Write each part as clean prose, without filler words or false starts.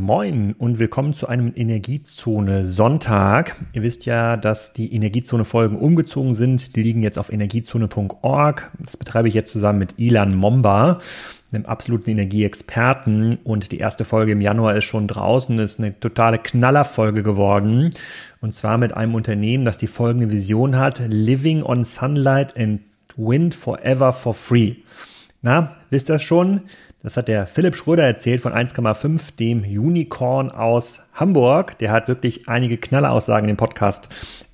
Moin und willkommen zu einem Energiezone-Sonntag. Ihr wisst ja, dass die Energiezone-Folgen umgezogen sind. Die liegen jetzt auf energiezone.org. Das betreibe ich jetzt zusammen mit Ilan Momba, einem absoluten Energieexperten. Und die erste Folge im Januar ist schon draußen. Das ist eine totale Knallerfolge geworden. Und zwar mit einem Unternehmen, das die folgende Vision hat: Living on Sunlight and Wind Forever for Free. Na, wisst ihr das schon? Das hat der Philipp Schröder erzählt von 1,5, dem Unicorn aus Hamburg. Der hat wirklich einige Knalleraussagen in dem Podcast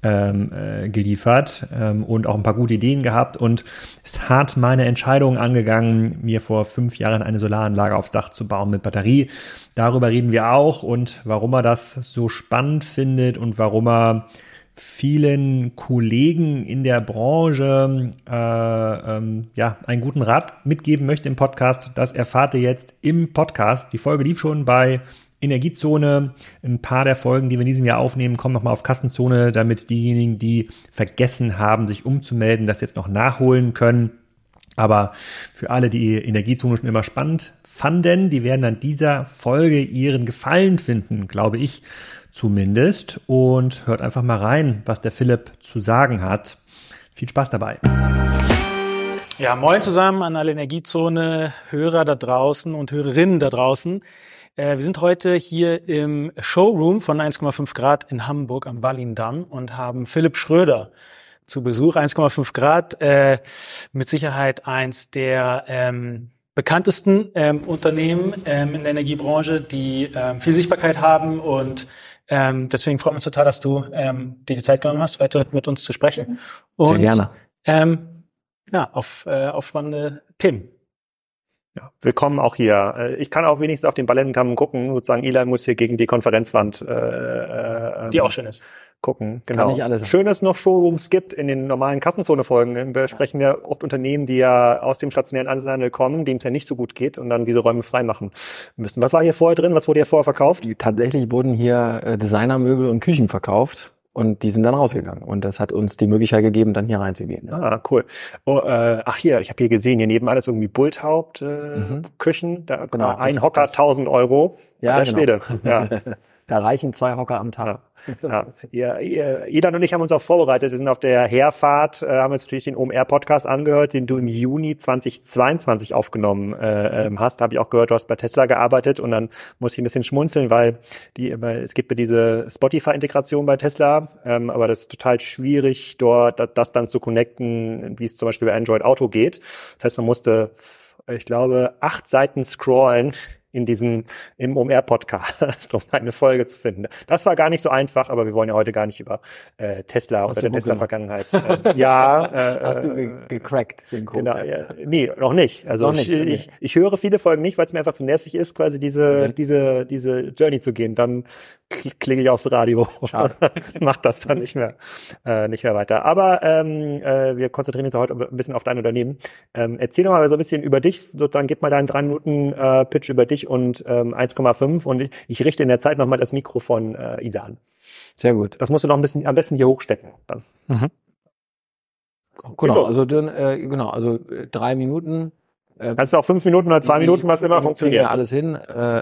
geliefert und auch ein paar gute Ideen gehabt und ist hart meine Entscheidung angegangen, mir vor 5 Jahren eine Solaranlage aufs Dach zu bauen mit Batterie. Darüber reden wir auch und warum er das so spannend findet und warum er vielen Kollegen in der Branche einen guten Rat mitgeben möchte im Podcast. Das erfahrt ihr jetzt im Podcast. Die Folge lief schon bei Energiezone. Ein paar der Folgen, die wir in diesem Jahr aufnehmen, kommen nochmal auf Kassenzone, damit diejenigen, die vergessen haben, sich umzumelden, das jetzt noch nachholen können. Aber für alle, die Energiezone schon immer spannend fanden, die werden an dieser Folge ihren Gefallen finden, glaube ich zumindest. Und hört einfach mal rein, was der Philipp zu sagen hat. Viel Spaß dabei. Ja, moin zusammen an alle Energiezone-Hörer da draußen und Hörerinnen da draußen. Wir sind heute hier im Showroom von 1,5 Grad in Hamburg am Ballindamm und haben Philipp Schröder zu Besuch. 1,5 Grad, mit Sicherheit eins der bekanntesten Unternehmen in der Energiebranche, die viel Sichtbarkeit haben, und deswegen freuen wir uns total, dass du dir die Zeit genommen hast, heute mit uns zu sprechen. Und, sehr gerne. Auf spannende Themen. Ja, willkommen auch hier. Ich kann auch wenigstens auf den Ballendamm gucken. Sozusagen, Ilan muss hier gegen die Konferenzwand die auch schön ist. Gucken. Genau. Kann nicht alles. Schön, dass es noch Showrooms gibt in den normalen Kassenzone-Folgen. Wir sprechen ja oft Unternehmen, die ja aus dem stationären Einzelhandel kommen, denen es ja nicht so gut geht und dann diese Räume freimachen müssen. Was war hier vorher drin? Was wurde hier vorher verkauft? Tatsächlich wurden hier Designermöbel und Küchen verkauft. Und die sind dann rausgegangen. Und das hat uns die Möglichkeit gegeben, dann hier reinzugehen. Ja. Ah, cool. Oh, ich habe hier gesehen, hier nebenan ist irgendwie Bulthaupt Küchen. Da, genau, ein Hocker, 1.000 Euro. Ja, der Schwede. Ja. Da reichen 2 Hocker am Tag. Ja. Ilan und ich haben uns auch vorbereitet. Wir sind auf der Herfahrt, haben uns natürlich den OMR-Podcast angehört, den du im Juni 2022 aufgenommen hast. Da habe ich auch gehört, du hast bei Tesla gearbeitet, und dann muss ich ein bisschen schmunzeln, weil es gibt ja diese Spotify-Integration bei Tesla, aber das ist total schwierig, dort das dann zu connecten, wie es zum Beispiel bei Android Auto geht. Das heißt, man musste, ich glaube, 8 Seiten scrollen im OMR-Podcast, um eine Folge zu finden. Das war gar nicht so einfach, aber wir wollen ja heute gar nicht über Tesla oder der Tesla-Vergangenheit. Hast du gecrackt den Code? Genau, ja. Nee, noch nicht. Also ich höre viele Folgen nicht, weil es mir einfach zu nervig ist, quasi diese Journey zu gehen. Dann klicke ich aufs Radio. Macht das dann nicht mehr weiter. Aber wir konzentrieren uns heute ein bisschen auf dein Unternehmen. Erzähl doch mal so ein bisschen über dich. Sozusagen, gib mal deinen 3 Minuten Pitch über dich und 1,5, und ich richte in der Zeit nochmal das Mikro von Ilan. Sehr gut. Das musst du noch ein bisschen, am besten hier hochstecken. Dann. Mhm. Genau, also 3 Minuten. Kannst du auch 5 Minuten oder 2 Minuten, was immer funktioniert. Ja, alles hin.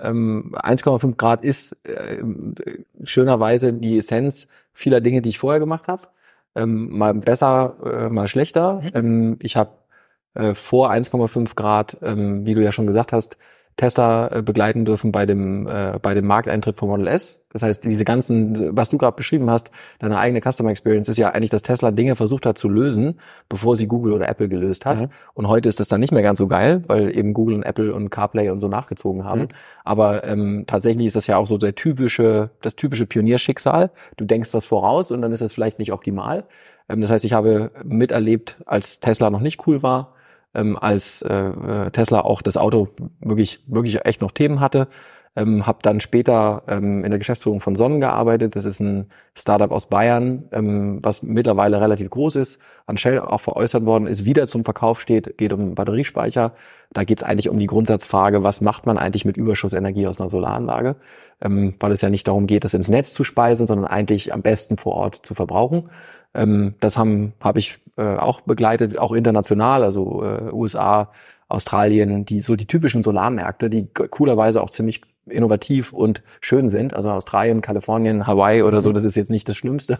1,5 Grad ist schönerweise die Essenz vieler Dinge, die ich vorher gemacht habe. Mal besser, mal schlechter. Ich habe vor 1,5 Grad, wie du ja schon gesagt hast, Tesla begleiten dürfen bei dem Markteintritt von Model S. Das heißt, diese ganzen, was du gerade beschrieben hast, deine eigene Customer Experience ist ja eigentlich, dass Tesla Dinge versucht hat zu lösen, bevor sie Google oder Apple gelöst hat. Und heute ist das dann nicht mehr ganz so geil, weil eben Google und Apple und CarPlay und so nachgezogen haben. Aber tatsächlich ist das ja auch so das typische Pionierschicksal. Du denkst was voraus und dann ist es vielleicht nicht optimal. Das heißt, ich habe miterlebt, als Tesla noch nicht cool war, als Tesla auch das Auto wirklich echt noch Themen hatte. Habe dann später in der Geschäftsführung von Sonnen gearbeitet. Das ist ein Startup aus Bayern, was mittlerweile relativ groß ist, an Shell auch veräußert worden ist, wieder zum Verkauf steht, geht um Batteriespeicher. Da geht es eigentlich um die Grundsatzfrage, was macht man eigentlich mit Überschussenergie aus einer Solaranlage, weil es ja nicht darum geht, das ins Netz zu speisen, sondern eigentlich am besten vor Ort zu verbrauchen. Das habe ich auch begleitet, auch international, also USA, Australien, die typischen Solarmärkte, die coolerweise auch ziemlich innovativ und schön sind. Also Australien, Kalifornien, Hawaii oder so, das ist jetzt nicht das Schlimmste.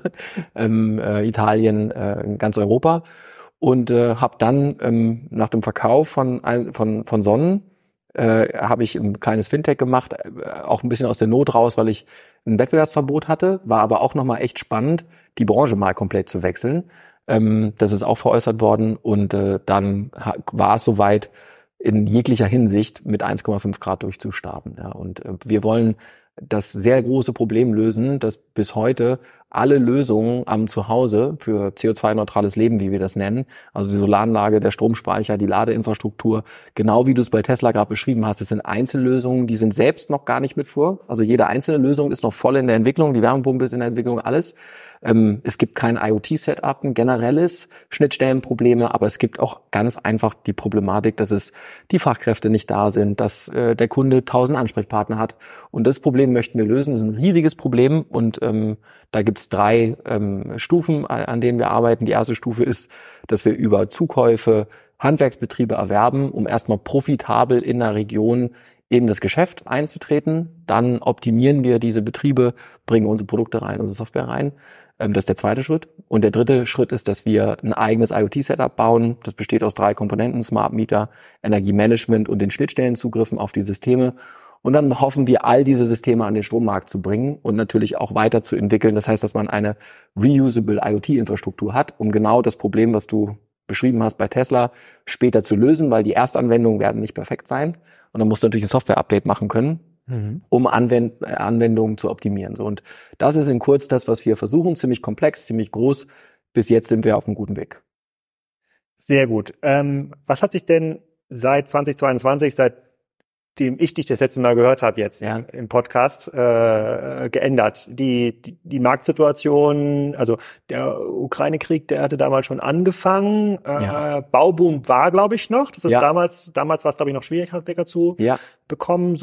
Italien, ganz Europa. Und habe dann nach dem Verkauf von Sonnen habe ich ein kleines Fintech gemacht, auch ein bisschen aus der Not raus, weil ich ein Wettbewerbsverbot hatte, war aber auch nochmal echt spannend, die Branche mal komplett zu wechseln. Das ist auch veräußert worden und dann war es soweit, in jeglicher Hinsicht mit 1,5 Grad durchzustarten. Ja. Und wir wollen das sehr große Problem lösen, dass bis heute alle Lösungen am Zuhause für CO2-neutrales Leben, wie wir das nennen, also die Solaranlage, der Stromspeicher, die Ladeinfrastruktur, genau wie du es bei Tesla gerade beschrieben hast, das sind Einzellösungen, die sind selbst noch gar nicht mature. Also jede einzelne Lösung ist noch voll in der Entwicklung, die Wärmepumpe ist in der Entwicklung, alles. Es gibt kein IoT-Setup, ein generelles Schnittstellenprobleme, aber es gibt auch ganz einfach die Problematik, dass es die Fachkräfte nicht da sind, dass der Kunde 1000 Ansprechpartner hat. Und das Problem möchten wir lösen. Das ist ein riesiges Problem und da gibt's 3 Stufen, an denen wir arbeiten. Die erste Stufe ist, dass wir über Zukäufe Handwerksbetriebe erwerben, um erstmal profitabel in der Region in das Geschäft einzutreten. Dann optimieren wir diese Betriebe, bringen unsere Produkte rein, unsere Software rein. Das ist der zweite Schritt. Und der dritte Schritt ist, dass wir ein eigenes IoT-Setup bauen. Das besteht aus 3 Komponenten, Smart Meter, Energiemanagement und den Schnittstellenzugriffen auf die Systeme. Und dann hoffen wir, all diese Systeme an den Strommarkt zu bringen und natürlich auch weiterzuentwickeln. Das heißt, dass man eine reusable IoT-Infrastruktur hat, um genau das Problem, was du beschrieben hast bei Tesla, später zu lösen, weil die Erstanwendungen werden nicht perfekt sein. Und dann musst du natürlich ein Software-Update machen können, um Anwendungen zu optimieren. So, und das ist in kurz das, was wir versuchen. Ziemlich komplex, ziemlich groß. Bis jetzt sind wir auf einem guten Weg. Sehr gut. Was hat sich denn seit 2022, seitdem ich dich das letzte Mal gehört habe jetzt im Podcast, geändert? Die Marktsituation, also der Ukraine-Krieg, der hatte damals schon angefangen. Bauboom war, glaube ich, noch. Das ist damals war es, glaube ich, noch schwierig, Handwerker zu bekommen.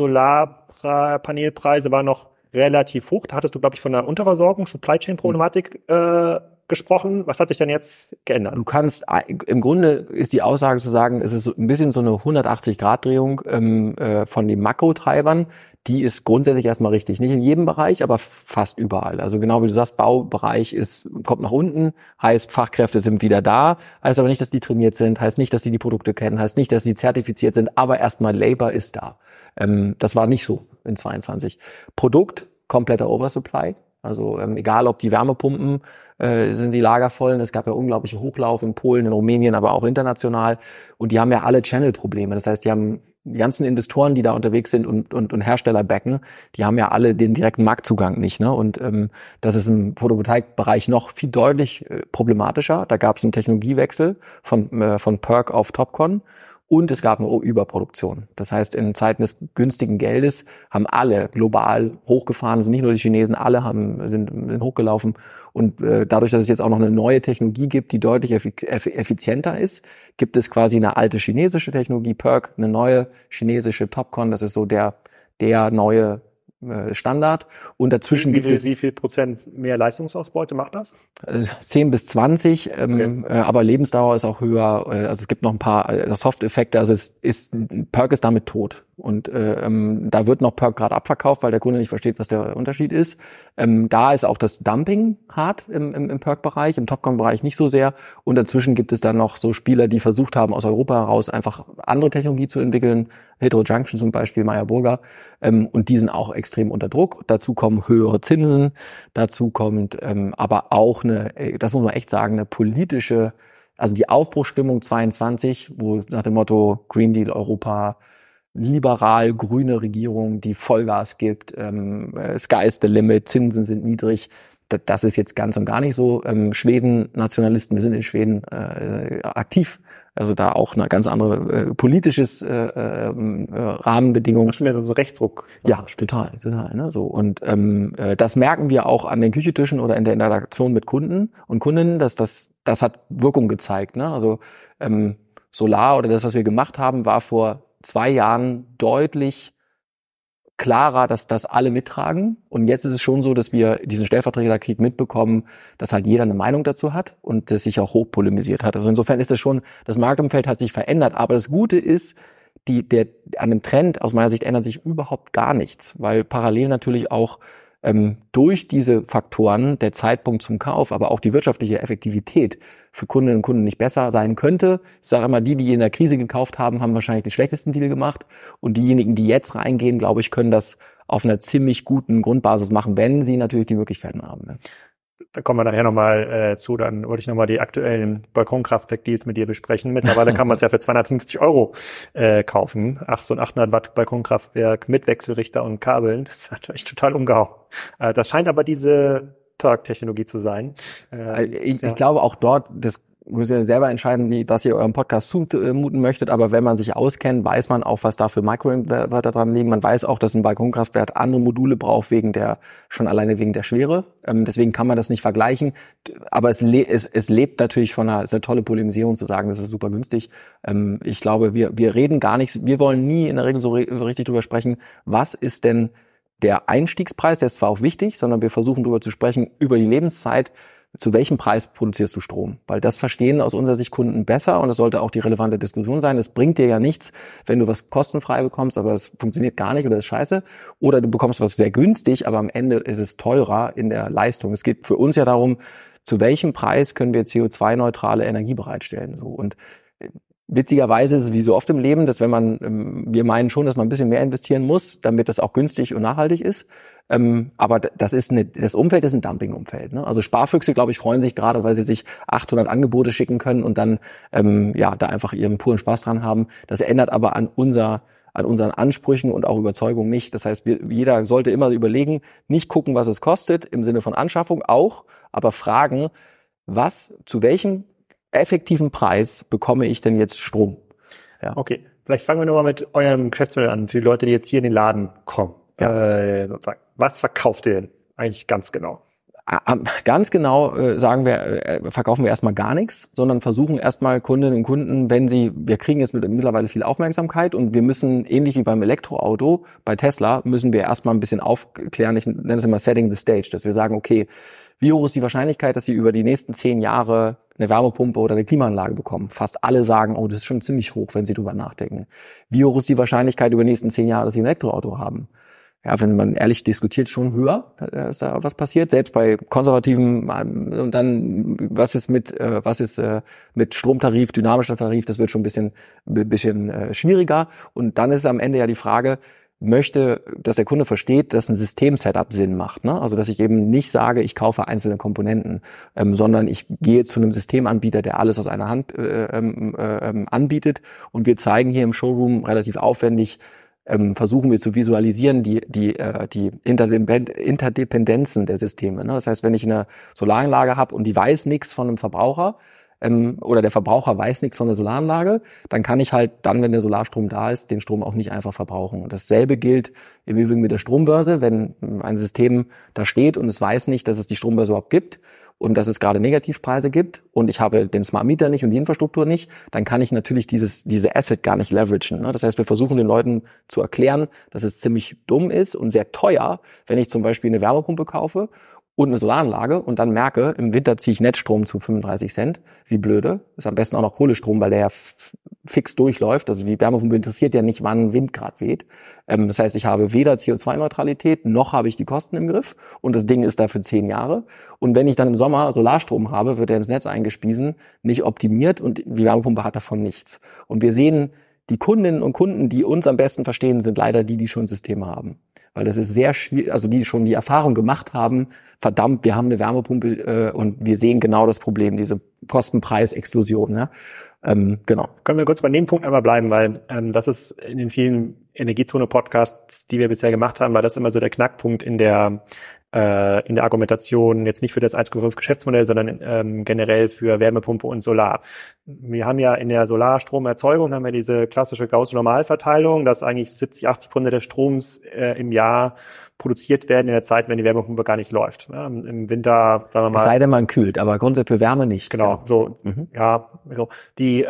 Solarpanelpreise waren noch relativ hoch. Da hattest du, glaube ich, von der Unterversorgung, Supply Chain Problematik gesprochen. Was hat sich denn jetzt geändert? Du kannst, im Grunde ist die Aussage zu sagen, es ist so ein bisschen so eine 180-Grad-Drehung von den Makrotreibern. Die ist grundsätzlich erstmal richtig. Nicht in jedem Bereich, aber fast überall. Also genau wie du sagst, Baubereich kommt nach unten, heißt Fachkräfte sind wieder da, heißt aber nicht, dass die trainiert sind, heißt nicht, dass sie die Produkte kennen, heißt nicht, dass sie zertifiziert sind, aber erstmal Labor ist da. Das war nicht so in 22. Produkt, kompletter Oversupply. Also egal, ob die Wärmepumpen sind die Lager voll. Es gab ja unglaubliche Hochlauf in Polen, in Rumänien, aber auch international. Und die haben ja alle Channel-Probleme. Das heißt, die haben die ganzen Investoren, die da unterwegs sind und Hersteller backen, die haben ja alle den direkten Marktzugang nicht. Ne? Und das ist im Photovoltaikbereich noch viel deutlich problematischer. Da gab es einen Technologiewechsel von PERC auf TOPCon. Und es gab eine Überproduktion. Das heißt, in Zeiten des günstigen Geldes haben alle global hochgefahren, sind nicht nur die Chinesen, alle sind hochgelaufen. Und dadurch, dass es jetzt auch noch eine neue Technologie gibt, die deutlich effizienter ist, gibt es quasi eine alte chinesische Technologie, PERC, eine neue chinesische TOPCon. Das ist so der neue Standard. Und dazwischen wie viel Prozent mehr Leistungsausbeute macht das? 10 bis 20, aber Lebensdauer ist auch höher. Also es gibt noch ein paar Soft-Effekte. Also PERC ist damit tot. Und da wird noch PERC gerade abverkauft, weil der Kunde nicht versteht, was der Unterschied ist. Da ist auch das Dumping hart im PERC-Bereich, im TOPCon-Bereich nicht so sehr. Und dazwischen gibt es dann noch so Spieler, die versucht haben, aus Europa heraus einfach andere Technologie zu entwickeln. Heterojunction zum Beispiel, Meyer Burger. Und die sind auch extrem unter Druck. Dazu kommen höhere Zinsen. Dazu kommt aber auch das muss man echt sagen, eine politische, also die Aufbruchsstimmung 22, wo nach dem Motto Green Deal Europa, liberal grüne Regierung, die Vollgas gibt, Sky is the limit, Zinsen sind niedrig. Das ist jetzt ganz und gar nicht so. Schweden-Nationalisten, wir sind in Schweden aktiv. Also da auch eine ganz andere politisches Rahmenbedingung. Das ist schon wieder so Rechtsruck. Ja, total. Ne? So. Und das merken wir auch an den Küchentischen oder in der Interaktion mit Kunden und Kundinnen, dass das hat Wirkung gezeigt. Ne? Also Solar oder das, was wir gemacht haben, war vor 2 Jahren deutlich klarer, dass das alle mittragen. Und jetzt ist es schon so, dass wir diesen Stellvertreterkrieg mitbekommen, dass halt jeder eine Meinung dazu hat und das sich auch hoch polemisiert hat. Also insofern ist das schon, das Marktumfeld hat sich verändert. Aber das Gute ist, an dem Trend aus meiner Sicht ändert sich überhaupt gar nichts, weil parallel natürlich auch durch diese Faktoren der Zeitpunkt zum Kauf, aber auch die wirtschaftliche Effektivität für Kundinnen und Kunden nicht besser sein könnte. Ich sage immer, die in der Krise gekauft haben, haben wahrscheinlich den schlechtesten Deal gemacht und diejenigen, die jetzt reingehen, glaube ich, können das auf einer ziemlich guten Grundbasis machen, wenn sie natürlich die Möglichkeiten haben. Ne? Da kommen wir nachher nochmal zu. Dann wollte ich nochmal die aktuellen Balkonkraftwerk-Deals mit dir besprechen. Mittlerweile kann man es ja für 250 € kaufen. So ein 800 Watt Balkonkraftwerk mit Wechselrichter und Kabeln. Das ist natürlich total umgehauen. Das scheint aber diese Perk-Technologie zu sein. Ich glaube auch dort, das müsst ihr selber entscheiden, was ihr eurem Podcast zumuten möchtet, aber wenn man sich auskennt, weiß man auch, was da für Microinverter dran liegen. Man weiß auch, dass ein Balkonkraftwerk andere Module braucht, schon alleine wegen der Schwere. Deswegen kann man das nicht vergleichen. Aber es lebt natürlich ist eine tolle Polemisierung zu sagen, das ist super günstig. Ich glaube, wir reden gar nichts, wir wollen nie in der Regel so richtig drüber sprechen, was ist denn der Einstiegspreis, der ist zwar auch wichtig, sondern wir versuchen drüber zu sprechen, über die Lebenszeit, zu welchem Preis produzierst du Strom? Weil das verstehen aus unserer Sicht Kunden besser und es sollte auch die relevante Diskussion sein. Es bringt dir ja nichts, wenn du was kostenfrei bekommst, aber es funktioniert gar nicht oder ist scheiße. Oder du bekommst was sehr günstig, aber am Ende ist es teurer in der Leistung. Es geht für uns ja darum, zu welchem Preis können wir CO2-neutrale Energie bereitstellen. Und witzigerweise ist es wie so oft im Leben, dass wir meinen schon, dass man ein bisschen mehr investieren muss, damit das auch günstig und nachhaltig ist. Aber das Umfeld ist ein Dumping-Umfeld. Ne? Also Sparfüchse, glaube ich, freuen sich gerade, weil sie sich 800 Angebote schicken können und dann da einfach ihren puren Spaß dran haben. Das ändert aber an unseren Ansprüchen und auch Überzeugungen nicht. Das heißt, jeder sollte immer überlegen, nicht gucken, was es kostet im Sinne von Anschaffung auch, aber fragen, zu welchem effektiven Preis bekomme ich denn jetzt Strom? Ja. Okay, vielleicht fangen wir nochmal mit eurem Geschäftsmodell an, für die Leute, die jetzt hier in den Laden kommen. Ja. Sozusagen. Was verkauft ihr denn eigentlich ganz genau? Ganz genau verkaufen wir erstmal gar nichts, sondern versuchen erstmal Kundinnen und Kunden, wir kriegen jetzt mittlerweile viel Aufmerksamkeit und wir müssen, ähnlich wie beim Elektroauto, bei Tesla, müssen wir erstmal ein bisschen aufklären, ich nenne es immer Setting the Stage, dass wir sagen, okay, wie hoch ist die Wahrscheinlichkeit, dass Sie über die nächsten 10 Jahre eine Wärmepumpe oder eine Klimaanlage bekommen? Fast alle sagen, oh, das ist schon ziemlich hoch, wenn Sie drüber nachdenken. Wie hoch ist die Wahrscheinlichkeit über die nächsten 10 Jahre, dass Sie ein Elektroauto haben? Ja, wenn man ehrlich diskutiert, schon höher, dass da was passiert. Selbst bei konservativen, und dann, was ist mit Stromtarif, dynamischer Tarif, das wird schon ein bisschen schwieriger. Und dann ist am Ende ja die Frage, dass der Kunde versteht, dass ein System-Setup Sinn macht. Ne? Also dass ich eben nicht sage, ich kaufe einzelne Komponenten, sondern ich gehe zu einem Systemanbieter, der alles aus einer Hand anbietet. Und wir zeigen hier im Showroom relativ aufwendig, versuchen wir zu visualisieren die Interdependenzen der Systeme. Ne? Das heißt, wenn ich eine Solaranlage habe und die weiß nichts von einem Verbraucher, oder der Verbraucher weiß nichts von der Solaranlage, dann kann ich halt dann, wenn der Solarstrom da ist, den Strom auch nicht einfach verbrauchen. Und dasselbe gilt im Übrigen mit der Strombörse. Wenn ein System da steht und es weiß nicht, dass es die Strombörse überhaupt gibt und dass es gerade Negativpreise gibt und ich habe den Smart Meter nicht und die Infrastruktur nicht, dann kann ich natürlich diese Asset gar nicht leveragen. Ne? Das heißt, wir versuchen den Leuten zu erklären, dass es ziemlich dumm ist und sehr teuer, wenn ich zum Beispiel eine Wärmepumpe kaufe und eine Solaranlage und dann merke, im Winter ziehe ich Netzstrom zu 35 Cent. Wie blöde. Ist am besten auch noch Kohlestrom, weil der ja fix durchläuft. Also die Wärmepumpe interessiert ja nicht, wann Wind gerade weht. Das heißt, ich habe weder CO2-Neutralität, noch habe ich die Kosten im Griff. Und das Ding ist da für 10 Jahre. Und wenn ich dann im Sommer Solarstrom habe, wird er ins Netz eingespiesen, nicht optimiert und die Wärmepumpe hat davon nichts. Und wir sehen, die Kundinnen und Kunden, die uns am besten verstehen, sind leider die schon Systeme haben. Weil das ist sehr schwierig, also die schon die Erfahrung gemacht haben, verdammt, wir haben eine Wärmepumpe und wir sehen genau das Problem, diese Kostenpreisexplosion. Ne? Genau. Können wir kurz bei dem Punkt einmal bleiben, weil das ist in den vielen Energiezone-Podcasts, die wir bisher gemacht haben, war das immer so der Knackpunkt in der Argumentation, jetzt nicht für das 1,5 Geschäftsmodell, sondern generell für Wärmepumpe und Solar. Wir haben ja in der Solarstromerzeugung haben wir diese klassische Gaußsche Normalverteilung, dass eigentlich 70-80% des Stroms im Jahr produziert werden in der Zeit, wenn die Wärmepumpe gar nicht läuft. Ja, im Winter, sagen wir mal. Es sei denn, man kühlt, aber grundsätzlich für Wärme nicht. Genau, so, ja, so. Die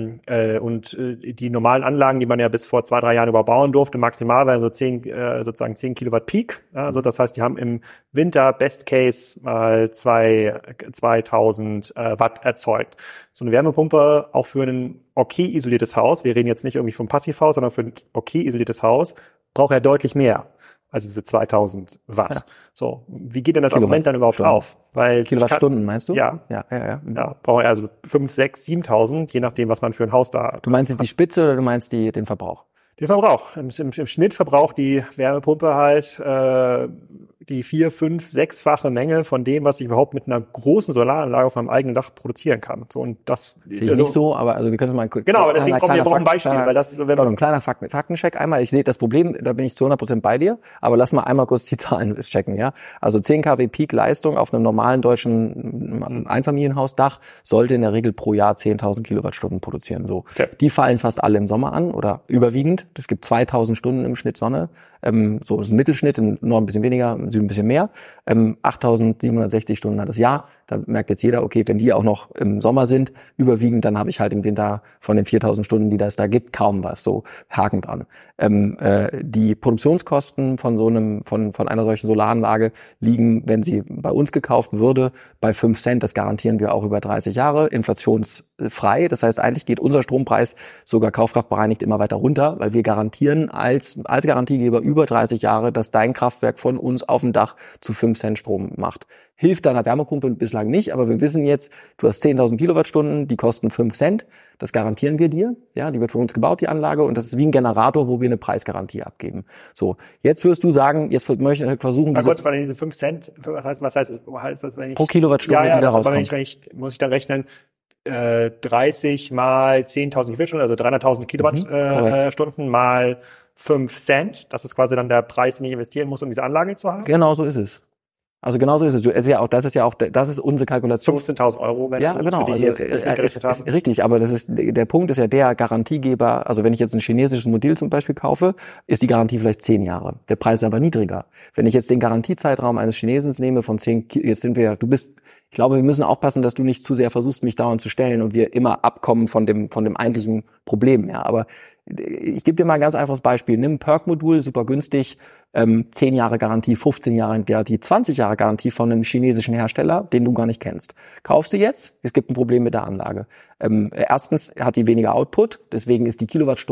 normalen Anlagen, die man ja bis vor 2-3 Jahren überbauen durfte, maximal waren so 10 Kilowatt Peak. Ja, also das heißt, die haben im Winter Best Case mal 2000 Watt erzeugt. So eine Wärmepumpe Wärmepumpe auch für ein okay isoliertes Haus, wir reden jetzt nicht irgendwie vom Passivhaus, sondern für ein okay isoliertes Haus, braucht er deutlich mehr als diese 2000 Watt. Ja. So, wie geht denn das Argument dann überhaupt auf? Weil Kilowattstunden meinst du? Ja. Ja, braucht er also 5, 6, 7.000, je nachdem, was man für ein Haus da hat. Du meinst jetzt die Spitze oder du meinst den Verbrauch? Den Verbrauch. Im Schnitt verbraucht die Wärmepumpe halt die 4, 5, 6-fache Menge von dem, was ich überhaupt mit einer großen Solaranlage auf meinem eigenen Dach produzieren kann. So, und das sehe ich nicht so, aber also wir können es mal kurz. Genau, aber deswegen brauchen wir ein Beispiel, weil das so, wenn ein kleiner Faktencheck einmal. Ich sehe das Problem, da bin ich zu 100% bei dir, aber lass mal einmal kurz die Zahlen checken, ja. Also 10 kW Peak-Leistung auf einem normalen deutschen Einfamilienhausdach sollte in der Regel pro Jahr 10.000 Kilowattstunden produzieren. So, okay. Die fallen fast alle im Sommer an oder überwiegend. Es gibt 2.000 Stunden im Schnitt Sonne. So ist ein Mittelschnitt, im Norden ein bisschen weniger, im Süden ein bisschen mehr. 8.760 Stunden hat das Jahr. Da merkt jetzt jeder, okay, wenn die auch noch im Sommer sind, überwiegend, dann habe ich halt im Winter von den 4.000 Stunden, die das da gibt, kaum was. So Haken dran. Die Produktionskosten von einer solchen Solaranlage liegen, wenn sie bei uns gekauft würde, bei 5 Cent. Das garantieren wir auch über 30 Jahre, inflationsfrei. Das heißt, eigentlich geht unser Strompreis sogar kaufkraftbereinigt immer weiter runter, weil wir garantieren als Garantiegeber über 30 Jahre, dass dein Kraftwerk von uns auf dem Dach zu 5 Cent Strom macht. Hilft deiner Wärmepumpe bislang nicht, aber wir wissen jetzt, du hast 10.000 Kilowattstunden, die kosten 5 Cent. Das garantieren wir dir. Ja, die wird von uns gebaut, die Anlage. Und das ist wie ein Generator, wo wir eine Preisgarantie abgeben. So, jetzt wirst du sagen, jetzt möchte ich versuchen, diese 5 Cent, was heißt das, wenn ich... Pro Kilowattstunde, die da rauskommt. Muss ich dann rechnen, 30 mal 10.000 Kilowattstunden, also 300.000 Kilowattstunden mal 5 Cent. Das ist quasi dann der Preis, den ich investieren muss, um diese Anlage zu haben. Genau so ist es. Also genau so ist es. Das ist unsere Kalkulation. 15.000 Euro, wenn ja, genau. Also, ist richtig, aber der Punkt ist ja der Garantiegeber. Also wenn ich jetzt ein chinesisches Modell zum Beispiel kaufe, ist die Garantie vielleicht 10 Jahre. Der Preis ist aber niedriger. Wenn ich jetzt den Garantiezeitraum eines Chinesens nehme von 10, ich glaube, wir müssen aufpassen, dass du nicht zu sehr versuchst, mich dauernd zu stellen und wir immer abkommen von dem eigentlichen Problem. Ja, aber ich gebe dir mal ein ganz einfaches Beispiel. Nimm ein PERC-Modul, super günstig, 10 Jahre Garantie, 15 Jahre Garantie, 20 Jahre Garantie von einem chinesischen Hersteller, den du gar nicht kennst. Kaufst du jetzt? Es gibt ein Problem mit der Anlage. Erstens hat die weniger Output, deswegen ist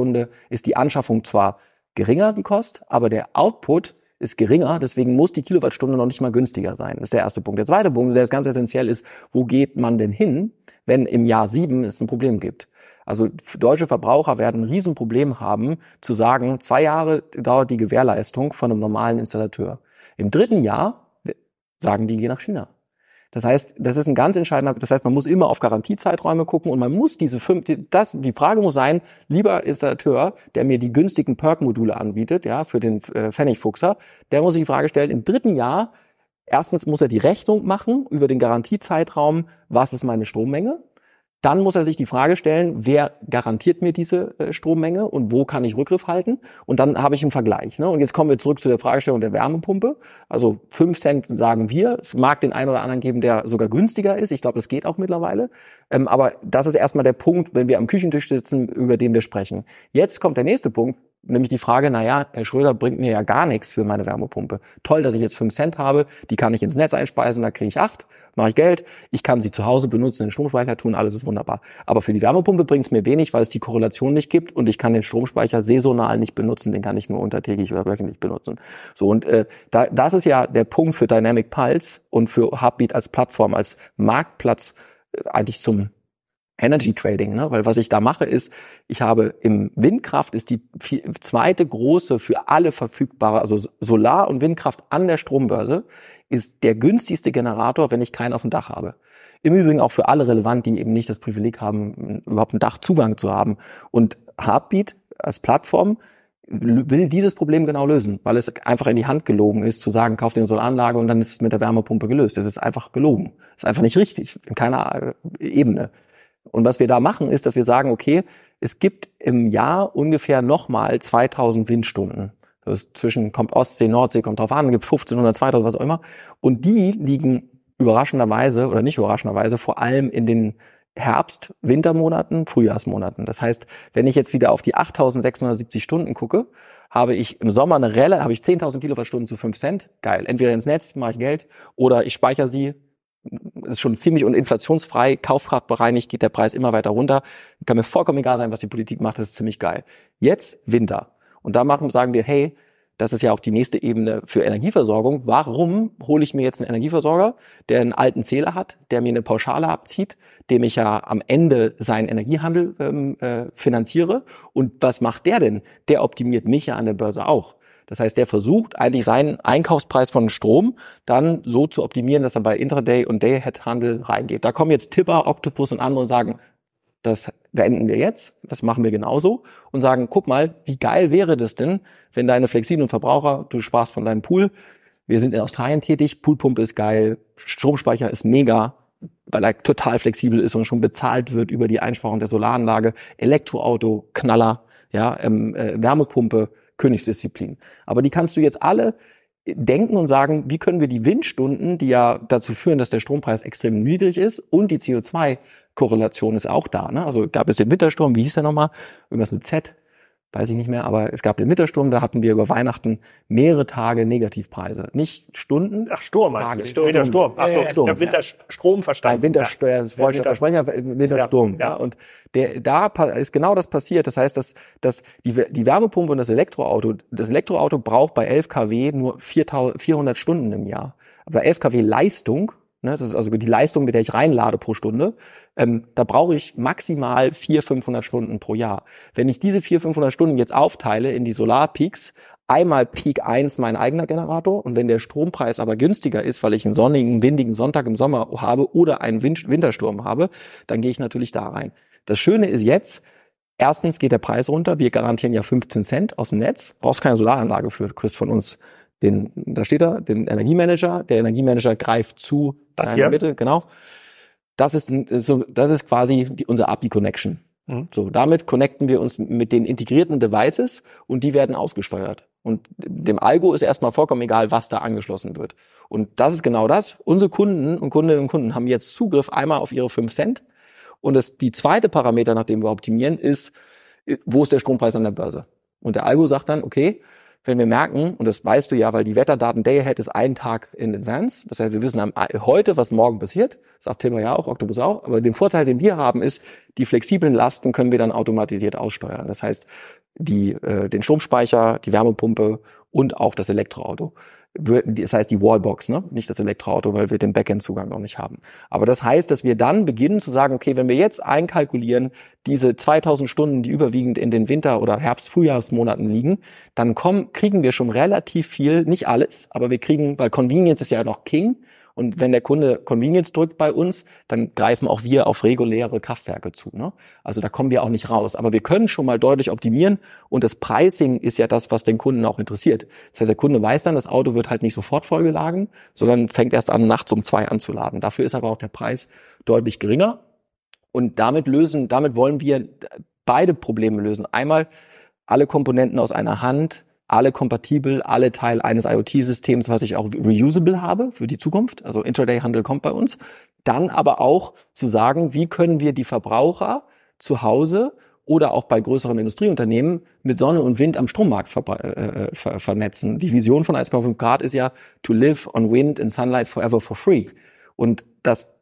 die Anschaffung zwar geringer, die Kost, aber der Output ist geringer, deswegen muss die Kilowattstunde noch nicht mal günstiger sein. Das ist der erste Punkt. Der zweite Punkt, der ist ganz essentiell, ist, wo geht man denn hin, wenn im Jahr 7 es ein Problem gibt? Also deutsche Verbraucher werden ein Riesenproblem haben, zu sagen, 2 Jahre dauert die Gewährleistung von einem normalen Installateur. Im 3. Jahr sagen die, geh nach China. Das heißt, das ist ein ganz entscheidender, das heißt, man muss immer auf Garantiezeiträume gucken und man muss die Frage muss sein, lieber Installateur, der mir die günstigen PERC-Module anbietet, ja, für den Pfennigfuchser, der muss sich die Frage stellen, im 3. Jahr, erstens muss er die Rechnung machen über den Garantiezeitraum, was ist meine Strommenge? Dann muss er sich die Frage stellen, wer garantiert mir diese Strommenge und wo kann ich Rückgriff halten? Und dann habe ich einen Vergleich. Ne? Und jetzt kommen wir zurück zu der Fragestellung der Wärmepumpe. Also 5 Cent sagen wir. Es mag den einen oder anderen geben, der sogar günstiger ist. Ich glaube, das geht auch mittlerweile. Aber das ist erstmal der Punkt, wenn wir am Küchentisch sitzen, über den wir sprechen. Jetzt kommt der nächste Punkt, nämlich die Frage, Herr Schröder bringt mir ja gar nichts für meine Wärmepumpe. Toll, dass ich jetzt 5 Cent habe, die kann ich ins Netz einspeisen, da kriege ich 8, mache ich Geld. Ich kann sie zu Hause benutzen, in den Stromspeicher tun, alles ist wunderbar. Aber für die Wärmepumpe bringt es mir wenig, weil es die Korrelation nicht gibt und ich kann den Stromspeicher saisonal nicht benutzen, den kann ich nur untertägig oder wöchentlich benutzen. So, und das ist ja der Punkt für Dynamic Pulse und für Heartbeat als Plattform, als Marktplatz eigentlich zum Energy Trading, ne? Weil was ich da mache ist, ich habe im Windkraft ist die zweite große für alle verfügbare, also Solar- und Windkraft an der Strombörse, ist der günstigste Generator, wenn ich keinen auf dem Dach habe. Im Übrigen auch für alle relevant, die eben nicht das Privileg haben, überhaupt einen Dachzugang zu haben. Und Heartbeat als Plattform will dieses Problem genau lösen, weil es einfach in die Hand gelogen ist, zu sagen, kauf dir eine Solaranlage und dann ist es mit der Wärmepumpe gelöst. Das ist einfach gelogen. Das ist einfach nicht richtig, in keiner Ebene. Und was wir da machen, ist, dass wir sagen, okay, es gibt im Jahr ungefähr nochmal 2000 Windstunden. Das ist kommt Ostsee, Nordsee, kommt drauf an, gibt 1500, 2000, was auch immer. Und die liegen überraschenderweise oder nicht überraschenderweise vor allem in den Herbst-Wintermonaten, Frühjahrsmonaten. Das heißt, wenn ich jetzt wieder auf die 8670 Stunden gucke, habe ich im Sommer habe ich 10.000 Kilowattstunden zu 5 Cent. Geil. Entweder ins Netz, mache ich Geld, oder ich speichere sie, ist schon ziemlich und inflationsfrei, kaufkraftbereinigt, geht der Preis immer weiter runter. Kann mir vollkommen egal sein, was die Politik macht, das ist ziemlich geil. Jetzt Winter. Und da sagen wir, hey, das ist ja auch die nächste Ebene für Energieversorgung. Warum hole ich mir jetzt einen Energieversorger, der einen alten Zähler hat, der mir eine Pauschale abzieht, dem ich ja am Ende seinen Energiehandel finanziere? Und was macht der denn? Der optimiert mich ja an der Börse auch. Das heißt, der versucht eigentlich seinen Einkaufspreis von Strom dann so zu optimieren, dass er bei Intraday- und Day-Ahead-Handel reingeht. Da kommen jetzt Tipper, Octopus und andere und sagen, das beenden wir jetzt, das machen wir genauso und sagen, guck mal, wie geil wäre das denn, wenn deine flexiblen Verbraucher, du sparst von deinem Pool, wir sind in Australien tätig, Poolpumpe ist geil, Stromspeicher ist mega, weil er total flexibel ist und schon bezahlt wird über die Einsparung der Solaranlage, Elektroauto, Knaller, ja, Wärmepumpe, Königsdisziplin. Aber die kannst du jetzt alle denken und sagen, wie können wir die Windstunden, die ja dazu führen, dass der Strompreis extrem niedrig ist und die CO2-Korrelation ist auch da. Ne? Also gab es den Wintersturm, wie hieß der nochmal? Irgendwas mit Z, weiß ich nicht mehr, aber es gab den Wintersturm, da hatten wir über Weihnachten mehrere Tage Negativpreise. Nicht Stunden. Ach, Sturm meinst du? Wintersturm. Ach so, ich habe Winterstrom verstanden. Wintersturm. Ja. Und da ist genau das passiert. Das heißt, dass die Wärmepumpe und das Elektroauto braucht bei 11 kW nur 400 Stunden im Jahr. Aber 11 kW Leistung, ne, das ist also die Leistung, mit der ich reinlade pro Stunde, da brauche ich maximal 400-500 Stunden pro Jahr. Wenn ich diese 400-500 Stunden jetzt aufteile in die Solarpeaks, einmal Peak 1 mein eigener Generator und wenn der Strompreis aber günstiger ist, weil ich einen sonnigen, windigen Sonntag im Sommer habe oder einen Wintersturm habe, dann gehe ich natürlich da rein. Das Schöne ist jetzt, erstens geht der Preis runter, wir garantieren ja 15 Cent aus dem Netz, brauchst keine Solaranlage für, du kriegst von uns da steht da, den Energiemanager, der Energiemanager greift zu. Das hier? Mitte, genau. Das ist quasi unsere API-Connection. Mhm. So, damit connecten wir uns mit den integrierten Devices und die werden ausgesteuert. Und dem Algo ist erstmal vollkommen egal, was da angeschlossen wird. Und das ist genau das. Unsere Kunden und Kundinnen und Kunden haben jetzt Zugriff einmal auf ihre 5 Cent. Und die zweite Parameter, nach dem wir optimieren, ist, wo ist der Strompreis an der Börse? Und der Algo sagt dann, okay, wenn wir merken, und das weißt du ja, weil die Wetterdaten Day Ahead ist einen Tag in Advance, das heißt, wir wissen heute, was morgen passiert, das sagt Timmer ja auch, Octopus auch, aber den Vorteil, den wir haben, ist, die flexiblen Lasten können wir dann automatisiert aussteuern. Das heißt, den Stromspeicher, die Wärmepumpe und auch das Elektroauto. Das heißt die Wallbox, ne? Nicht das Elektroauto, weil wir den Backend-Zugang noch nicht haben. Aber das heißt, dass wir dann beginnen zu sagen, okay, wenn wir jetzt einkalkulieren, diese 2000 Stunden, die überwiegend in den Winter- oder Herbst-Frühjahrsmonaten liegen, dann kriegen wir schon relativ viel, nicht alles, aber wir kriegen, weil Convenience ist ja noch King, und wenn der Kunde Convenience drückt bei uns, dann greifen auch wir auf reguläre Kraftwerke zu. Ne? Also da kommen wir auch nicht raus. Aber wir können schon mal deutlich optimieren und das Pricing ist ja das, was den Kunden auch interessiert. Das heißt, der Kunde weiß dann, das Auto wird halt nicht sofort vollgeladen, sondern fängt erst an, nachts um 2 anzuladen. Dafür ist aber auch der Preis deutlich geringer. Und damit wollen wir beide Probleme lösen. Einmal alle Komponenten aus einer Hand, alle kompatibel, alle Teil eines IoT-Systems, was ich auch reusable habe für die Zukunft. Also Intraday-Handel kommt bei uns. Dann aber auch zu sagen, wie können wir die Verbraucher zu Hause oder auch bei größeren Industrieunternehmen mit Sonne und Wind am Strommarkt vernetzen. Die Vision von 1,5 Grad ist ja to live on wind and sunlight forever for free. Und das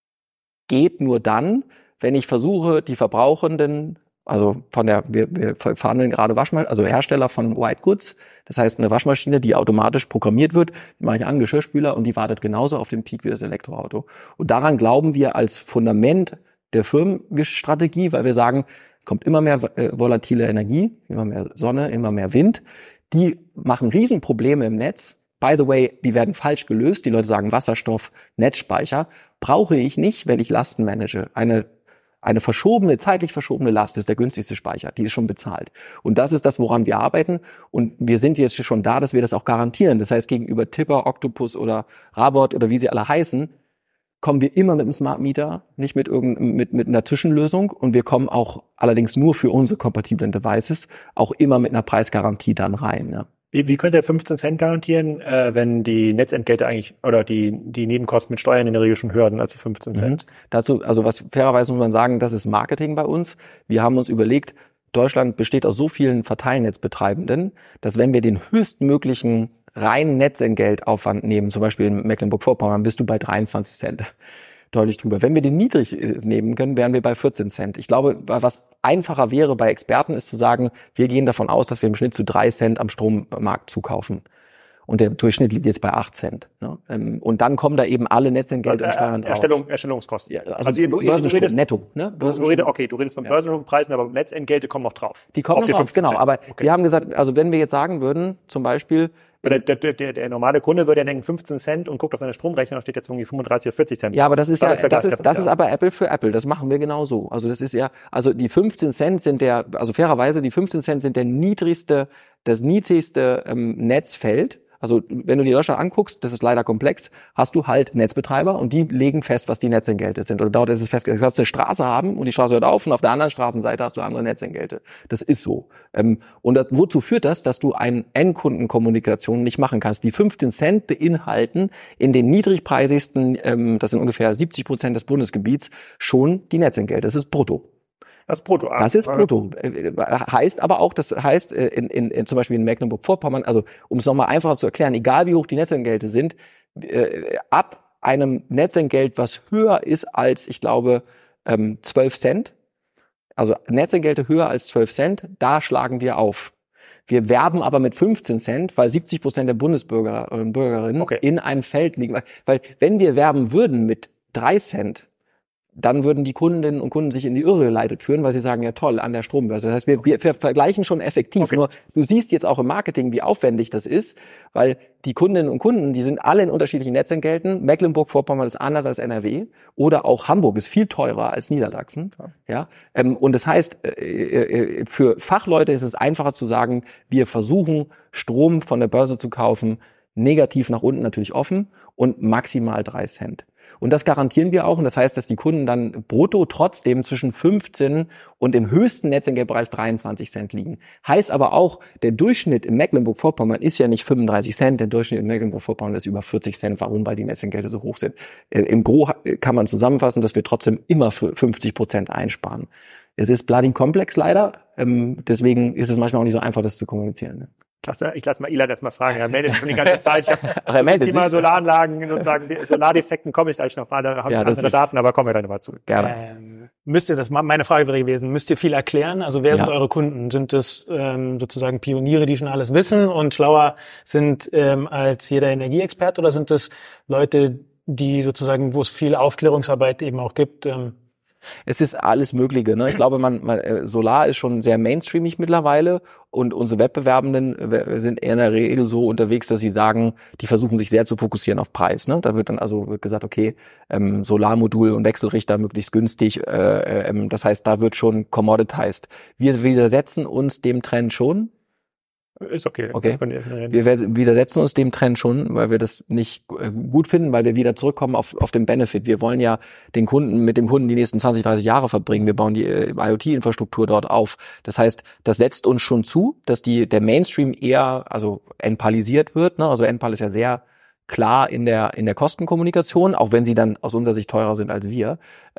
geht nur dann, wenn ich versuche, die Verbrauchenden, also wir verhandeln gerade also Hersteller von White Goods, das heißt eine Waschmaschine, die automatisch programmiert wird, die mache ich an, Geschirrspüler und die wartet genauso auf den Peak wie das Elektroauto. Und daran glauben wir als Fundament der Firmenstrategie, weil wir sagen, kommt immer mehr volatile Energie, immer mehr Sonne, immer mehr Wind. Die machen Riesenprobleme im Netz. By the way, die werden falsch gelöst. Die Leute sagen Wasserstoff, Netzspeicher. Brauche ich nicht, wenn ich Lasten manage. Eine zeitlich verschobene Last ist der günstigste Speicher. Die ist schon bezahlt. Und das ist das, woran wir arbeiten. Und wir sind jetzt schon da, dass wir das auch garantieren. Das heißt, gegenüber Tipper, Octopus oder Rabot oder wie sie alle heißen, kommen wir immer mit einem Smart Meter, nicht mit einer Zwischenlösung. Und wir kommen auch allerdings nur für unsere kompatiblen Devices auch immer mit einer Preisgarantie dann rein. Ja. Wie könnt ihr 15 Cent garantieren, wenn die Netzentgelte eigentlich oder die Nebenkosten mit Steuern in der Regel schon höher sind als die 15 Cent? Dazu, also fairerweise muss man sagen, das ist Marketing bei uns. Wir haben uns überlegt, Deutschland besteht aus so vielen Verteilnetzbetreibenden, dass wenn wir den höchstmöglichen reinen Netzentgeltaufwand nehmen, zum Beispiel in Mecklenburg-Vorpommern, bist du bei 23 Cent. Deutlich drüber. Wenn wir den niedrig nehmen können, wären wir bei 14 Cent. Ich glaube, was einfacher wäre bei Experten, ist zu sagen, wir gehen davon aus, dass wir im Schnitt zu 3 Cent am Strommarkt zukaufen. Und der Durchschnitt liegt jetzt bei 8 Cent. Ne? Und dann kommen da eben alle Netzentgelte und Steuern drauf. Erstellungskosten. Ja, also Börsenstrom netto. Ne? Du redest von Börsenstrompreisen, aber Netzentgelte kommen noch drauf. Die kommen noch drauf, genau. Aber wir haben gesagt, also wenn wir jetzt sagen würden, zum Beispiel, der normale Kunde würde ja denken 15 Cent und guckt auf seine Stromrechnung, da steht jetzt irgendwie 35 oder 40 Cent. Ja, aber das ist aber Apple für Apple. Das machen wir genauso. Also das ist ja, also die 15 Cent sind fairerweise, die 15 Cent sind das niedrigste Netzfeld. Also wenn du dir Deutschland anguckst, das ist leider komplex, hast du halt Netzbetreiber und die legen fest, was die Netzentgelte sind. Oder dort ist es festgelegt. Du kannst eine Straße haben und die Straße hört auf und auf der anderen Straßenseite hast du andere Netzentgelte. Das ist so. Wozu führt das, dass du eine Endkundenkommunikation nicht machen kannst? Die 15 Cent beinhalten in den niedrigpreisigsten, das sind ungefähr 70% des Bundesgebiets, schon die Netzentgelte. Das ist brutto. Das ist brutto. Das ist brutto. Heißt aber auch, zum Beispiel in Mecklenburg-Vorpommern, also um es nochmal einfacher zu erklären, egal wie hoch die Netzentgelte sind, ab einem Netzentgelt, was höher ist als, ich glaube, 12 Cent, also Netzentgelte höher als 12 Cent, da schlagen wir auf. Wir werben aber mit 15 Cent, weil 70% der Bundesbürger und Bürgerinnen in einem Feld liegen. Weil wenn wir werben würden mit 3 Cent, dann würden die Kundinnen und Kunden sich in die Irre geleitet führen, weil sie sagen, ja toll, an der Strombörse. Das heißt, wir vergleichen schon effektiv. Nur du siehst jetzt auch im Marketing, wie aufwendig das ist, weil die Kundinnen und Kunden, die sind alle in unterschiedlichen Netzentgelten. Mecklenburg-Vorpommern ist anders als NRW oder auch Hamburg ist viel teurer als Niedersachsen. Ja, und das heißt, für Fachleute ist es einfacher zu sagen, wir versuchen, Strom von der Börse zu kaufen, negativ nach unten natürlich offen und maximal 3 Cent. Und das garantieren wir auch. Und das heißt, dass die Kunden dann brutto trotzdem zwischen 15 und im höchsten Netzentgeltbereich 23 Cent liegen. Heißt aber auch, der Durchschnitt in Mecklenburg-Vorpommern ist ja nicht 35 Cent. Der Durchschnitt in Mecklenburg-Vorpommern ist über 40 Cent. Warum? Weil die Netzentgelte so hoch sind. Im Gro kann man zusammenfassen, dass wir trotzdem immer für 50% einsparen. Es ist bloody komplex leider. Deswegen ist es manchmal auch nicht so einfach, das zu kommunizieren. Ne? Klasse, ich lasse mal Ilan erstmal fragen. Er meldet sich schon die ganze Zeit. Ich habe Thema Solaranlagen und sagen, Solardefekten komme ich gleich noch mal. Da habe ich andere Daten, aber kommen wir dann mal zu. Gerne. Meine Frage wäre gewesen, müsst ihr viel erklären? Also wer sind eure Kunden? Sind es sozusagen Pioniere, die schon alles wissen und schlauer sind als jeder Energieexperte, oder sind es Leute, die sozusagen, wo es viel Aufklärungsarbeit eben auch gibt? Es ist alles Mögliche. Ne? Ich glaube, Solar ist schon sehr mainstreamig mittlerweile und unsere Wettbewerbenden sind eher in der Regel so unterwegs, dass sie sagen, die versuchen sich sehr zu fokussieren auf Preis. Ne? Da wird gesagt, okay, Solarmodul und Wechselrichter möglichst günstig. Das heißt, da wird schon commoditized. Wir widersetzen uns dem Trend schon. Ist okay. Wir widersetzen uns dem Trend schon, weil wir das nicht gut finden, weil wir wieder zurückkommen auf den Benefit. Wir wollen ja mit dem Kunden die nächsten 20, 30 Jahre verbringen. Wir bauen die IoT-Infrastruktur dort auf. Das heißt, das setzt uns schon zu, dass der Mainstream eher, entpalisiert wird. Ne? Also Enpal ist ja sehr klar in der Kostenkommunikation, auch wenn sie dann aus unserer Sicht teurer sind als wir.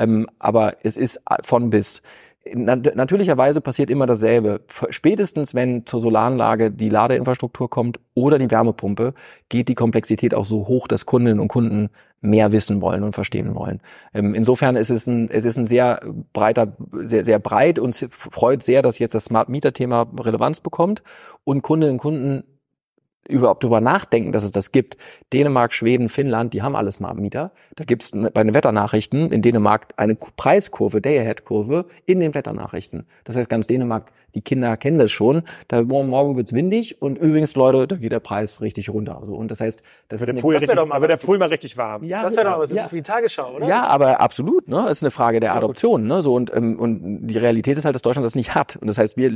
Aber es ist von bis. Natürlicherweise passiert immer dasselbe. Spätestens, wenn zur Solaranlage die Ladeinfrastruktur kommt oder die Wärmepumpe, geht die Komplexität auch so hoch, dass Kundinnen und Kunden mehr wissen wollen und verstehen wollen. Insofern ist es ein sehr breiter, sehr, sehr breit, und es freut sehr, dass jetzt das Smart Meter Thema Relevanz bekommt und Kundinnen und Kunden überhaupt darüber nachdenken, dass es das gibt. Dänemark, Schweden, Finnland, die haben alle Smart Meter. Da gibt's bei den Wetternachrichten in Dänemark eine Preiskurve, Day-Ahead-Kurve in den Wetternachrichten. Das heißt, ganz Dänemark, die Kinder kennen das schon. Morgen wird's windig und übrigens, Leute, da geht der Preis richtig runter. So, und das heißt, wird der Pool mal richtig warm. Ja, das wäre doch was für die Tagesschau, oder? Ja, aber absolut. Ne, das ist eine Frage der Adoption. Ne, so und die Realität ist halt, dass Deutschland das nicht hat. Und das heißt,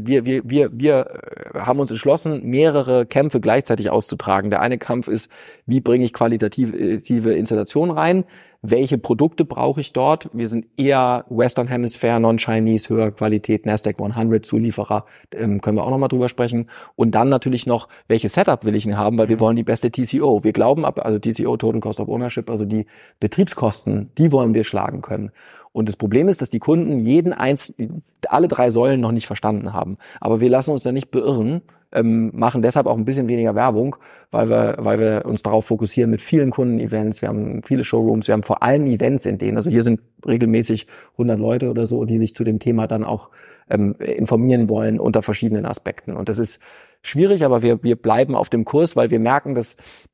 wir haben uns entschlossen, mehrere Kämpfe gleichzeitig auszutragen. Der eine Kampf ist, wie bringe ich qualitative Installationen rein? Welche Produkte brauche ich dort? Wir sind eher Western Hemisphere, Non-Chinese, höhere Qualität, Nasdaq 100 Zulieferer, können wir auch nochmal drüber sprechen. Und dann natürlich noch, welches Setup will ich denn haben, weil wir wollen die beste TCO. Wir glauben TCO, Total Cost of Ownership, also die Betriebskosten, die wollen wir schlagen können. Und das Problem ist, dass die Kunden alle 3 Säulen noch nicht verstanden haben. Aber wir lassen uns da nicht beirren, machen deshalb auch ein bisschen weniger Werbung, weil wir uns darauf fokussieren mit vielen Kunden-Events. Wir haben viele Showrooms, wir haben vor allem Events in denen, also hier sind regelmäßig 100 Leute oder so, die sich zu dem Thema dann auch informieren wollen unter verschiedenen Aspekten. Und das ist schwierig, aber wir bleiben auf dem Kurs, weil wir merken, dass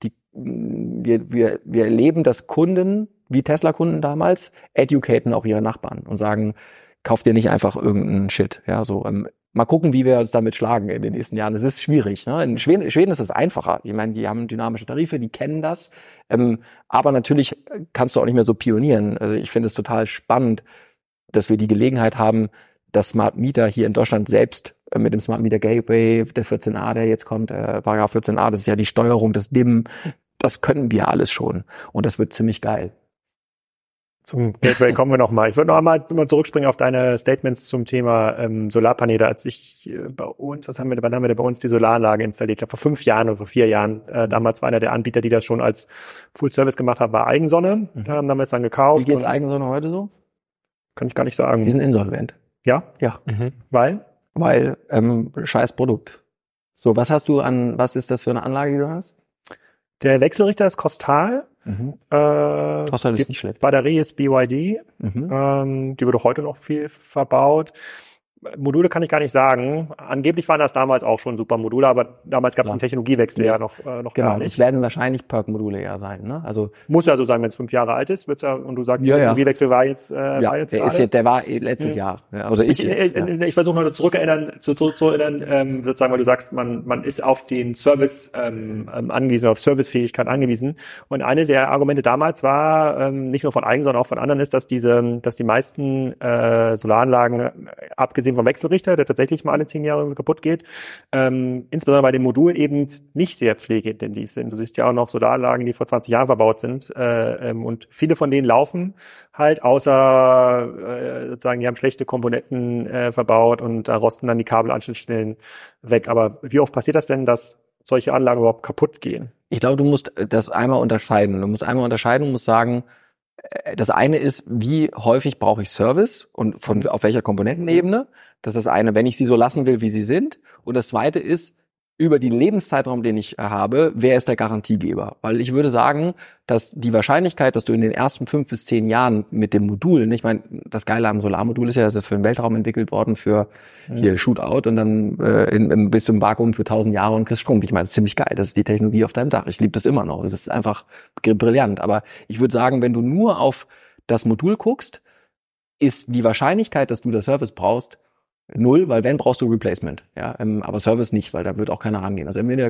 wir erleben, dass Kunden, wie Tesla-Kunden damals, educaten auch ihre Nachbarn und sagen, kauft dir nicht einfach irgendeinen Shit. Ja, so mal gucken, wie wir uns damit schlagen in den nächsten Jahren. Es ist schwierig. Ne? In Schweden ist es einfacher. Ich meine, die haben dynamische Tarife, die kennen das. Aber natürlich kannst du auch nicht mehr so pionieren. Also ich finde es total spannend, dass wir die Gelegenheit haben, das Smart Meter hier in Deutschland selbst mit dem Smart Meter Gateway, der 14a, der jetzt kommt, Paragraph 14a, das ist ja die Steuerung des DIM. Das können wir alles schon. Und das wird ziemlich geil. Zum Gateway kommen wir noch mal. Ich würde noch einmal zurückspringen auf deine Statements zum Thema Solarpaneele. Als ich wann haben wir bei uns die Solaranlage installiert? Ich glaube, vor 5 Jahren oder vor 4 Jahren. Damals war einer der Anbieter, die das schon als Full Service gemacht haben, war Eigensonne. Haben wir es dann gekauft. Wie geht's Eigensonne heute so? Kann ich gar nicht sagen. Die sind insolvent. Ja? Ja. Weil? Weil, scheiß Produkt. So, was ist das für eine Anlage, die du hast? Der Wechselrichter ist Kostal. Kostal ist nicht schlecht. Batterie ist BYD. Die wird auch heute noch viel verbaut. Module kann ich gar nicht sagen. Angeblich waren das damals auch schon super Module, aber damals gab es einen Technologiewechsel ja noch gar nicht. Es werden wahrscheinlich PERC-Module eher sein, ne? Also muss ja so sein, wenn es 5 Jahre alt ist, wird's ja, und du sagst, der Technologiewechsel war jetzt der war letztes Jahr. Ja, also ich versuche noch zu erinnern, sozusagen, weil du sagst, man ist auf den Service angewiesen, auf Servicefähigkeit angewiesen. Und eine der Argumente damals war, nicht nur von Eigen, sondern auch von anderen, ist, dass die meisten Solaranlagen, abgesehen vom Wechselrichter, der tatsächlich mal alle 10 Jahre kaputt geht, insbesondere bei den Modulen eben nicht sehr pflegeintensiv sind. Du siehst ja auch noch Solaranlagen, die vor 20 Jahren verbaut sind, und viele von denen laufen halt, außer sozusagen, die haben schlechte Komponenten verbaut und da rosten dann die Kabelanschlussstellen weg. Aber wie oft passiert das denn, dass solche Anlagen überhaupt kaputt gehen? Ich glaube, du musst das einmal unterscheiden. Du musst sagen, das eine ist, wie häufig brauche ich Service und auf welcher Komponentenebene. Das ist das eine, wenn ich sie so lassen will, wie sie sind. Und das zweite ist, über den Lebenszeitraum, den ich habe, wer ist der Garantiegeber? Weil ich würde sagen, dass die Wahrscheinlichkeit, dass du in den ersten 5 bis 10 Jahren mit dem Modul, ich meine, das Geile am Solarmodul ist ja, dass es für den Weltraum entwickelt worden, für hier Shootout und dann bist du im Vakuum für 1000 Jahre und kriegst Strom. Ich meine, das ist ziemlich geil. Das ist die Technologie auf deinem Dach. Ich liebe das immer noch. Das ist einfach brillant. Aber ich würde sagen, wenn du nur auf das Modul guckst, ist die Wahrscheinlichkeit, dass du das Service brauchst, 0, weil wenn, brauchst du Replacement, ja, aber Service nicht, weil da wird auch keiner rangehen. Also entweder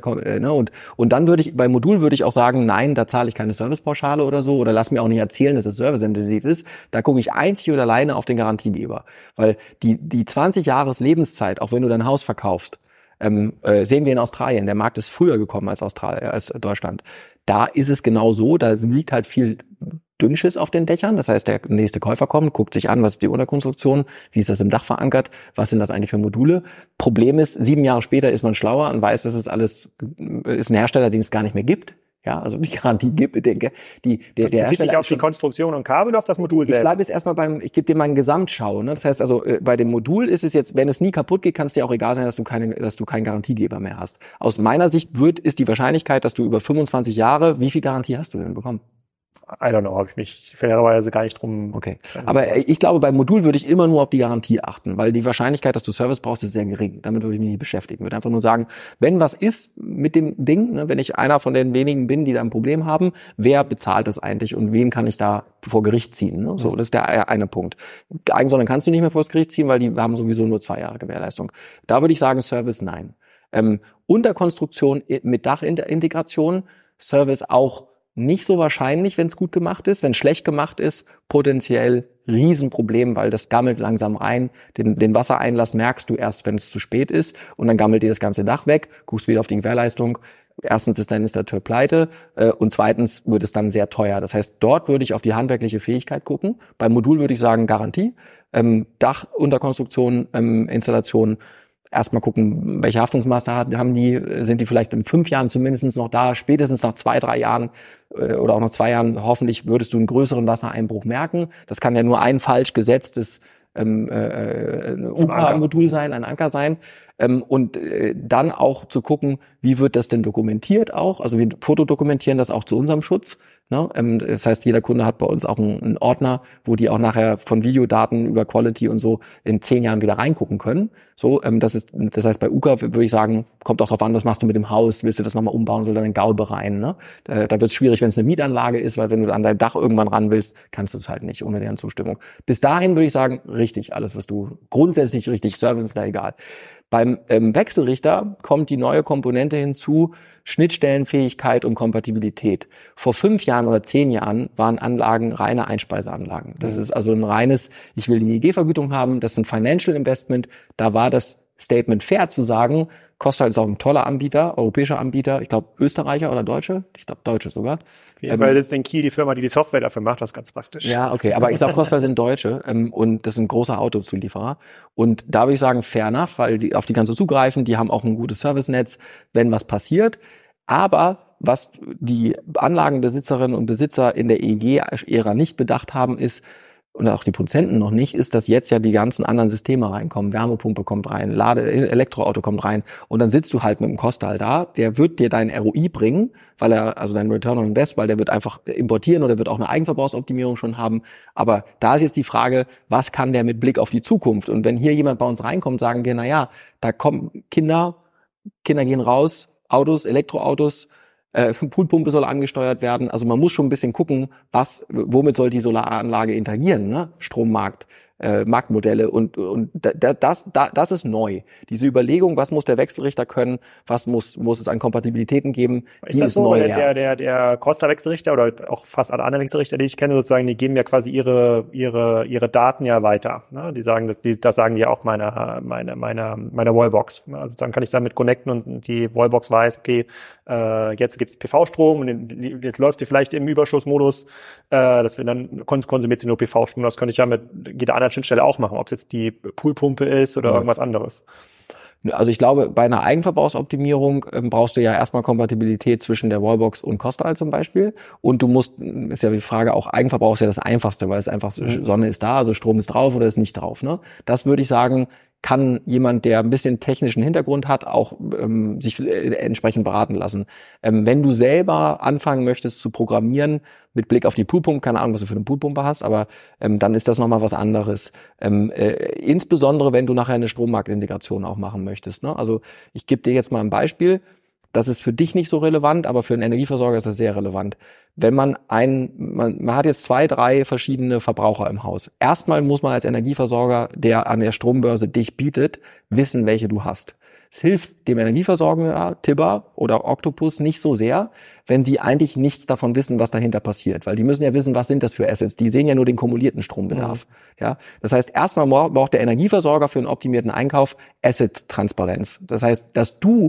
und dann beim Modul würde ich auch sagen, nein, da zahle ich keine Servicepauschale oder so, oder lass mir auch nicht erzählen, dass es serviceintensiv ist. Da gucke ich einzig und alleine auf den Garantiegeber, weil die 20 Jahres Lebenszeit, auch wenn du dein Haus verkaufst, sehen wir in Australien. Der Markt ist früher gekommen als Deutschland. Da ist es genau so, da liegt halt viel Dünnschiss auf den Dächern. Das heißt, der nächste Käufer kommt, guckt sich an, was ist die Unterkonstruktion, wie ist das im Dach verankert, was sind das eigentlich für Module. Problem ist, 7 Jahre später ist man schlauer und weiß, dass es alles ist ein Hersteller, den es gar nicht mehr gibt. Ja, also die Garantie gibt, der bezieht sich auf die Konstruktion und Kabel auf das Modul selbst. Ich bleibe jetzt erstmal ich gebe dir mal eine Gesamtschau. Ne? Das heißt also, bei dem Modul ist es jetzt, wenn es nie kaputt geht, kann es dir auch egal sein, dass du keinen Garantiegeber mehr hast. Aus meiner Sicht ist die Wahrscheinlichkeit, dass du über 25 Jahre, wie viel Garantie hast du denn bekommen? I don't know, habe ich mich fairerweise gar nicht drum. Okay. Aber ich glaube, beim Modul würde ich immer nur auf die Garantie achten, weil die Wahrscheinlichkeit, dass du Service brauchst, ist sehr gering. Damit würde ich mich nicht beschäftigen. Ich würde einfach nur sagen, wenn was ist mit dem Ding, ne, wenn ich einer von den wenigen bin, die da ein Problem haben, wer bezahlt das eigentlich und wen kann ich da vor Gericht ziehen? Ne? So, das ist der eine Punkt. Eigensonnen kannst du nicht mehr vor das Gericht ziehen, weil die haben sowieso nur 2 Jahre Gewährleistung. Da würde ich sagen, Service nein. Unterkonstruktion mit Dachintegration, Service auch nicht so wahrscheinlich, wenn es gut gemacht ist. Wenn schlecht gemacht ist, potenziell Riesenproblem, weil das gammelt langsam rein. Den Wassereinlass merkst du erst, wenn es zu spät ist. Und dann gammelt dir das ganze Dach weg, guckst wieder auf die Gewährleistung. Erstens ist dein Installateur pleite und zweitens wird es dann sehr teuer. Das heißt, dort würde ich auf die handwerkliche Fähigkeit gucken. Beim Modul würde ich sagen Garantie. Dach, Unterkonstruktion, Installation. erstmal gucken, welche Haftungsmasse haben die, sind die vielleicht in 5 Jahren zumindest noch da, spätestens nach 2, 3 Jahren oder auch nach 2 Jahren hoffentlich würdest du einen größeren Wassereinbruch merken. Das kann ja nur ein falsch gesetztes UKA-Modul sein, ein Anker sein. Und dann auch zu gucken, wie wird das denn dokumentiert auch? Also wir fotodokumentieren das auch zu unserem Schutz. Ne? Das heißt, jeder Kunde hat bei uns auch einen Ordner, wo die auch nachher von Videodaten über Quality und so in 10 Jahren wieder reingucken können. So, das heißt, bei UKA würde ich sagen, kommt auch drauf an, was machst du mit dem Haus? Willst du das nochmal umbauen, soll dann ein Gaube rein? Ne? Da wird es schwierig, wenn es eine Mietanlage ist, weil wenn du an dein Dach irgendwann ran willst, kannst du es halt nicht ohne deren Zustimmung. Bis dahin würde ich sagen, richtig, alles, was du grundsätzlich richtig, Service ist da egal. Beim Wechselrichter kommt die neue Komponente hinzu, Schnittstellenfähigkeit und Kompatibilität. Vor 5 Jahren oder 10 Jahren waren Anlagen reine Einspeiseanlagen. Das ist also ein reines, ich will die EEG-Vergütung haben, das ist ein Financial Investment. Da war das Statement fair zu sagen, Kostal ist auch ein toller Anbieter, europäischer Anbieter, ich glaube Österreicher oder Deutsche, ich glaube Deutsche sogar. Weil das ist in Kiel die Firma, die Software dafür macht, das ist ganz praktisch. Ja, okay, aber ich glaube Kostal sind Deutsche und das sind große Autozulieferer. Und da würde ich sagen, fair enough, weil die auf die kannst du zugreifen, die haben auch ein gutes Servicenetz, wenn was passiert. Aber was die Anlagenbesitzerinnen und Besitzer in der EEG-Ära nicht bedacht haben, ist, und auch die Produzenten noch nicht, ist, dass jetzt ja die ganzen anderen Systeme reinkommen. Wärmepumpe kommt rein, Elektroauto kommt rein und dann sitzt du halt mit dem Kostal da, der wird dir dein ROI bringen, weil er, also dein Return on Invest, weil der wird einfach importieren oder wird auch eine Eigenverbrauchsoptimierung schon haben. Aber da ist jetzt die Frage, was kann der mit Blick auf die Zukunft? Und wenn hier jemand bei uns reinkommt, sagen wir, na ja, da kommen Kinder gehen raus, Autos, Elektroautos, Poolpumpe soll angesteuert werden. Also man muss schon ein bisschen gucken, womit soll die Solaranlage interagieren, ne? Strommarkt, Marktmodelle und das ist neu. Diese Überlegung, was muss der Wechselrichter können, was muss es an Kompatibilitäten geben, ist das so? Neu, der Costa-Wechselrichter oder auch fast alle anderen Wechselrichter, die ich kenne, sozusagen, die geben ja quasi ihre Daten ja weiter. Ne? Die sagen, das sagen ja auch meiner Wallbox. Also dann kann ich damit connecten und die Wallbox weiß, okay, jetzt gibt's PV-Strom und jetzt läuft sie vielleicht im Überschussmodus, dass wir dann konsumiert sie nur PV-Strom. Das könnte ich ja mit jeder anderen Schnittstelle auch machen, ob es jetzt die Poolpumpe ist oder irgendwas anderes. Also ich glaube, bei einer Eigenverbrauchsoptimierung brauchst du ja erstmal Kompatibilität zwischen der Wallbox und Kostal zum Beispiel. Und du musst, ist ja die Frage, auch Eigenverbrauch ist ja das Einfachste, weil es einfach Sonne ist da, also Strom ist drauf oder ist nicht drauf. Ne? Das würde ich sagen, kann jemand, der ein bisschen technischen Hintergrund hat, auch sich entsprechend beraten lassen. Wenn du selber anfangen möchtest zu programmieren, mit Blick auf die Poolpumpe, keine Ahnung, was du für eine Poolpumpe hast, aber dann ist das nochmal was anderes. Insbesondere, wenn du nachher eine Strommarktintegration auch machen möchtest. Ne? Also ich gebe dir jetzt mal ein Beispiel. Das ist für dich nicht so relevant, aber für einen Energieversorger ist das sehr relevant. Wenn man hat jetzt 2, 3 verschiedene Verbraucher im Haus. Erstmal muss man als Energieversorger, der an der Strombörse dich bietet, wissen, welche du hast. Es hilft dem Energieversorger, Tibber oder Octopus nicht so sehr, wenn sie eigentlich nichts davon wissen, was dahinter passiert. Weil die müssen ja wissen, was sind das für Assets. Die sehen ja nur den kumulierten Strombedarf. Ja, das heißt, erstmal braucht der Energieversorger für einen optimierten Einkauf Asset-Transparenz. Das heißt, dass du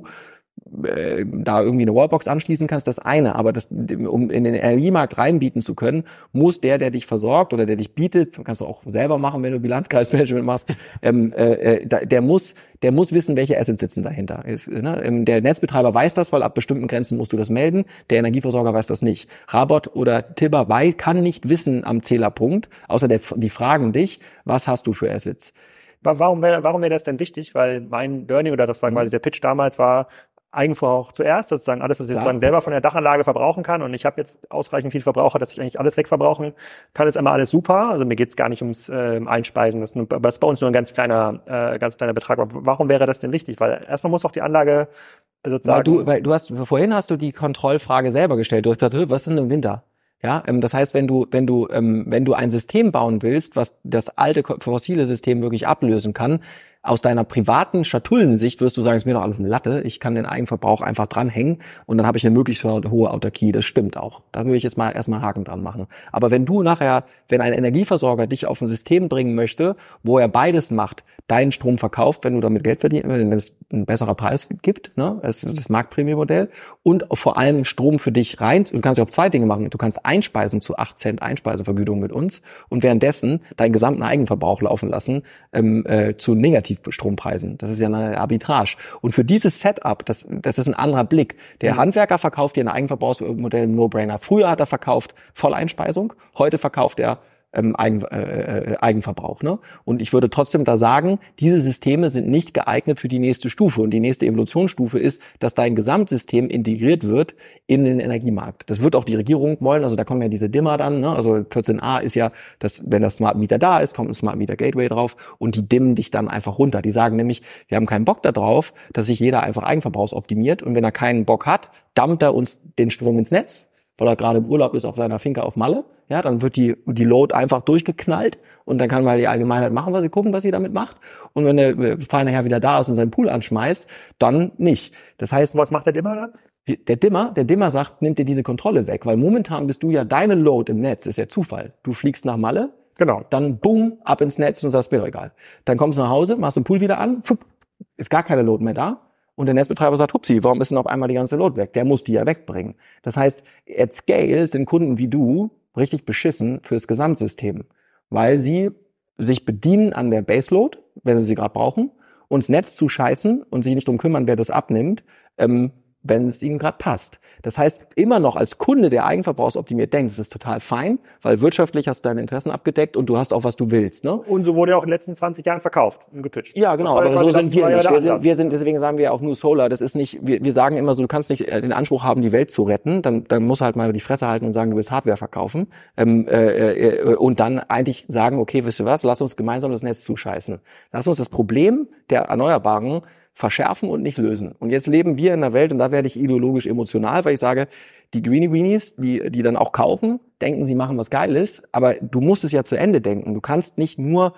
da irgendwie eine Wallbox anschließen kannst, das eine, aber um in den Energiemarkt reinbieten zu können, muss der dich versorgt oder der dich bietet, kannst du auch selber machen, wenn du Bilanzkreismanagement machst, der muss wissen, welche Assets sitzen dahinter. Der Netzbetreiber weiß das, weil ab bestimmten Grenzen musst du das melden, der Energieversorger weiß das nicht. Rabot oder Tibber kann nicht wissen am Zählerpunkt, außer die fragen dich, was hast du für Assets? Warum wäre das denn wichtig? Weil mein Learning oder das war quasi der Pitch damals war, Eigenverbrauch zuerst, sozusagen alles, was ich sozusagen selber von der Dachanlage verbrauchen kann. Und ich habe jetzt ausreichend viel Verbraucher, dass ich eigentlich alles wegverbrauchen kann. Ist einmal alles super. Also mir geht's gar nicht ums Einspeisen. Das ist bei uns nur ein ganz kleiner Betrag. Aber warum wäre das denn wichtig? Weil erstmal muss doch die Anlage sozusagen... Vorhin hast du die Kontrollfrage selber gestellt. Du hast gesagt, was ist denn im Winter? Ja, das heißt, wenn du ein System bauen willst, was das alte fossile System wirklich ablösen kann, aus deiner privaten Schatullensicht wirst du sagen, es ist mir doch alles eine Latte, ich kann den Eigenverbrauch einfach dranhängen und dann habe ich eine möglichst hohe Autarkie. Das stimmt auch. Da würde ich jetzt mal erstmal einen Haken dran machen. Aber wenn ein Energieversorger dich auf ein System bringen möchte, wo er beides macht, deinen Strom verkauft, wenn du damit Geld verdienst, wenn es ein besserer Preis gibt, ne, das ist das Marktprämienmodell, und vor allem Strom für dich rein, du kannst ja auch 2 Dinge machen. Du kannst einspeisen zu 8 Cent Einspeisevergütung mit uns und währenddessen deinen gesamten Eigenverbrauch laufen lassen zu negativ Negativstrompreisen. Das ist ja eine Arbitrage. Und für dieses Setup, das ist ein anderer Blick. Der Handwerker verkauft dir ein Eigenverbrauchsmodell No-Brainer. Früher hat er verkauft Volleinspeisung, heute verkauft er Eigenverbrauch. Ne? Und ich würde trotzdem da sagen, diese Systeme sind nicht geeignet für die nächste Stufe. Und die nächste Evolutionsstufe ist, dass dein Gesamtsystem integriert wird in den Energiemarkt. Das wird auch die Regierung wollen. Also da kommen ja diese Dimmer dann. Ne? Also 14a ist ja, dass wenn das Smart Meter da ist, kommt ein Smart Meter Gateway drauf und die dimmen dich dann einfach runter. Die sagen nämlich, wir haben keinen Bock darauf, dass sich jeder einfach eigenverbrauchsoptimiert. Und wenn er keinen Bock hat, dumpt er uns den Strom ins Netz, weil er gerade im Urlaub ist auf seiner Finca auf Malle. Ja, dann wird die Load einfach durchgeknallt und dann kann mal die Allgemeinheit machen, was sie damit macht. Und wenn der feine Herr wieder da ist und seinen Pool anschmeißt, dann nicht. Das heißt, was macht der Dimmer dann? Der Dimmer sagt, nimmt dir diese Kontrolle weg, weil momentan bist du ja, deine Load im Netz ist ja Zufall. Du fliegst nach Malle, genau, dann boom, ab ins Netz und sagst, mir doch egal. Dann kommst du nach Hause, machst den Pool wieder an, ist gar keine Load mehr da. Und der Netzbetreiber sagt, hupsi, warum ist denn auf einmal die ganze Load weg? Der muss die ja wegbringen. Das heißt, at scale sind Kunden wie du richtig beschissen fürs Gesamtsystem, weil sie sich bedienen an der Baseload, wenn sie gerade brauchen, und ins Netz zu scheißen und sich nicht drum kümmern, wer das abnimmt, wenn es ihnen gerade passt. Das heißt, immer noch als Kunde, der eigenverbrauchsoptimiert denkt, das ist total fein, weil wirtschaftlich hast du deine Interessen abgedeckt und du hast auch, was du willst. Ne? Und so wurde ja auch in den letzten 20 Jahren verkauft und gepitcht. Ja, genau, aber so sind wir nicht. Wir sind, deswegen sagen wir auch nur Solar. Das ist nicht, wir sagen immer so, du kannst nicht den Anspruch haben, die Welt zu retten. Dann musst du halt mal die Fresse halten und sagen, du willst Hardware verkaufen. Und dann eigentlich sagen, okay, wisst ihr was, lass uns gemeinsam das Netz zuscheißen. Lass uns das Problem der Erneuerbaren verschärfen und nicht lösen. Und jetzt leben wir in einer Welt, und da werde ich ideologisch emotional, weil ich sage, die Greenie Weenies, die dann auch kaufen, denken, sie machen was Geiles, aber du musst es ja zu Ende denken. Du kannst nicht nur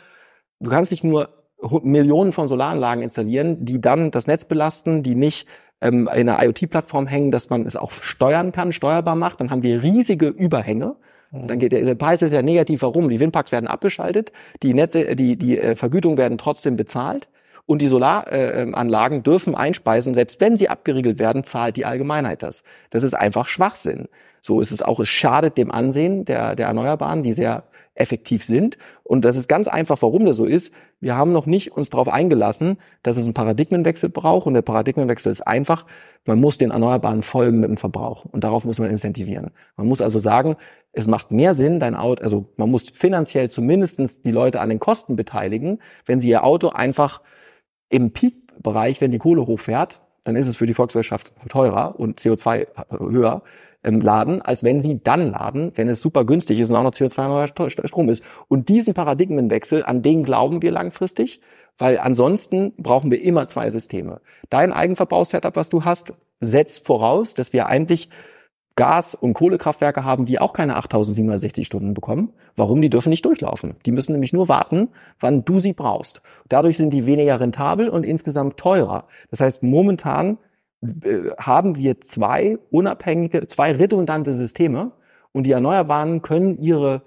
Millionen von Solaranlagen installieren, die dann das Netz belasten, die nicht in einer IoT-Plattform hängen, dass man es auch steuern kann, steuerbar macht. Dann haben wir riesige Überhänge. Und dann geht der Preis ja negativ herum. Die Windparks werden abgeschaltet, die Netze, die Vergütungen werden trotzdem bezahlt. Und die Solaranlagen dürfen einspeisen, selbst wenn sie abgeriegelt werden, zahlt die Allgemeinheit das. Das ist einfach Schwachsinn. So ist es auch, es schadet dem Ansehen der Erneuerbaren, die sehr effektiv sind. Und das ist ganz einfach, warum das so ist. Wir haben noch nicht uns darauf eingelassen, dass es einen Paradigmenwechsel braucht. Und der Paradigmenwechsel ist einfach, man muss den Erneuerbaren folgen mit dem Verbrauch. Und darauf muss man incentivieren. Man muss also sagen, es macht mehr Sinn, man muss finanziell zumindest die Leute an den Kosten beteiligen, wenn sie ihr Auto einfach im Peak-Bereich, wenn die Kohle hochfährt, dann ist es für die Volkswirtschaft teurer und CO2 höher laden, als wenn sie dann laden, wenn es super günstig ist und auch noch CO2 Strom ist. Und diesen Paradigmenwechsel, an den glauben wir langfristig, weil ansonsten brauchen wir immer zwei Systeme. Dein Eigenverbrauchssetup, was du hast, setzt voraus, dass wir eigentlich Gas- und Kohlekraftwerke haben, die auch keine 8.760 Stunden bekommen. Warum? Die dürfen nicht durchlaufen. Die müssen nämlich nur warten, wann du sie brauchst. Dadurch sind die weniger rentabel und insgesamt teurer. Das heißt, momentan haben wir zwei redundante Systeme und die Erneuerbaren können ihre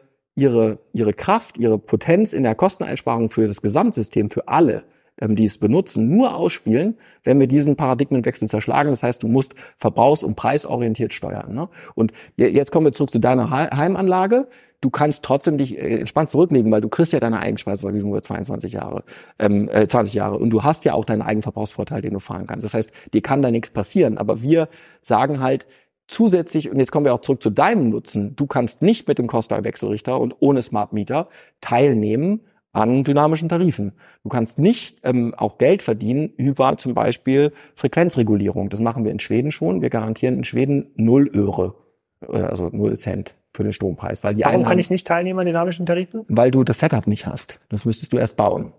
Kraft, ihre Potenz in der Kosteneinsparung für das Gesamtsystem, für alle, die es benutzen, nur ausspielen, wenn wir diesen Paradigmenwechsel zerschlagen. Das heißt, du musst verbrauchs- und preisorientiert steuern. Ne? Und jetzt kommen wir zurück zu deiner Heimanlage. Du kannst trotzdem dich entspannt zurücklegen, weil du kriegst ja deine Eigenspeisevergütung über 20 Jahre. Und du hast ja auch deinen Eigenverbrauchsvorteil, den du fahren kannst. Das heißt, dir kann da nichts passieren. Aber wir sagen halt zusätzlich, und jetzt kommen wir auch zurück zu deinem Nutzen, du kannst nicht mit dem Cost-by-Wechselrichter und ohne Smart Meter teilnehmen an dynamischen Tarifen. Du kannst nicht auch Geld verdienen über zum Beispiel Frequenzregulierung. Das machen wir in Schweden schon. Wir garantieren in Schweden 0 Euro, also 0 Cent für den Strompreis. Weil Warum kann ich nicht teilnehmen an dynamischen Tarifen? Weil du das Setup nicht hast. Das müsstest du erst bauen.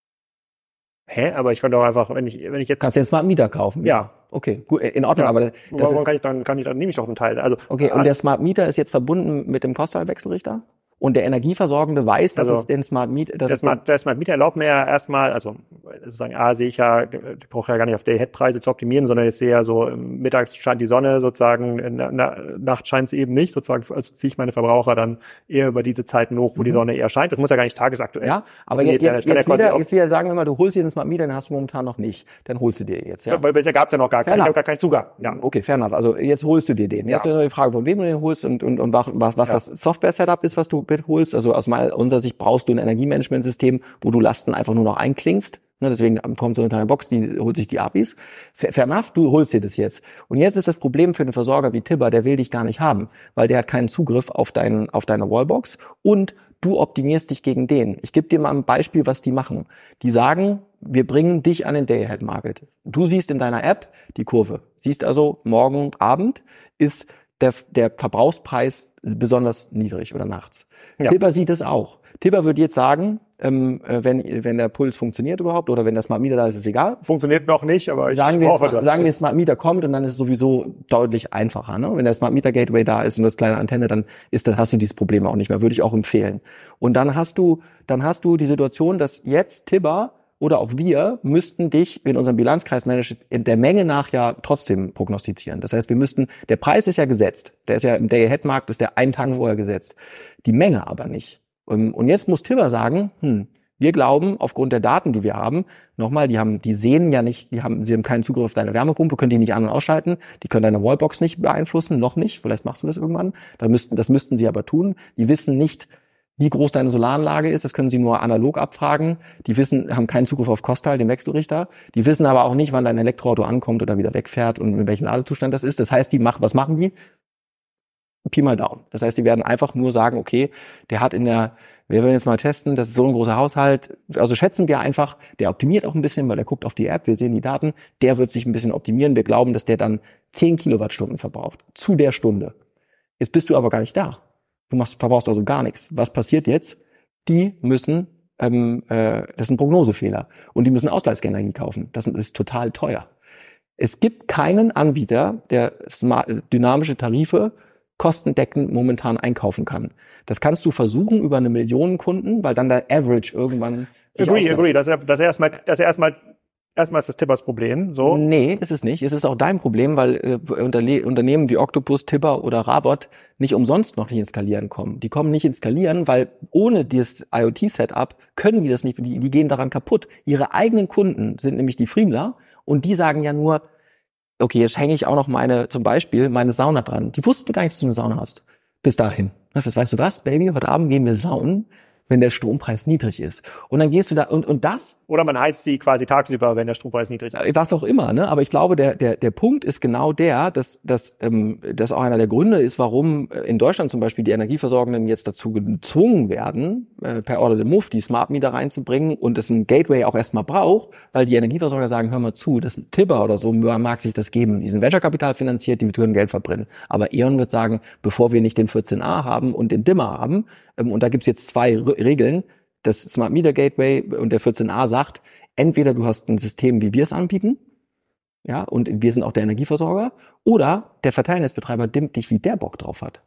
Hä? Aber ich kann doch einfach, wenn ich jetzt... Kannst du den Smart Meter kaufen? Ja. Okay, gut, in Ordnung, ja. Aber das dann nehme ich doch einen Teil. Also, okay, und der Smart Meter ist jetzt verbunden mit dem Cost-by-Wechselrichter? Und der Energieversorgende weiß, dass es den Smart Meter... Der Smart Meter erlaubt mir ja erstmal, also sozusagen sehe ich ja, ich brauche ja gar nicht auf Day-Ahead-Preise zu optimieren, sondern ich sehe ja so, mittags scheint die Sonne sozusagen, nachts scheint es eben nicht, sozusagen, also ziehe ich meine Verbraucher dann eher über diese Zeiten hoch, wo die Sonne eher scheint. Das muss ja gar nicht tagesaktuell. Ja, aber jetzt wieder sagen wir mal, du holst dir den Smart Meter, den hast du momentan noch nicht. Dann holst du dir jetzt, ja. Weil bisher gab es ja noch gar keinen, ich habe gar keinen Zugang. Ja. Okay, fair enough. Also jetzt holst du dir den. Jetzt ist nur die Frage, von wem du den holst und was das Software-Setup ist, was du holst. Also aus unserer Sicht brauchst du ein Energiemanagementsystem, wo du Lasten einfach nur noch einklingst Ne, deswegen kommt so eine kleine Box, die holt sich die APIs. Fair enough, du holst dir das jetzt. Und jetzt ist das Problem für einen Versorger wie Tibber, der will dich gar nicht haben, weil der hat keinen Zugriff auf deine Wallbox und du optimierst dich gegen den. Ich gebe dir mal ein Beispiel, was die machen. Die sagen, wir bringen dich an den Day-Ahead-Market. Du siehst in deiner App die Kurve. Siehst also, morgen Abend ist der Verbrauchspreis besonders niedrig oder nachts. Ja. Tibber sieht es auch. Tibber würde jetzt sagen, wenn der Puls funktioniert überhaupt oder wenn der Smart Meter da ist, ist es egal. Funktioniert noch nicht, aber sagen wir, Smart Meter kommt und dann ist es sowieso deutlich einfacher. Ne? Wenn der Smart Meter Gateway da ist und das kleine Antenne, dann hast du dieses Problem auch nicht mehr. Würde ich auch empfehlen. Und dann hast du die Situation, dass jetzt Tibber oder auch wir müssten dich in unserem Bilanzkreismanagement in der Menge nach ja trotzdem prognostizieren. Das heißt, der Preis ist ja gesetzt. Der ist ja im Day-Ahead-Markt, ist der einen Tag vorher gesetzt. Die Menge aber nicht. Und jetzt muss Tibber sagen, wir glauben, aufgrund der Daten, die wir haben, nochmal, die sehen ja nicht, sie haben keinen Zugriff auf deine Wärmepumpe, können die nicht an- und ausschalten, die können deine Wallbox nicht beeinflussen, noch nicht, vielleicht machst du das irgendwann, das müssten sie aber tun. Die wissen nicht, wie groß deine Solaranlage ist, das können sie nur analog abfragen. Die haben keinen Zugriff auf Kostal, den Wechselrichter. Die wissen aber auch nicht, wann dein Elektroauto ankommt oder wieder wegfährt und in welchem Ladezustand das ist. Das heißt, was machen die? Pi mal Daumen. Das heißt, die werden einfach nur sagen, okay, wir werden jetzt mal testen, das ist so ein großer Haushalt. Also schätzen wir einfach, der optimiert auch ein bisschen, weil der guckt auf die App, wir sehen die Daten, der wird sich ein bisschen optimieren. Wir glauben, dass der dann 10 Kilowattstunden verbraucht. Zu der Stunde. Jetzt bist du aber gar nicht da. Verbrauchst also gar nichts. Was passiert jetzt? Die müssen, das ist ein Prognosefehler. Und die müssen Ausgleichsenergie kaufen. Das ist total teuer. Es gibt keinen Anbieter, der dynamische Tarife kostendeckend momentan einkaufen kann. Das kannst du versuchen über 1 Million Kunden, weil dann der Average irgendwann Agree. Das ist erstmal ist das Tibbers Problem. So. Nee, ist es nicht. Es ist auch dein Problem, weil Unternehmen wie Octopus, Tibber oder Rabot nicht umsonst noch nicht ins Skalieren kommen. Die kommen nicht ins Skalieren, weil ohne dieses IoT-Setup können die das nicht, die gehen daran kaputt. Ihre eigenen Kunden sind nämlich die Friemler und die sagen ja nur, okay, jetzt hänge ich auch noch zum Beispiel meine Sauna dran. Die wussten gar nicht, dass du eine Sauna hast. Bis dahin. Weißt du was, Baby? Heute Abend gehen wir saunen, wenn der Strompreis niedrig ist. Und dann gehst du da und das. Oder man heizt sie quasi tagsüber, wenn der Strompreis niedrig ist. Was auch immer, ne? Aber ich glaube, der Punkt ist genau dass auch einer der Gründe ist, warum in Deutschland zum Beispiel die Energieversorgenden jetzt dazu gezwungen werden, per Order de Move die Smart Meter reinzubringen und es ein Gateway auch erstmal braucht, weil die Energieversorger sagen, hör mal zu, das Tibber oder so mag sich das geben. Die sind Venture-Kapital finanziert, die können Geld verbrennen. Aber E.ON wird sagen, bevor wir nicht den 14a haben und den Dimmer haben, und da gibt's jetzt 2 Regeln, das Smart Meter Gateway und der 14a sagt, entweder du hast ein System, wie wir es anbieten, ja, und wir sind auch der Energieversorger, oder der Verteilnetzbetreiber dimmt dich, wie der Bock drauf hat.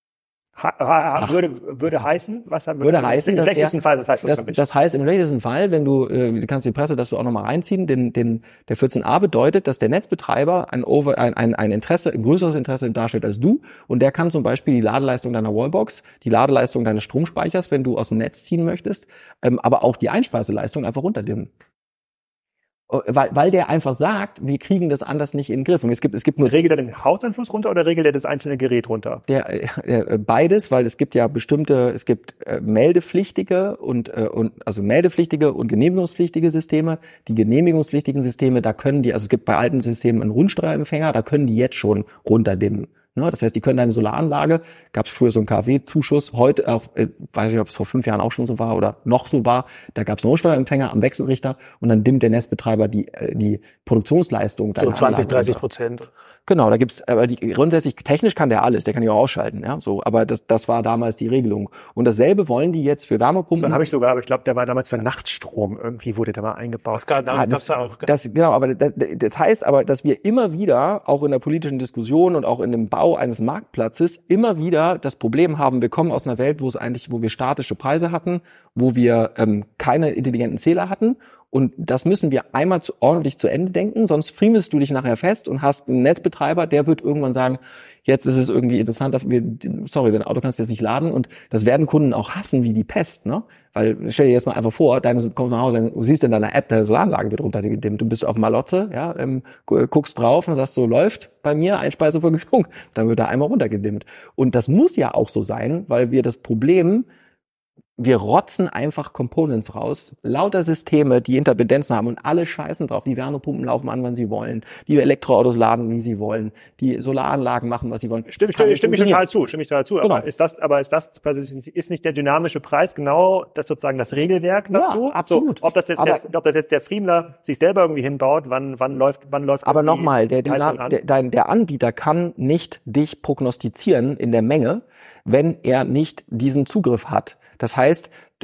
Würde heißen, was haben wir? Würde heißen, im schlechtesten Fall, was heißt das für mich? Das heißt im schlechtesten Fall, wenn du kannst die Presse, dass du auch nochmal reinziehen, der 14a bedeutet, dass der Netzbetreiber ein größeres Interesse darstellt als du und der kann zum Beispiel die Ladeleistung deiner Wallbox, die Ladeleistung deines Stromspeichers, wenn du aus dem Netz ziehen möchtest, aber auch die Einspeiseleistung einfach runterdimmen. Weil der einfach sagt, wir kriegen das anders nicht in den Griff. Und es gibt nur regelt er den Hausanschluss runter oder regelt er das einzelne Gerät runter? Beides, weil es gibt ja meldepflichtige und genehmigungspflichtige Systeme. Die genehmigungspflichtigen Systeme, es gibt bei alten Systemen einen Rundstreuempfänger, da können die jetzt schon runterdimmen. Das heißt, die können deine Solaranlage, gab es früher so einen KfW-Zuschuss, heute, weiß ich, ob es vor 5 Jahren auch schon so war oder noch so war, da gab es einen Notsteuerempfänger am Wechselrichter und dann dimmt der Netzbetreiber die Produktionsleistung deiner so 20-30%. Genau, da gibt's, aber grundsätzlich, technisch kann der alles, der kann die auch ausschalten, ja, so, aber das war damals die Regelung. Und dasselbe wollen die jetzt für Wärmepumpen. Dann habe ich sogar, aber ich glaube, der war damals für Nachtstrom, irgendwie wurde der mal eingebaut. Das heißt aber, dass wir immer wieder, auch in der politischen Diskussion und auch in dem Bau eines Marktplatzes, immer wieder das Problem haben, wir kommen aus einer Welt, wo wir statische Preise hatten, wo wir keine intelligenten Zähler hatten. Und das müssen wir einmal ordentlich zu Ende denken, sonst friemelst du dich nachher fest und hast einen Netzbetreiber, der wird irgendwann sagen, jetzt ist es irgendwie interessanter, dein Auto kannst du jetzt nicht laden und das werden Kunden auch hassen wie die Pest, ne? Weil stell dir jetzt mal einfach vor, kommst nach Hause, du siehst in deiner App, deine Solaranlage wird runtergedimmt, du bist auf Malotze, ja, guckst drauf und sagst so, läuft bei mir Einspeisevergütung, dann wird da einmal runtergedimmt. Und das muss ja auch so sein, weil wir das Problem wir rotzen einfach Components raus, lauter Systeme, die Interdependenzen haben und alle scheißen drauf. Die Wärmepumpen laufen an, wann sie wollen. Die Elektroautos laden, wie sie wollen. Die Solaranlagen machen, was sie wollen. Stimme ich total zu. Genau. Aber ist nicht der dynamische Preis genau das sozusagen das Regelwerk dazu? Ja, absolut. So, ob das jetzt der Friemler sich selber irgendwie hinbaut, wann läuft. Aber nochmal, der Anbieter kann nicht dich prognostizieren in der Menge, wenn er nicht diesen Zugriff hat. Das heißt,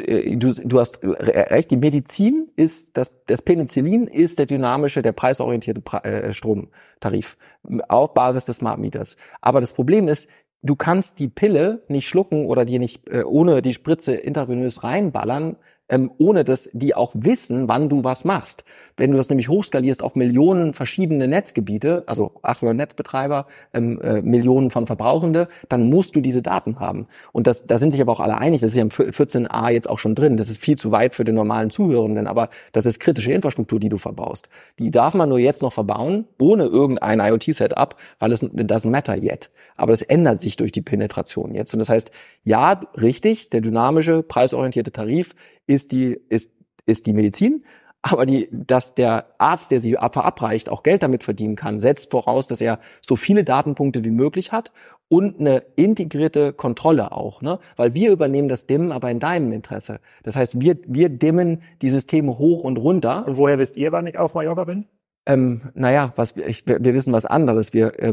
du hast recht, die Medizin ist, das Penicillin ist der preisorientierte Stromtarif auf Basis des Smart Meters. Aber das Problem ist, du kannst die Pille nicht schlucken oder dir nicht ohne die Spritze intravenös reinballern, ohne dass die auch wissen, wann du was machst. Wenn du das nämlich hochskalierst auf Millionen verschiedene Netzgebiete, also 800 Netzbetreiber, Millionen von Verbrauchende, dann musst du diese Daten haben. Und da sind sich aber auch alle einig, das ist ja im 14a jetzt auch schon drin, das ist viel zu weit für den normalen Zuhörenden, aber das ist kritische Infrastruktur, die du verbaust. Die darf man nur jetzt noch verbauen, ohne irgendein IoT-Setup, weil es doesn't matter yet. Aber das ändert sich durch die Penetration jetzt. Und das heißt, ja, richtig, der dynamische, preisorientierte Tarif ist die Medizin, aber dass der Arzt, der sie verabreicht, auch Geld damit verdienen kann, setzt voraus, dass er so viele Datenpunkte wie möglich hat und eine integrierte Kontrolle auch, ne? Weil wir übernehmen das Dimmen aber in deinem Interesse. Das heißt, wir dimmen die Systeme hoch und runter. Und woher wisst ihr, wann ich auf Mallorca bin? Wir wissen was anderes.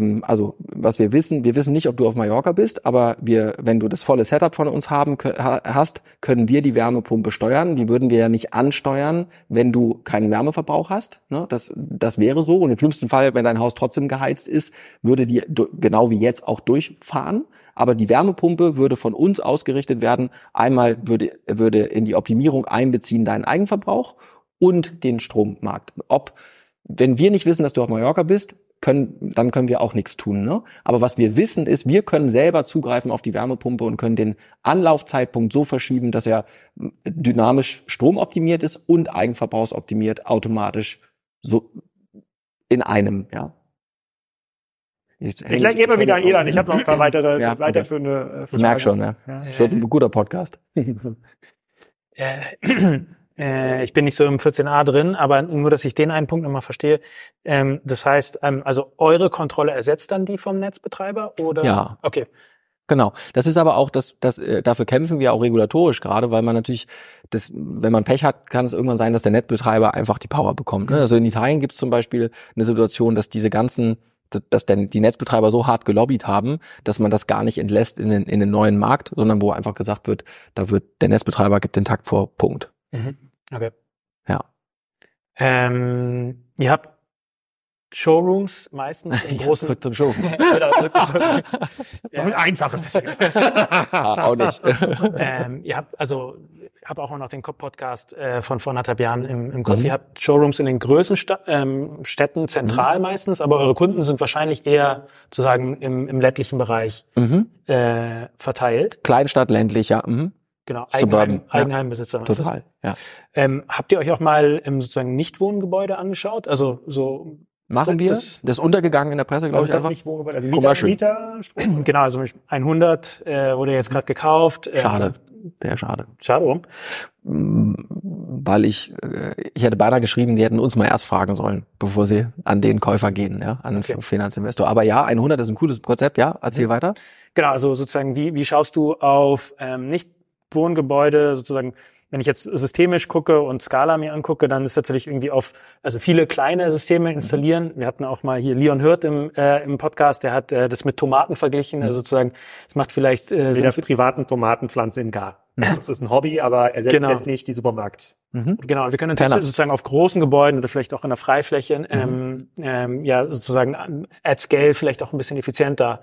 Was wir wissen nicht, ob du auf Mallorca bist, aber wenn du das volle Setup von uns hast, können wir die Wärmepumpe steuern. Die würden wir ja nicht ansteuern, wenn du keinen Wärmeverbrauch hast. Ne? Das wäre so. Und im schlimmsten Fall, wenn dein Haus trotzdem geheizt ist, würde die genau wie jetzt auch durchfahren. Aber die Wärmepumpe würde von uns ausgerichtet werden. Einmal würde in die Optimierung einbeziehen deinen Eigenverbrauch und den Strommarkt. Wenn wir nicht wissen, dass du auf Mallorca bist, dann können wir auch nichts tun, ne? Aber was wir wissen ist, wir können selber zugreifen auf die Wärmepumpe und können den Anlaufzeitpunkt so verschieben, dass er dynamisch stromoptimiert ist und eigenverbrauchsoptimiert automatisch so in einem, ja. Ich gebe wieder an Elan. Ich habe noch ein paar weiterführende Ich merke schon, ja. Es wird ein guter Podcast. Ich bin nicht so im 14a drin, aber nur, dass ich den einen Punkt nochmal verstehe. Das heißt, also eure Kontrolle ersetzt dann die vom Netzbetreiber, oder? Ja. Okay. Genau. Das ist aber auch, dafür kämpfen wir auch regulatorisch gerade, weil man natürlich, wenn man Pech hat, kann es irgendwann sein, dass der Netzbetreiber einfach die Power bekommt. Ne? Also in Italien gibt es zum Beispiel eine Situation, dass die Netzbetreiber so hart gelobbyt haben, dass man das gar nicht entlässt in den neuen Markt, sondern wo einfach gesagt wird, der Netzbetreiber gibt den Takt vor, Punkt. Okay. Ja. Ihr habt Showrooms meistens in großen... Zurück zum Show. Ein einfaches. Auch nicht. Ihr habt auch noch den Podcast von vor 1,5 Jahren im Kopf. Ihr habt Showrooms in den größten Städten, zentral meistens, aber eure Kunden sind wahrscheinlich eher sozusagen im ländlichen Bereich verteilt. Kleinstadt, ländlich, ja. Genau, Eigenheimbesitzer. Total, ja. Habt ihr euch auch mal sozusagen Nicht-Wohngebäude angeschaut? Also so machen wir. Das ist untergegangen in der Presse, glaube ich. Das nicht Wohngebäude, also Mieter. Genau, also 100 wurde jetzt gerade gekauft. Schade, sehr schade. Schade, warum? Weil ich hätte beinahe geschrieben, die hätten uns mal erst fragen sollen, bevor sie an den Käufer gehen, ja, an den Finanzinvestor. Aber ja, 100 ist ein cooles Konzept, ja. Erzähl weiter. Genau, also sozusagen, wie schaust du auf Nicht-Wohngebäude sozusagen? Wenn ich jetzt systemisch gucke und Scala mir angucke, dann ist natürlich irgendwie also viele kleine Systeme installieren. Wir hatten auch mal hier Leon Hirt im Podcast, der hat das mit Tomaten verglichen. Also sozusagen, es macht vielleicht Sinn für privaten Tomatenpflanzen im Garten. Das ist ein Hobby, aber ersetzt jetzt nicht die Supermarkt. Genau, wir können natürlich sozusagen auf großen Gebäuden oder vielleicht auch in der Freifläche sozusagen at scale vielleicht auch ein bisschen effizienter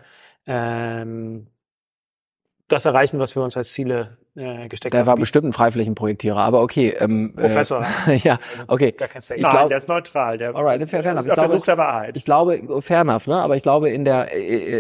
das erreichen, was wir uns als Ziele gesteckt haben. Der war bestimmt ein Freiflächenprojektierer, aber okay. Professor. Ja, okay. Gar kein Statement. Nein, der ist neutral. Der alright, fair enough. Ist auf der Suche der Wahrheit. Ich glaube, fair enough, ne? Aber ich glaube, in der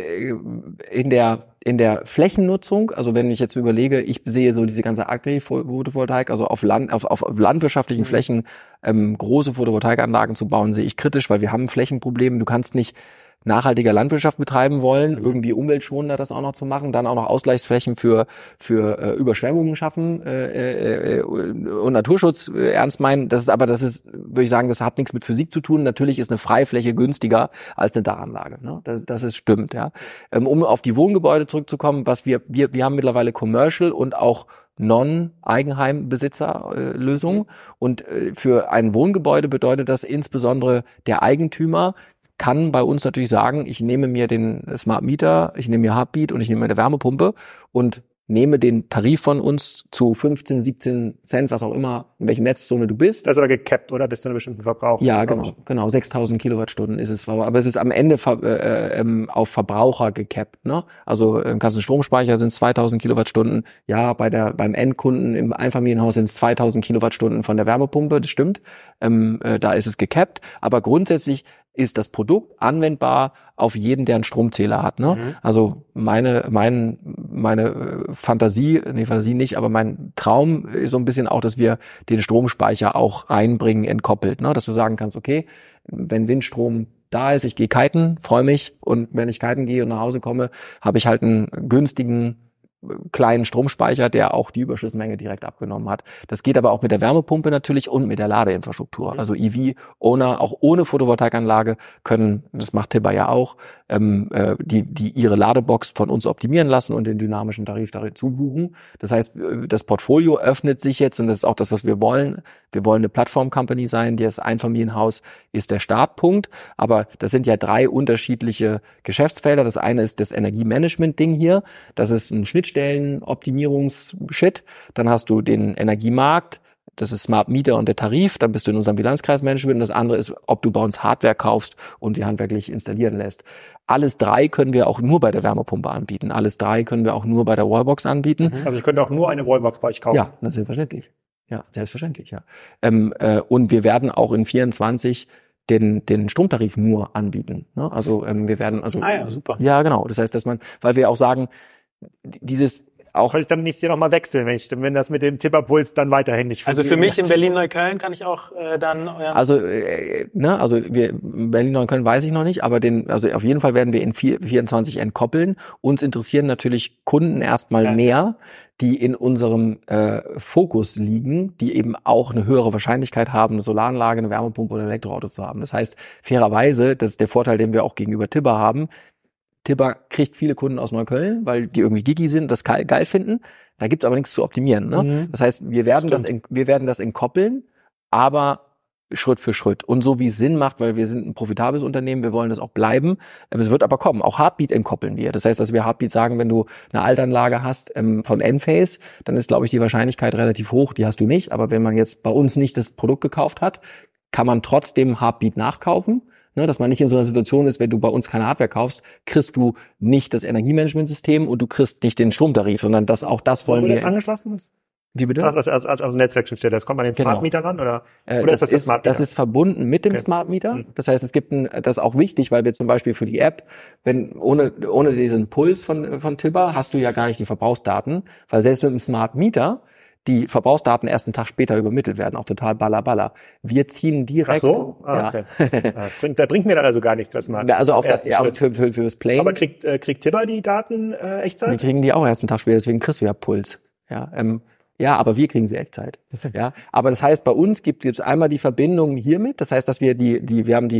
Flächennutzung, also wenn ich jetzt überlege, ich sehe so diese ganze Agri-Photovoltaik, also auf landwirtschaftlichen Flächen große Photovoltaikanlagen zu bauen, sehe ich kritisch, weil wir haben ein Flächenproblem. Du kannst nicht nachhaltiger Landwirtschaft betreiben wollen, irgendwie umweltschonender das auch noch zu machen, dann auch noch Ausgleichsflächen für Überschwemmungen schaffen und Naturschutz ernst meinen. Das ist, würde ich sagen, das hat nichts mit Physik zu tun. Natürlich ist eine Freifläche günstiger als eine Daranlage. Ne? Das ist stimmt, ja. Um auf die Wohngebäude zurückzukommen, was wir haben mittlerweile Commercial und auch Non-Eigenheimbesitzer-Lösungen. Und für ein Wohngebäude bedeutet das insbesondere, der Eigentümer kann bei uns natürlich sagen, ich nehme mir den Smart Meter, ich nehme mir Heartbeat und ich nehme mir eine Wärmepumpe und nehme den Tarif von uns zu 15, 17 Cent, was auch immer, in welchem Netzzone du bist. Das ist aber gecapped, oder? Bis zu einem bestimmten Verbrauch. Ja, genau. 6.000 Kilowattstunden ist es. Aber es ist am Ende auf Verbraucher gecapped, ne? Also im Kassenstromspeicher sind es 2.000 Kilowattstunden. Ja, beim Endkunden im Einfamilienhaus sind es 2.000 Kilowattstunden von der Wärmepumpe. Das stimmt. Da ist es gecapped. Aber grundsätzlich ist das Produkt anwendbar auf jeden, der einen Stromzähler hat, ne? Mhm. Also meine Fantasie nicht, aber mein Traum ist so ein bisschen auch, dass wir den Stromspeicher auch reinbringen, entkoppelt, ne? Dass du sagen kannst, okay, wenn Windstrom da ist, ich gehe kiten, freue mich, und wenn ich kiten gehe und nach Hause komme, habe ich halt einen günstigen kleinen Stromspeicher, der auch die Überschussmenge direkt abgenommen hat. Das geht aber auch mit der Wärmepumpe natürlich und mit der Ladeinfrastruktur. Also EV-Owner, auch ohne Photovoltaikanlage, können, das macht Tibber ja auch, die ihre Ladebox von uns optimieren lassen und den dynamischen Tarif dazu buchen. Das heißt, das Portfolio öffnet sich jetzt, und das ist auch das, was wir wollen. Wir wollen eine Plattform-Company sein. Das Einfamilienhaus ist der Startpunkt, aber das sind ja 3 unterschiedliche Geschäftsfelder. Das eine ist das Energiemanagement-Ding hier. Das ist ein Schnittstellen-Optimierungs-Shit. Dann hast du den Energiemarkt. Das ist Smart Meter und der Tarif. Dann bist du in unserem Bilanzkreismanagement. Und das andere ist, ob du bei uns Hardware kaufst und sie handwerklich installieren lässt. Alles 3 können wir auch nur bei der Wärmepumpe anbieten. Alles 3 können wir auch nur bei der Wallbox anbieten. Also ich könnte auch nur eine Wallbox bei euch kaufen. Ja, das ist selbstverständlich. Ja, selbstverständlich, ja. Und wir werden auch in 24 den Stromtarif nur anbieten. Ne? Also wir werden super. Ja, genau. Das heißt, weil wir auch sagen, dieses auch. Soll ich dann nicht hier nochmal wechseln, wenn das mit dem Tipperpuls dann weiterhin nicht funktioniert? Also für mich in Berlin-Neukölln kann ich auch dann Berlin-Neukölln weiß ich noch nicht, aber auf jeden Fall werden wir in 24 entkoppeln. Uns interessieren natürlich Kunden erstmal mehr, die in unserem Fokus liegen, die eben auch eine höhere Wahrscheinlichkeit haben, eine Solaranlage, eine Wärmepumpe oder ein Elektroauto zu haben. Das heißt, fairerweise, das ist der Vorteil, den wir auch gegenüber Tibber haben, Tibber kriegt viele Kunden aus Neukölln, weil die irgendwie geeky sind, das geil finden. Da gibt's aber nichts zu optimieren. Ne? Mhm. Das heißt, wir werden das entkoppeln, aber Schritt für Schritt. Und so wie es Sinn macht, weil wir sind ein profitables Unternehmen, wir wollen das auch bleiben. Es wird aber kommen. Auch Heartbeat entkoppeln wir. Das heißt, dass wir Heartbeat sagen, wenn du eine Altanlage hast von Enphase, dann ist, glaube ich, die Wahrscheinlichkeit relativ hoch. Die hast du nicht. Aber wenn man jetzt bei uns nicht das Produkt gekauft hat, kann man trotzdem Heartbeat nachkaufen. Ne, dass man nicht in so einer Situation ist, wenn du bei uns keine Hardware kaufst, kriegst du nicht das Energiemanagementsystem und du kriegst nicht den Stromtarif, sondern das wollen wir. Das angeschlossen ist? Wie bitte? Also Netzwerkschnittstelle. Das kommt man den Smart Meter ran, oder ist das Smart Meter? Das ist verbunden mit dem Smart Meter. Das heißt, es gibt das ist auch wichtig, weil wir zum Beispiel für die App, ohne diesen Puls von Tibber hast du ja gar nicht die Verbrauchsdaten, weil selbst mit dem Smart Meter die Verbrauchsdaten erst einen Tag später übermittelt werden, auch total balla. Wir ziehen direkt. Ach so? Okay. Da bringt mir dann also gar nichts, das mal. Also für das Play. Aber kriegt Tibber die Daten Echtzeit? Wir kriegen die auch erst einen Tag später, deswegen kriegst du ja Puls. Ja, aber wir kriegen sie Echtzeit. Ja, aber das heißt, bei uns gibt es einmal die Verbindung hiermit. Das heißt, dass wir wir haben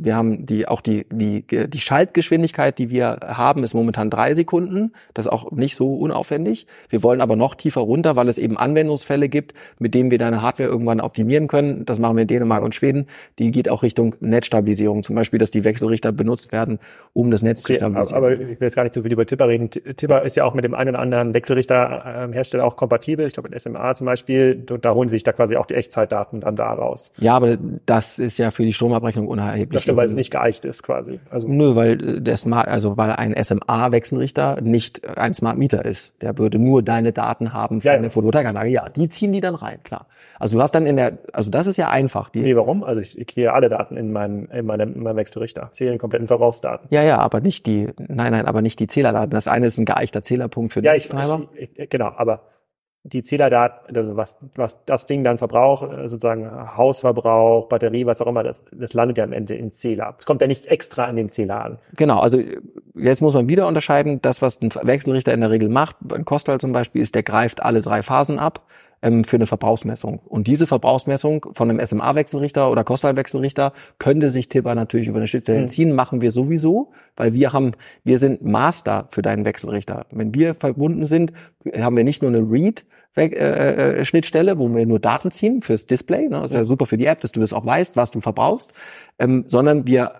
die Schaltgeschwindigkeit, die wir haben, ist momentan 3 Sekunden. Das ist auch nicht so unaufwendig. Wir wollen aber noch tiefer runter, weil es eben Anwendungsfälle gibt, mit denen wir deine Hardware irgendwann optimieren können. Das machen wir in Dänemark und Schweden. Die geht auch Richtung Netzstabilisierung. Zum Beispiel, dass die Wechselrichter benutzt werden, um das Netz zu stabilisieren. Aber ich will jetzt gar nicht so viel über Tibber reden. Tibber ist ja auch mit dem einen oder anderen Wechselrichterhersteller auch kompatibel. Ich glaube, mit SMA zum Beispiel, da holen sie sich da quasi auch die Echtzeitdaten dann da raus. Ja, aber das ist ja für die Stromabrechnung unerheblich. Das stimmt, weil es nicht geeicht ist quasi. Also weil weil ein SMA-Wechselrichter nicht ein Smart Meter ist. Der würde nur deine Daten haben für eine Photovoltaikanlage. Ja, die ziehen die dann rein, klar. Also du hast dann das ist ja einfach. Warum? Also ich kriege alle Daten in meinem Wechselrichter. Ich sehe die kompletten Verbrauchsdaten. Ja, aber nicht aber nicht die Zählerdaten. Das eine ist ein geeichter Zählerpunkt für den Netzbetreiber. Genau, aber die Zählerdaten, also was das Ding dann verbraucht, sozusagen Hausverbrauch, Batterie, was auch immer, das landet ja am Ende im Zähler. Es kommt ja nichts extra an den Zähler an. Genau, also jetzt muss man wieder unterscheiden, das, was ein Wechselrichter in der Regel macht, ein Costal zum Beispiel, ist, der greift alle 3 Phasen ab für eine Verbrauchsmessung. Und diese Verbrauchsmessung von einem SMA-Wechselrichter oder Costal-Wechselrichter könnte sich Tipper natürlich über eine Schnittstelle ziehen, machen wir sowieso, weil wir sind Master für deinen Wechselrichter. Wenn wir verbunden sind, haben wir nicht nur eine Schnittstelle, wo wir nur Daten ziehen fürs Display, ne? Das ist ja super für die App, dass du das auch weißt, was du verbrauchst, sondern wir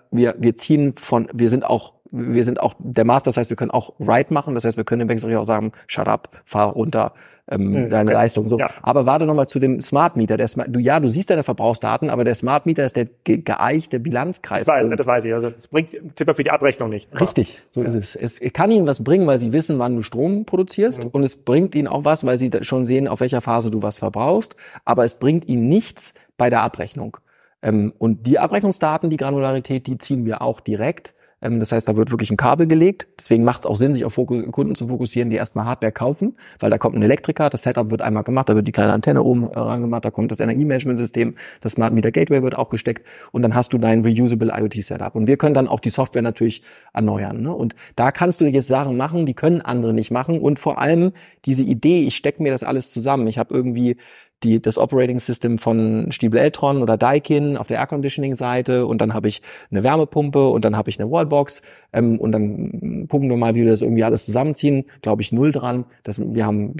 sind auch der Master, das heißt, wir können auch Write machen, das heißt, wir können dem Wechselrichter auch sagen, shut up, fahr runter, deine Leistung, so. Ja. Aber warte nochmal zu dem Smart Meter. Du siehst deine Verbrauchsdaten, aber der Smart Meter ist der geeichte Bilanzkreis. Das weiß ich. Also, es bringt Tipper für die Abrechnung nicht. Richtig, so ist es. Es kann ihnen was bringen, weil sie wissen, wann du Strom produzierst, und es bringt ihnen auch was, weil sie schon sehen, auf welcher Phase du was verbrauchst, aber es bringt ihnen nichts bei der Abrechnung. Und die Abrechnungsdaten, die Granularität, die ziehen wir auch direkt. Das heißt, da wird wirklich ein Kabel gelegt. Deswegen macht es auch Sinn, sich auf Kunden zu fokussieren, die erstmal Hardware kaufen, weil da kommt ein Elektriker, das Setup wird einmal gemacht, da wird die kleine Antenne oben rangemacht, da kommt das Energiemanagementsystem, das Smart Meter Gateway wird auch gesteckt, und dann hast du dein Reusable IoT Setup. Und wir können dann auch die Software natürlich erneuern, ne? Und da kannst du jetzt Sachen machen, die können andere nicht machen. Und vor allem diese Idee, ich stecke mir das alles zusammen. Ich habe irgendwie das Operating System von Stiebel Eltron oder Daikin auf der Air Conditioning Seite, und dann habe ich eine Wärmepumpe und dann habe ich eine Wallbox, und dann gucken wir mal, wie wir das irgendwie alles zusammenziehen. Glaube ich 0 dran. Wir haben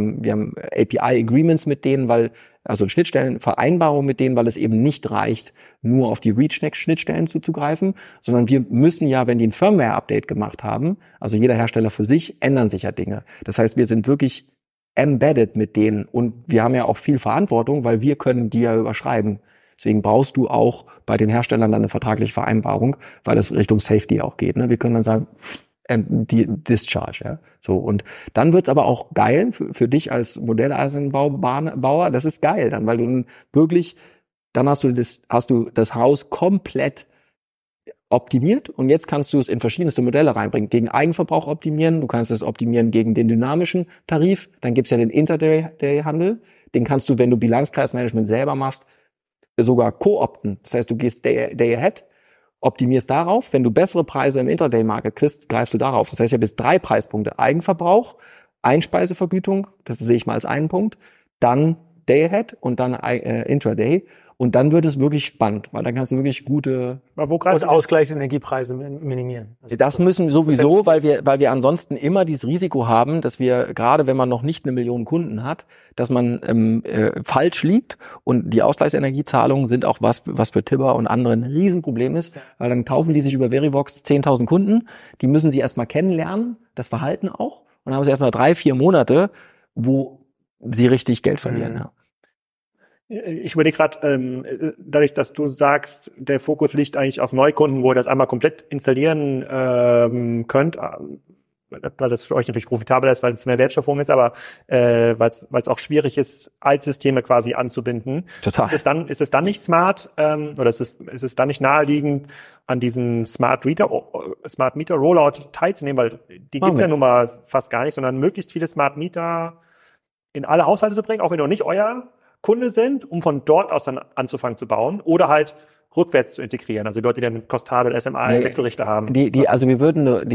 API Agreements mit denen, also Schnittstellenvereinbarungen mit denen, weil es eben nicht reicht, nur auf die Reach-Schnittstellen zuzugreifen, sondern wir müssen ja, wenn die ein Firmware-Update gemacht haben, also jeder Hersteller für sich, ändern sich ja Dinge. Das heißt, wir sind wirklich embedded mit denen, und wir haben ja auch viel Verantwortung, weil wir können die ja überschreiben. Deswegen brauchst du auch bei den Herstellern dann eine vertragliche Vereinbarung, weil es Richtung Safety auch geht, ne? Wir können dann sagen, die Discharge, ja. So, und dann wird's aber auch geil für dich als Modelleisenbauer, das ist geil dann, weil du wirklich, dann hast du das Haus komplett optimiert, und jetzt kannst du es in verschiedenste Modelle reinbringen. Gegen Eigenverbrauch optimieren, du kannst es optimieren gegen den dynamischen Tarif, dann gibt's ja den Interday-Handel, den kannst du, wenn du Bilanzkreismanagement selber machst, sogar co-opten. Das heißt, du gehst Day Ahead, optimierst darauf, wenn du bessere Preise im Intraday-Market kriegst, greifst du darauf. Das heißt, ja bis 3 Preispunkte: Eigenverbrauch, Einspeisevergütung, das sehe ich mal als einen Punkt, dann Day Ahead und dann Intraday. Und dann wird es wirklich spannend, weil dann kannst du wirklich gute und Ausgleichsenergiepreise minimieren. Also das müssen sowieso, weil wir ansonsten immer dieses Risiko haben, dass wir, gerade wenn man noch nicht 1 Million Kunden hat, dass man falsch liegt, und die Ausgleichsenergiezahlungen sind auch was für Tibber und andere ein Riesenproblem ist, weil dann kaufen die sich über Verivox 10.000 Kunden, die müssen sie erstmal kennenlernen, das Verhalten auch, und dann haben sie erstmal 3-4 Monate, wo sie richtig Geld verlieren. Ja. Ich überlege gerade, dadurch, dass du sagst, der Fokus liegt eigentlich auf Neukunden, wo ihr das einmal komplett installieren könnt, weil das für euch natürlich profitabler ist, weil es mehr Wertschöpfung ist, aber weil es auch schwierig ist, Altsysteme quasi anzubinden. Total. Ist es dann nicht smart, oder ist es dann nicht naheliegend, an diesen Smart Meter Rollout teilzunehmen, weil die gibt's ja nun mal fast gar nicht, sondern möglichst viele Smart Meter in alle Haushalte zu bringen, auch wenn noch nicht euer Kunde sind, um von dort aus dann anzufangen zu bauen, oder halt rückwärts zu integrieren, also Leute, die dann Costal oder SMA Wechselrichter haben. Also wir würden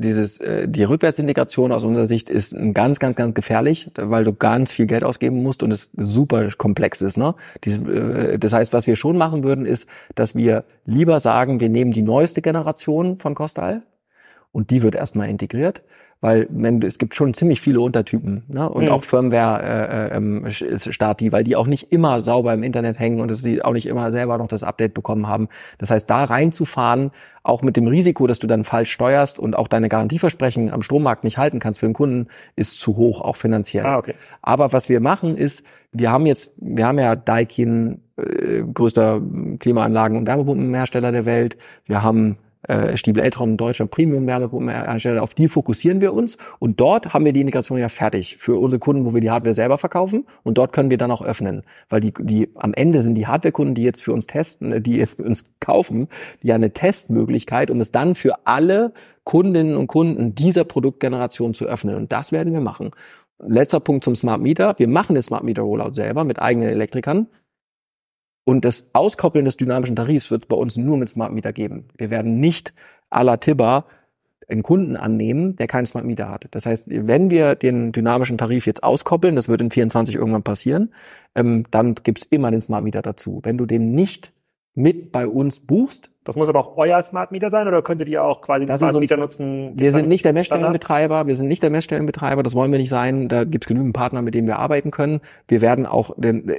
die Rückwärtsintegration aus unserer Sicht ist ganz, ganz, ganz gefährlich, weil du ganz viel Geld ausgeben musst und es super komplex ist, ne? Das heißt, was wir schon machen würden, ist, dass wir lieber sagen, wir nehmen die neueste Generation von Costal und die wird erstmal integriert. Weil es gibt schon ziemlich viele Untertypen, ne? Und auch Firmware-Stati, weil die auch nicht immer sauber im Internet hängen und sie auch nicht immer selber noch das Update bekommen haben. Das heißt, da reinzufahren, auch mit dem Risiko, dass du dann falsch steuerst und auch deine Garantieversprechen am Strommarkt nicht halten kannst für den Kunden, ist zu hoch, auch finanziell. Okay. Aber was wir machen ist, wir haben ja Daikin, größter Klimaanlagen- und Wärmepumpenhersteller der Welt. Wir haben Stiebel Eltron, deutscher Premium-Wärmepumpenhersteller, auf die fokussieren wir uns, und dort haben wir die Integration ja fertig für unsere Kunden, wo wir die Hardware selber verkaufen, und dort können wir dann auch öffnen, weil die am Ende sind die Hardware-Kunden, die jetzt für uns testen, die jetzt für uns kaufen, ja eine Testmöglichkeit, um es dann für alle Kundinnen und Kunden dieser Produktgeneration zu öffnen, und das werden wir machen. letzter Punkt zum Smart Meter. Wir machen den Smart Meter Rollout selber mit eigenen Elektrikern. Und das Auskoppeln des dynamischen Tarifs wird es bei uns nur mit Smart Meter geben. Wir werden nicht à la Tibber einen Kunden annehmen, der keinen Smart Meter hat. Das heißt, wenn wir den dynamischen Tarif jetzt auskoppeln, das wird in 24 irgendwann passieren, dann gibt's immer den Smart Meter dazu. Wenn du den nicht mit bei uns buchst. Das muss aber auch euer Smart Meter sein, oder könntet ihr auch quasi den Smart Meter nutzen? Wir sind nicht der Messstellenbetreiber, das wollen wir nicht sein. Da gibt es genügend Partner, mit denen wir arbeiten können. Wir werden auch,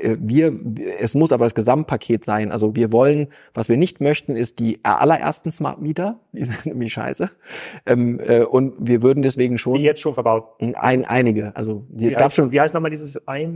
es muss aber das Gesamtpaket sein. Also wir wollen, was wir nicht möchten, ist die allerersten Smart Meter, die sind nämlich scheiße. Und wir würden deswegen schon. Die jetzt schon verbaut? Einige. Also es gab schon. Wie heißt nochmal dieses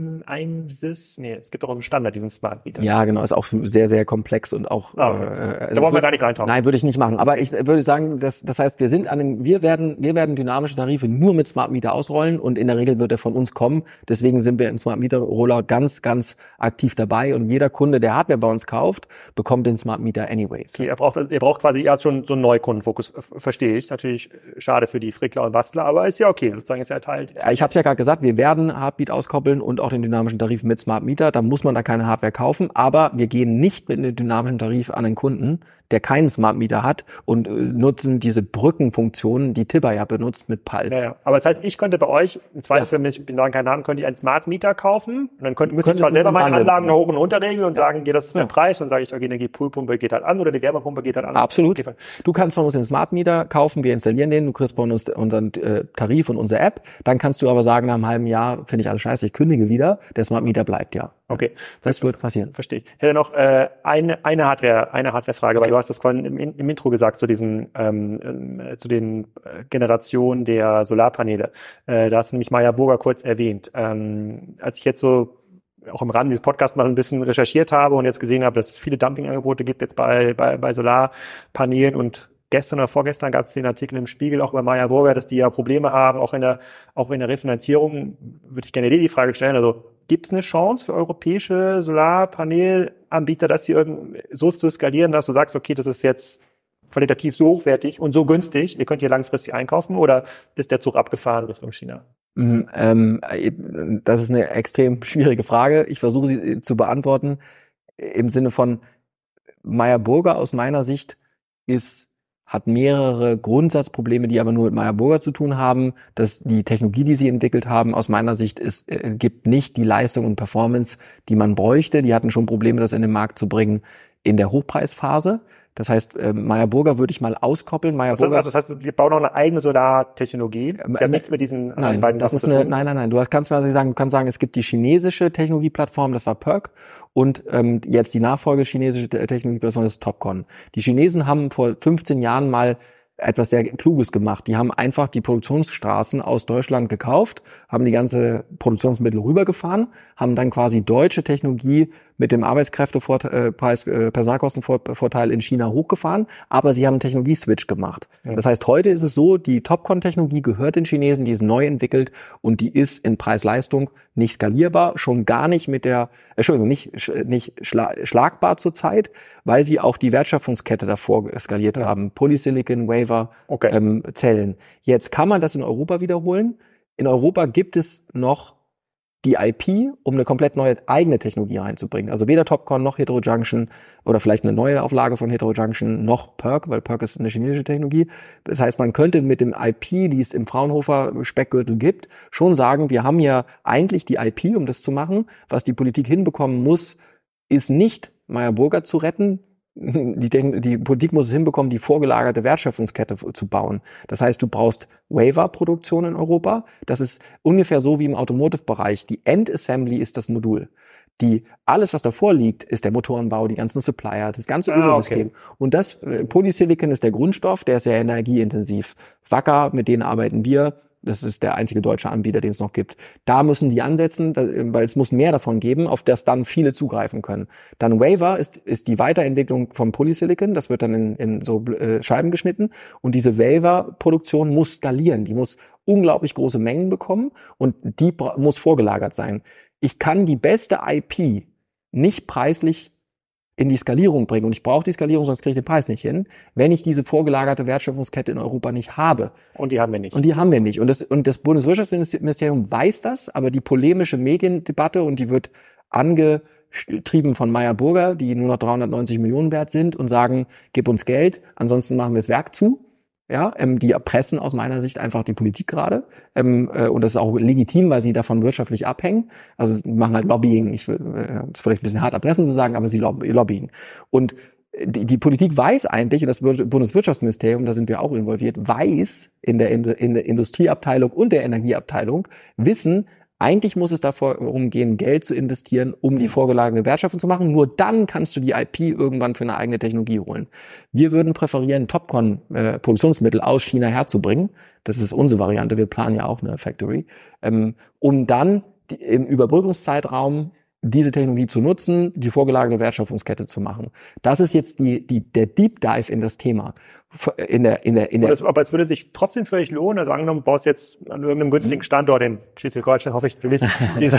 es gibt doch einen Standard, diesen Smart Meter. Ja, genau, ist auch sehr, sehr komplex und auch. Da wollen wir gar nicht reintauchen. Nein, würde ich nicht machen. Aber ich würde sagen, das heißt, wir werden dynamische Tarife nur mit Smart Meter ausrollen und in der Regel wird er von uns kommen. Deswegen sind wir im Smart Meter Rollout ganz, ganz aktiv dabei und jeder Kunde, der Hardware bei uns kauft, bekommt den Smart Meter anyways. Okay, ihr braucht quasi, ihr habt schon so einen Neukundenfokus, verstehe ich. Natürlich schade für die Frickler und Bastler, aber ist ja okay, sozusagen ist ja Teil. Ich habe es ja gerade gesagt, wir werden Heartbeat auskoppeln und auch den dynamischen Tarif mit Smart Meter. Da muss man da keine Hardware kaufen, aber wir gehen nicht mit einem dynamischen Tarif an den Kunden, der keinen Smart Meter hat und nutzen diese Brückenfunktionen, die Tibber ja benutzt mit Puls. Ja. Aber das heißt, ich könnte bei euch, im Zweifel für mich, ich bin sagen keinen Namen, könnte ich einen Smart Meter kaufen und dann müsste ich zwar selber meine Anlagen hoch und runter regeln und sagen, das ist der Preis und sage ich, okay, die Poolpumpe geht halt an oder die Wärmepumpe geht halt an. Absolut. Du kannst von uns den Smart Meter kaufen, wir installieren den, du kriegst von uns unseren Tarif und unsere App, dann kannst du aber sagen, nach einem halben Jahr finde ich alles scheiße, ich kündige wieder, der Smart Meter bleibt ja. Okay. Das wird passieren. Verstehe ich. Ich hätte noch eine Hardware-Frage, weil du hast das vorhin im Intro gesagt zu den Generationen der Solarpaneele. Da hast du nämlich Meyer Burger kurz erwähnt. Als ich jetzt so auch im Rahmen dieses Podcasts mal ein bisschen recherchiert habe und jetzt gesehen habe, dass es viele Dumpingangebote gibt jetzt bei Solarpanelen und gestern oder vorgestern gab es den Artikel im Spiegel auch über Meyer Burger, dass die ja Probleme haben, auch in der Refinanzierung. Würde ich gerne dir die Frage stellen, also gibt es eine Chance für europäische Solarpanelanbieter, das hier so zu skalieren, dass du sagst, okay, das ist jetzt qualitativ so hochwertig und so günstig, ihr könnt hier langfristig einkaufen, oder ist der Zug abgefahren Richtung China? Das ist eine extrem schwierige Frage. Ich versuche sie zu beantworten im Sinne von Meyer Burger aus meiner Sicht hat mehrere Grundsatzprobleme, die aber nur mit Meyer Burger zu tun haben. Dass die Technologie, die sie entwickelt haben, aus meiner Sicht gibt nicht die Leistung und Performance, die man bräuchte. Die hatten schon Probleme, das in den Markt zu bringen in der Hochpreisphase. Das heißt, Meyer Burger würde ich mal auskoppeln. Das heißt, wir bauen noch eine eigene Solartechnologie. Wir haben nichts mit diesen beiden Sachen zu tun. Nein. Du kannst sagen, es gibt die chinesische Technologieplattform, das war PERC. Und jetzt die Nachfolge chinesische Technologieplattform ist TOPCon. Die Chinesen haben vor 15 Jahren mal etwas sehr Kluges gemacht. Die haben einfach die Produktionsstraßen aus Deutschland gekauft, haben die ganze Produktionsmittel rübergefahren, haben dann quasi deutsche Technologie mit dem Personalkostenvorteil in China hochgefahren, aber sie haben einen Technologieswitch gemacht. Ja. Das heißt, heute ist es so, die Topcon-Technologie gehört den Chinesen, die ist neu entwickelt und die ist in Preis-Leistung nicht skalierbar, schon gar nicht nicht schlagbar zurzeit, weil sie auch die Wertschöpfungskette davor skaliert haben. Polysilicon, Wafer, Zellen. Jetzt kann man das in Europa wiederholen. In Europa gibt es noch die IP, um eine komplett neue eigene Technologie reinzubringen. Also weder Topcon noch Heterojunction oder vielleicht eine neue Auflage von Heterojunction noch PERC, weil PERC ist eine chinesische Technologie. Das heißt, man könnte mit dem IP, die es im Fraunhofer Speckgürtel gibt, schon sagen, wir haben ja eigentlich die IP, um das zu machen. Was die Politik hinbekommen muss, ist nicht Meyer Burger zu retten. Die Politik muss es hinbekommen, die vorgelagerte Wertschöpfungskette zu bauen. Das heißt, du brauchst Wafer-Produktion in Europa. Das ist ungefähr so wie im Automotive-Bereich. Die Endassembly ist das Modul. Alles, was davor liegt, ist der Motorenbau, die ganzen Supplier, das ganze Ökosystem. Okay. Und das Polysilicon ist der Grundstoff, der ist sehr energieintensiv. Wacker, mit denen arbeiten wir. Das ist der einzige deutsche Anbieter, den es noch gibt. Da müssen die ansetzen, weil es muss mehr davon geben, auf das dann viele zugreifen können. Dann Wafer ist die Weiterentwicklung von Polysilicon. Das wird dann in so Scheiben geschnitten. Und diese Wafer-Produktion muss skalieren. Die muss unglaublich große Mengen bekommen und die muss vorgelagert sein. Ich kann die beste IP nicht preislich in die Skalierung bringen. Und ich brauche die Skalierung, sonst kriege ich den Preis nicht hin, wenn ich diese vorgelagerte Wertschöpfungskette in Europa nicht habe. Und die haben wir nicht. Und das Bundeswirtschaftsministerium weiß das, aber die polemische Mediendebatte, und die wird angetrieben von Meyer Burger, die nur noch 390 Millionen wert sind und sagen, gib uns Geld, ansonsten machen wir das Werk zu. Ja, die erpressen aus meiner Sicht einfach die Politik gerade. Und das ist auch legitim, weil sie davon wirtschaftlich abhängen. Also die machen halt Lobbying. Ich will, das ist vielleicht ein bisschen hart erpressen zu sagen, aber sie lobbyen. Und die Politik weiß eigentlich, und das Bundeswirtschaftsministerium, da sind wir auch involviert, weiß in der Industrieabteilung und der Energieabteilung, wissen, eigentlich muss es darum gehen, Geld zu investieren, um die vorgelagerte Wertschöpfung zu machen. Nur dann kannst du die IP irgendwann für eine eigene Technologie holen. Wir würden präferieren, Topcon-Produktionsmittel aus China herzubringen. Das ist unsere Variante. Wir planen ja auch eine Factory. Um dann im Überbrückungszeitraum diese Technologie zu nutzen, die vorgelagerte Wertschöpfungskette zu machen. Das ist jetzt der Deep Dive in das Thema. Aber es würde sich trotzdem völlig lohnen, also angenommen, du baust jetzt an irgendeinem günstigen Standort in Schleswig-Holstein, hoffe ich natürlich,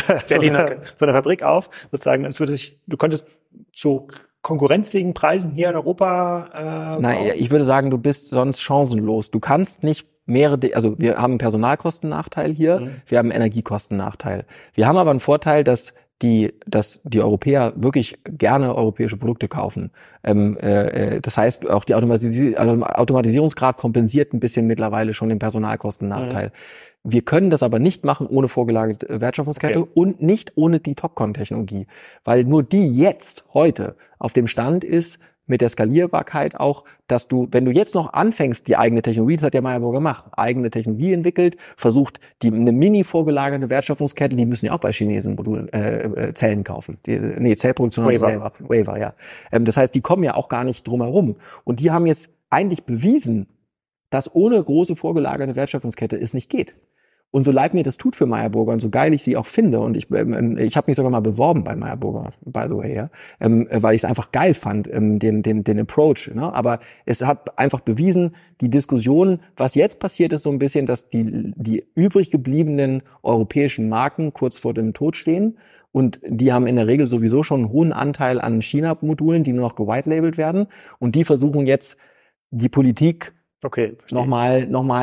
so eine Fabrik auf, sozusagen, du könntest zu konkurrenzfähigen Preisen hier in Europa Nein, ich würde sagen, du bist sonst chancenlos. Du kannst nicht also wir haben einen Personalkostennachteil hier, wir haben einen Energiekostennachteil. Wir haben aber einen Vorteil, dass die Europäer wirklich gerne europäische Produkte kaufen. Das heißt, auch die Automatisierungsgrad kompensiert ein bisschen mittlerweile schon den Personalkostennachteil. Wir können das aber nicht machen ohne vorgelagerte Wertschöpfungskette und nicht ohne die Topcon-Technologie, weil nur die jetzt, heute, auf dem Stand ist, mit der Skalierbarkeit auch, dass du, wenn du jetzt noch anfängst, die eigene Technologie, das hat ja Meyer Burger gemacht, eigene Technologie entwickelt, versucht, eine mini vorgelagerte Wertschöpfungskette, die müssen ja auch bei Chinesen Modulen, Zellen kaufen. Zellproduktion haben sie selber. Wafer, ja. Das heißt, die kommen ja auch gar nicht drum herum. Und die haben jetzt eigentlich bewiesen, dass ohne große vorgelagerte Wertschöpfungskette es nicht geht. Und so leid mir das tut für Meyer Burger und so geil ich sie auch finde, und ich habe mich sogar mal beworben bei Meyer Burger, by the way, ja, weil ich es einfach geil fand, den Approach. Ne? Aber es hat einfach bewiesen, die Diskussion, was jetzt passiert, ist so ein bisschen, dass die übrig gebliebenen europäischen Marken kurz vor dem Tod stehen. Und die haben in der Regel sowieso schon einen hohen Anteil an China-Modulen, die nur noch gewhite-labelt werden. Und die versuchen jetzt die Politik nochmal,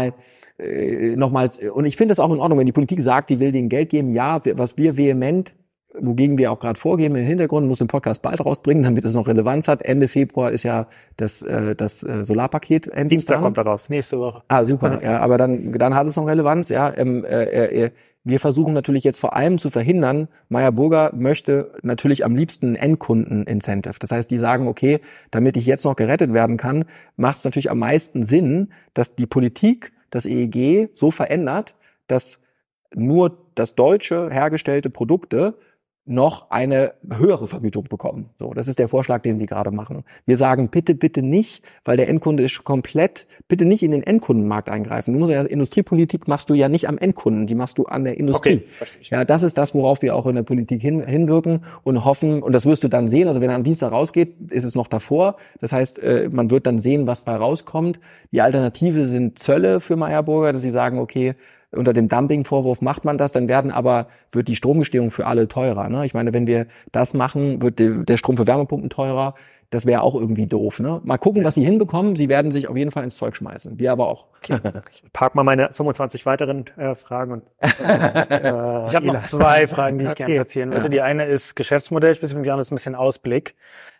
und ich finde es auch in Ordnung, wenn die Politik sagt, die will denen Geld geben, ja, was wir vehement, wogegen wir auch gerade vorgehen im Hintergrund, muss den Podcast bald rausbringen, damit es noch Relevanz hat. Ende Februar ist ja das Solarpaket endlich Dienstag kommt da raus. Nächste Woche. Ah, super. Ja, aber dann hat es noch Relevanz, ja. Wir versuchen natürlich jetzt vor allem zu verhindern, Meyer Burger möchte natürlich am liebsten Endkunden-Incentive. Das heißt, die sagen, okay, damit ich jetzt noch gerettet werden kann, macht es natürlich am meisten Sinn, dass die Politik das EEG so verändert, dass nur das deutsche hergestellte Produkte noch eine höhere Vergütung bekommen. So, das ist der Vorschlag, den sie gerade machen. Wir sagen, bitte nicht, weil der Endkunde ist komplett, bitte nicht in den Endkundenmarkt eingreifen. Du musst ja, Industriepolitik machst du ja nicht am Endkunden, die machst du an der Industrie. Okay, verstehe ich. Ja, das ist das, worauf wir auch in der Politik hinwirken und hoffen, und das wirst du dann sehen, also wenn er am Dienstag rausgeht, ist es noch davor. Das heißt, man wird dann sehen, was bei rauskommt. Die Alternative sind Zölle für Meyer Burger, dass sie sagen, okay, unter dem Dumping-Vorwurf macht man das, dann wird die Stromgestehung für alle teurer. Ne? Ich meine, wenn wir das machen, wird der Strom für Wärmepumpen teurer. Das wäre auch irgendwie doof. Ne? Mal gucken, was sie hinbekommen. Sie werden sich auf jeden Fall ins Zeug schmeißen. Wir aber auch. Okay. Ich park mal meine 25 weiteren Fragen. Und ich habe noch 2 Fragen, die ich gerne platzieren würde. Die eine ist Geschäftsmodell, die andere ist ein bisschen Ausblick.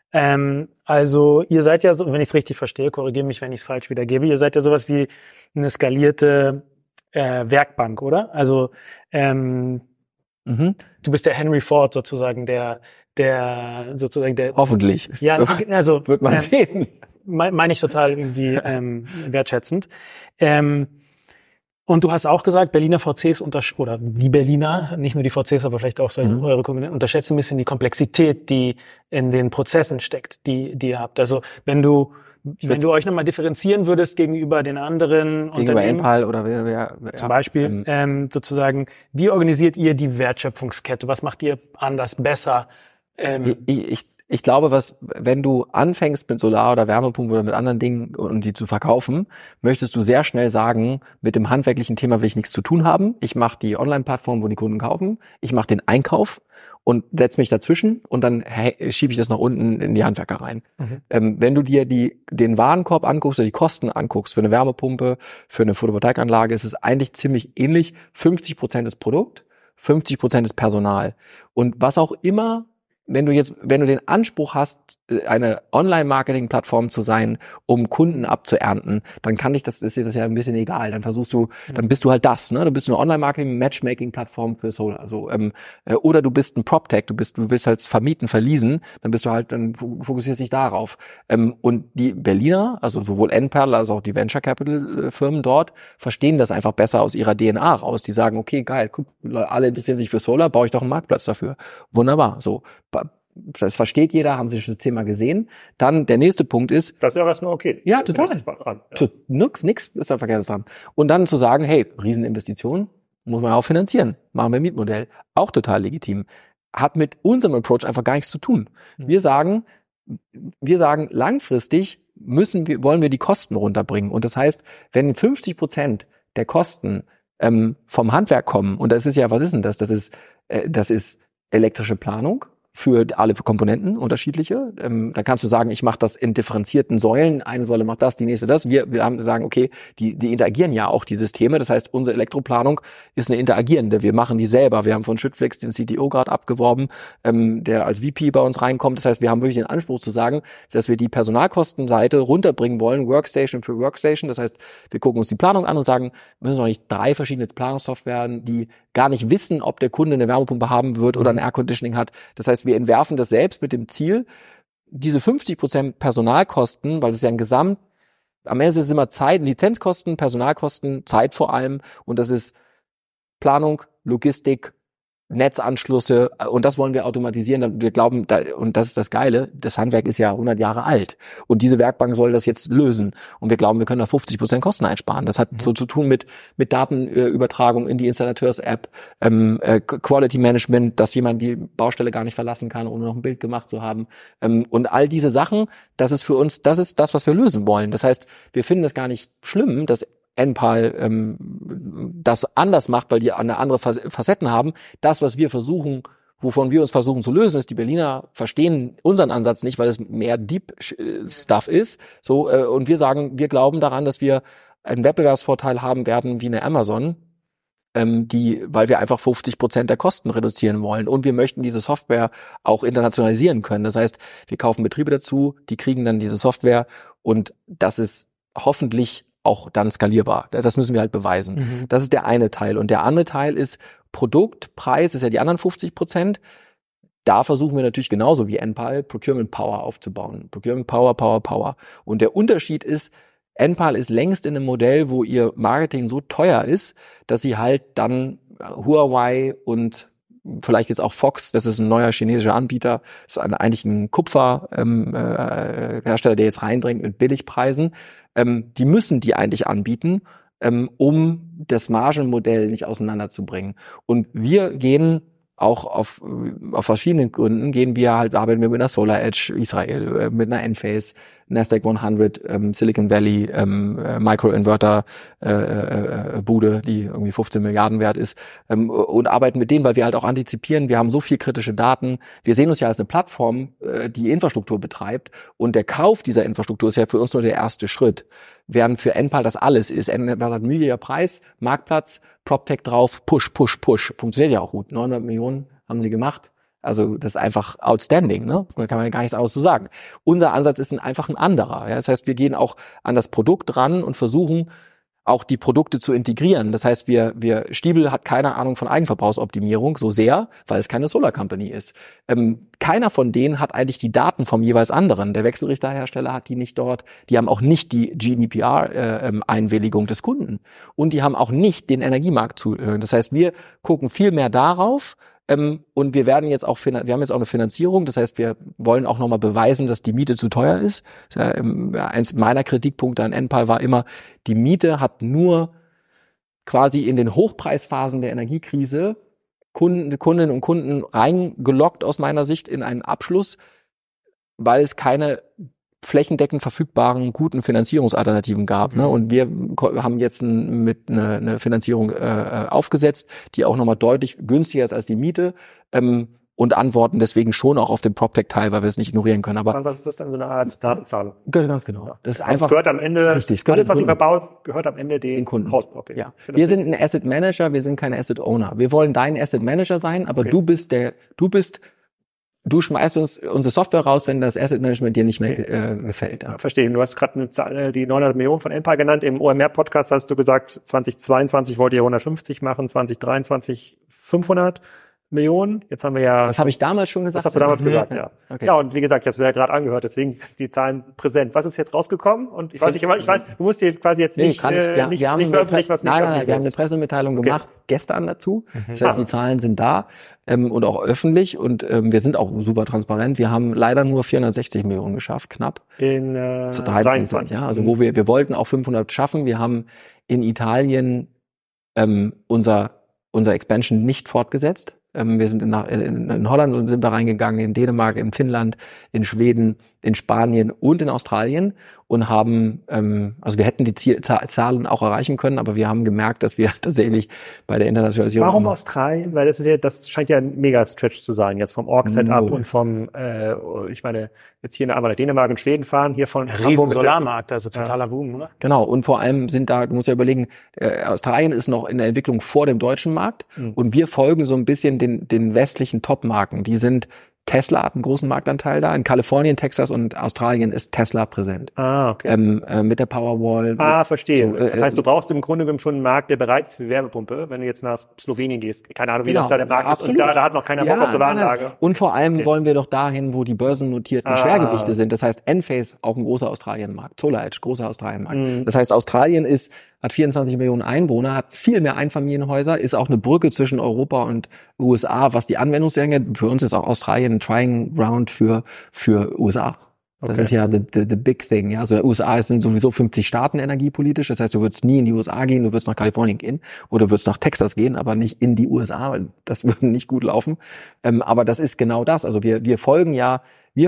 Also ihr seid ja, so, wenn ich es richtig verstehe, korrigiere mich, wenn ich es falsch wiedergebe, ihr seid ja sowas wie eine skalierte Werkbank, oder? Also du bist der Henry Ford sozusagen, der hoffentlich. Ja, also wird man sehen. Meine ich total irgendwie wertschätzend. Und du hast auch gesagt, Berliner VCs oder die Berliner, nicht nur die VCs, aber vielleicht auch eure Konkurrenten, unterschätzen ein bisschen die Komplexität, die in den Prozessen steckt, die ihr habt. Also wenn du euch nochmal differenzieren würdest gegenüber den anderen gegenüber Enpal oder wer zum Beispiel, sozusagen, wie organisiert ihr die Wertschöpfungskette? Was macht ihr anders, besser? Ich glaube, wenn du anfängst mit Solar- oder Wärmepumpen oder mit anderen Dingen und die zu verkaufen, möchtest du sehr schnell sagen, mit dem handwerklichen Thema will ich nichts zu tun haben. Ich mache die Online-Plattform, wo die Kunden kaufen. Ich mache den Einkauf. und setze mich dazwischen und dann schiebe ich das nach unten in die Handwerker rein. Wenn du dir den Warenkorb anguckst oder die Kosten anguckst für eine Wärmepumpe, für eine Photovoltaikanlage, ist es eigentlich ziemlich ähnlich. 50% ist Produkt, 50% ist Personal. Und was auch immer, wenn du den Anspruch hast, eine Online-Marketing-Plattform zu sein, um Kunden abzuernten, dann ist dir das ja ein bisschen egal. Dann dann bist du halt das, ne? Du bist eine Online-Marketing-Matchmaking-Plattform für Solar. Also, oder du bist ein PropTech, du willst halt vermieten, verleasen, dann fokussierst dich darauf. Und die Berliner, also sowohl Enpal als auch die Venture Capital Firmen dort, verstehen das einfach besser aus ihrer DNA raus. Die sagen, okay, geil, guck, alle interessieren sich für Solar, baue ich doch einen Marktplatz dafür. Wunderbar, so. Das versteht jeder, haben sie schon 10-mal gesehen. Dann der nächste Punkt ist... Das ist ja auch erstmal okay. Ja, total. Nix ist da Verkehrtes dran. Und dann zu sagen, hey, Rieseninvestition, muss man auch finanzieren. Machen wir ein Mietmodell. Auch total legitim. Hat mit unserem Approach einfach gar nichts zu tun. Wir sagen, langfristig wollen wir die Kosten runterbringen. Und das heißt, wenn 50% der Kosten vom Handwerk kommen, und das ist ja, was ist denn das? Das ist elektrische Planung für alle Komponenten, unterschiedliche. Da kannst du sagen, ich mache das in differenzierten Säulen. Eine Säule macht das, die nächste das. Wir sagen, okay, die interagieren ja auch, die Systeme. Das heißt, unsere Elektroplanung ist eine interagierende. Wir machen die selber. Wir haben von Schüttflix den CTO gerade abgeworben, der als VP bei uns reinkommt. Das heißt, wir haben wirklich den Anspruch zu sagen, dass wir die Personalkostenseite runterbringen wollen, Workstation für Workstation. Das heißt, wir gucken uns die Planung an und sagen, müssen wir nicht 3 verschiedene Planungssoftware, die gar nicht wissen, ob der Kunde eine Wärmepumpe haben wird oder ein Airconditioning hat. Das heißt, wir entwerfen das selbst mit dem Ziel, diese 50% Personalkosten, weil das ja am Ende ist es immer Zeit, Lizenzkosten, Personalkosten, Zeit vor allem, und das ist Planung, Logistik, Netzanschlüsse, und das wollen wir automatisieren. Wir glauben, und das ist das Geile, das Handwerk ist ja 100 Jahre alt und diese Werkbank soll das jetzt lösen, und wir glauben, wir können da 50% Kosten einsparen. Das hat so zu tun mit Datenübertragung in die Installateurs-App, Quality Management, dass jemand die Baustelle gar nicht verlassen kann, ohne noch ein Bild gemacht zu haben, und all diese Sachen, das ist für uns, das ist das, was wir lösen wollen. Das heißt, wir finden es gar nicht schlimm, dass Enpal das anders macht, weil die andere Facetten haben. Das, was wir versuchen, wovon wir uns versuchen zu lösen, ist, die Berliner verstehen unseren Ansatz nicht, weil es mehr Deep Stuff ist. So, und wir sagen, wir glauben daran, dass wir einen Wettbewerbsvorteil haben werden wie eine Amazon, weil wir einfach 50% der Kosten reduzieren wollen, und wir möchten diese Software auch internationalisieren können. Das heißt, wir kaufen Betriebe dazu, die kriegen dann diese Software, und das ist hoffentlich auch dann skalierbar. Das müssen wir halt beweisen. Das ist der eine Teil. Und der andere Teil ist Produkt, Preis, ist ja die anderen 50%. Da versuchen wir natürlich genauso wie Enpal Procurement Power aufzubauen. Procurement Power. Und der Unterschied ist, Enpal ist längst in einem Modell, wo ihr Marketing so teuer ist, dass sie halt dann Huawei und vielleicht jetzt auch Fox, das ist ein neuer chinesischer Anbieter, ist eigentlich ein Kupferhersteller, der jetzt reindrängt mit Billigpreisen. Die müssen die eigentlich anbieten, um das Margenmodell nicht auseinanderzubringen. Und wir gehen auch auf verschiedenen Gründen, arbeiten wir mit einer SolarEdge Israel, mit einer Enphase, Nasdaq 100, Silicon Valley, Microinverter Bude, die irgendwie 15 Milliarden wert ist, und arbeiten mit denen, weil wir halt auch antizipieren, wir haben so viel kritische Daten. Wir sehen uns ja als eine Plattform, die Infrastruktur betreibt, und der Kauf dieser Infrastruktur ist ja für uns nur der erste Schritt, während für Enpal das alles ist. Enpal hat niedriger Preis, Marktplatz, PropTech drauf, Push. Funktioniert ja auch gut. 900 Millionen haben sie gemacht. Also das ist einfach outstanding, ne? Da kann man ja gar nichts anderes zu sagen. Unser Ansatz ist einfach ein anderer. Ja? Das heißt, wir gehen auch an das Produkt ran und versuchen auch die Produkte zu integrieren. Das heißt, Stiebel hat keine Ahnung von Eigenverbrauchsoptimierung so sehr, weil es keine Solar Company ist. Keiner von denen hat eigentlich die Daten vom jeweils anderen. Der Wechselrichterhersteller hat die nicht dort. Die haben auch nicht die GDPR-Einwilligung des Kunden. Und die haben auch nicht den Energiemarkt zu. Das heißt, wir gucken viel mehr darauf. Und wir haben jetzt auch eine Finanzierung. Das heißt, wir wollen auch nochmal beweisen, dass die Miete zu teuer ist. Eins meiner Kritikpunkte an Enpal war immer, die Miete hat nur quasi in den Hochpreisphasen der Energiekrise Kundinnen und Kunden reingelockt aus meiner Sicht in einen Abschluss, weil es keine flächendeckend verfügbaren guten Finanzierungsalternativen gab. Ne? Und wir haben jetzt eine Finanzierung aufgesetzt, die auch nochmal deutlich günstiger ist als die Miete. und antworten deswegen schon auch auf den PropTech-Teil, weil wir es nicht ignorieren können. Aber was ist das dann, so eine Art Datenzahlung? ganz genau. Das ist einfach, es gehört am Ende, richtig, alles, was ich verbaue, gehört am Ende den Kunden. Hausblock. Ja. Wir sind ein Asset Manager, wir sind kein Asset Owner. Wir wollen dein Asset Manager sein, aber du schmeißt uns unsere Software raus, wenn das Asset Management dir nicht mehr gefällt. Ja. Verstehe. Du hast gerade eine Zahl, die 900 Millionen von Empire genannt. Im OMR-Podcast hast du gesagt, 2022 wollt ihr 150 machen, 2023 500 Millionen. Jetzt haben wir ja... Das habe ich damals schon gesagt. Das hast du damals gesagt, ja. Okay. Ja, und wie gesagt, ich habe es ja gerade angehört, deswegen die Zahlen präsent. Was ist jetzt rausgekommen? Und ich weiß, du musst dir quasi jetzt nicht veröffentlichen, was nicht Nein, wir haben eine Pressemitteilung gemacht, gestern dazu. Das heißt, die Zahlen sind da und auch öffentlich und wir sind auch super transparent. Wir haben leider nur 460 Millionen geschafft, knapp. In 23. Ja, also wo wir wollten auch 500 schaffen. Wir haben in Italien unser Expansion nicht fortgesetzt. Wir sind in Holland und sind da reingegangen, in Dänemark, in Finnland, in Schweden, in Spanien und in Australien und haben, also wir hätten die Zahlen auch erreichen können, aber wir haben gemerkt, dass wir tatsächlich bei der Internationalisierung... Warum Australien? Weil das scheint ja ein Mega-Stretch zu sein, jetzt vom Org-Setup und vom, ich meine, jetzt hier einmal nach Dänemark und Schweden fahren, hier von riesen Solarmarkt, also totaler Boom, oder? Genau, und vor allem du musst ja überlegen, Australien ist noch in der Entwicklung vor dem deutschen Markt und wir folgen so ein bisschen den westlichen Top-Marken. Die sind Tesla hat einen großen Marktanteil da. In Kalifornien, Texas und Australien ist Tesla präsent. Ah, okay. Mit der Powerwall. Verstehe. So, das heißt, du brauchst im Grunde genommen schon einen Markt, der bereit ist für Wärmepumpe. Wenn du jetzt nach Slowenien gehst, keine Ahnung, wie das da der Markt ist. Und da hat noch keiner Bock auf Solaranlage. Und vor allem wollen wir doch dahin, wo die börsennotierten Schwergewichte sind. Das heißt, Enphase, auch ein großer Australienmarkt. SolarEdge, großer Australienmarkt. Das heißt, Australien hat 24 Millionen Einwohner, hat viel mehr Einfamilienhäuser, ist auch eine Brücke zwischen Europa und USA, was die Anwendung angeht. Für uns ist auch Australien ein Trying Ground für USA. Das ist ja the big thing. Ja, also USA sind sowieso 50 Staaten energiepolitisch. Das heißt, du würdest nie in die USA gehen, du würdest nach Kalifornien gehen oder du würdest nach Texas gehen, aber nicht in die USA, weil das würde nicht gut laufen. Aber das ist genau das. Also wir folgen ja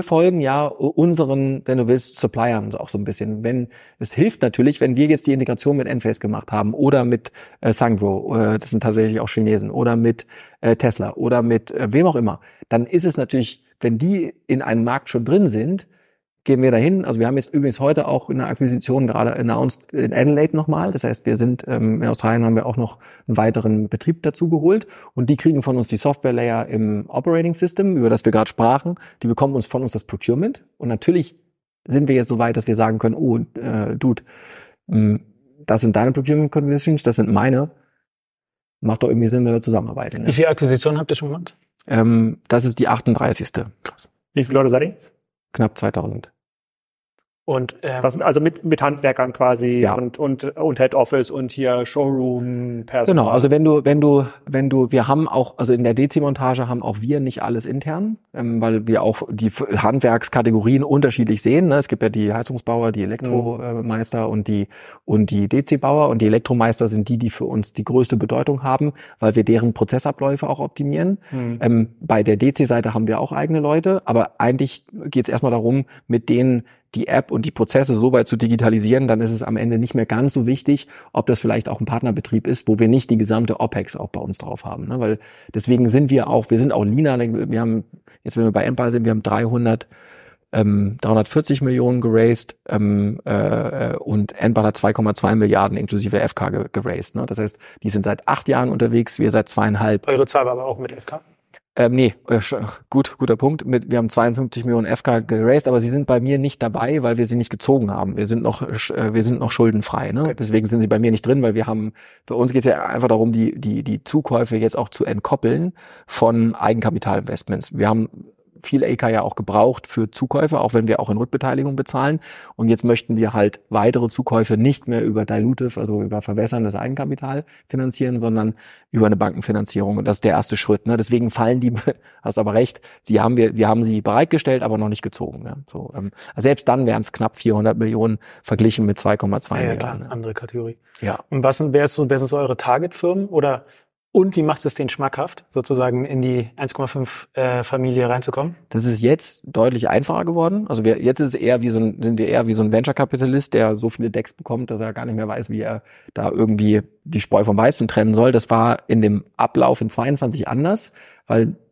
unseren, wenn du willst, Suppliern auch so ein bisschen. Es hilft natürlich, wenn wir jetzt die Integration mit Enphase gemacht haben oder mit Sungrow, das sind tatsächlich auch Chinesen, oder mit Tesla oder mit wem auch immer, dann ist es natürlich, wenn die in einem Markt schon drin sind, gehen wir dahin. Also wir haben jetzt übrigens heute auch eine Akquisition gerade announced in Adelaide nochmal. Das heißt, wir sind in Australien haben wir auch noch einen weiteren Betrieb dazu geholt und die kriegen von uns die Software Layer im Operating System, über das wir gerade sprachen. Die bekommen von uns das Procurement und natürlich sind wir jetzt so weit, dass wir sagen können, Dude, das sind deine Procurement Conditions, das sind meine. Macht doch irgendwie Sinn, wenn wir zusammenarbeiten. Wie viele Akquisitionen habt ihr schon gemacht? Das ist die 38. Krass. Wie viele Leute seid ihr jetzt? Knapp 2000. Und das sind also mit Handwerkern quasi, ja. und Head Office und hier Showroom Personal. Genau, also wenn du, wir haben auch, also in der DC-Montage haben auch wir nicht alles intern, weil wir auch die Handwerkskategorien unterschiedlich sehen. Ne? Es gibt ja die Heizungsbauer, die Elektromeister und die DC-Bauer, und die Elektromeister sind die für uns die größte Bedeutung haben, weil wir deren Prozessabläufe auch optimieren. Bei der DC-Seite haben wir auch eigene Leute, aber eigentlich geht es erstmal darum, mit denen die App und die Prozesse so weit zu digitalisieren, dann ist es am Ende nicht mehr ganz so wichtig, ob das vielleicht auch ein Partnerbetrieb ist, wo wir nicht die gesamte OPEX auch bei uns drauf haben. Ne? Weil deswegen sind wir auch leaner. Wir haben, jetzt wenn wir bei Empire sind, wir haben 340 Millionen geraced und Empire hat 2,2 Milliarden inklusive FK geraced. Ne? Das heißt, die sind seit 8 Jahren unterwegs, wir seit 2,5. Eure Zahl war aber auch mit FK? Nee, guter Punkt. Wir haben 52 Millionen FK geraced, aber sie sind bei mir nicht dabei, weil wir sie nicht gezogen haben. Wir sind noch schuldenfrei. Ne? Okay. Deswegen sind sie bei mir nicht drin, weil bei uns geht es ja einfach darum, die Zukäufe jetzt auch zu entkoppeln von Eigenkapitalinvestments. Wir haben viel AK ja auch gebraucht für Zukäufe, auch wenn wir auch in Rückbeteiligung bezahlen. Und jetzt möchten wir halt weitere Zukäufe nicht mehr über Dilutive, also über verwässerndes Eigenkapital finanzieren, sondern über eine Bankenfinanzierung. Und das ist der erste Schritt. Ne? Deswegen fallen die, hast aber recht, wir haben sie bereitgestellt, aber noch nicht gezogen. Ne? So, selbst dann wären es knapp 400 Millionen verglichen mit 2,2 Milliarden. Klar, andere Kategorie. Ja. Und wer sind so eure Targetfirmen oder und wie macht es den schmackhaft, sozusagen in die 1,5 Familie reinzukommen? Das ist jetzt deutlich einfacher geworden. Also jetzt ist es sind wir eher wie so ein Venture-Kapitalist, der so viele Decks bekommt, dass er gar nicht mehr weiß, wie er da irgendwie die Spreu vom Weizen trennen soll. Das war in dem Ablauf in 22 anders, weil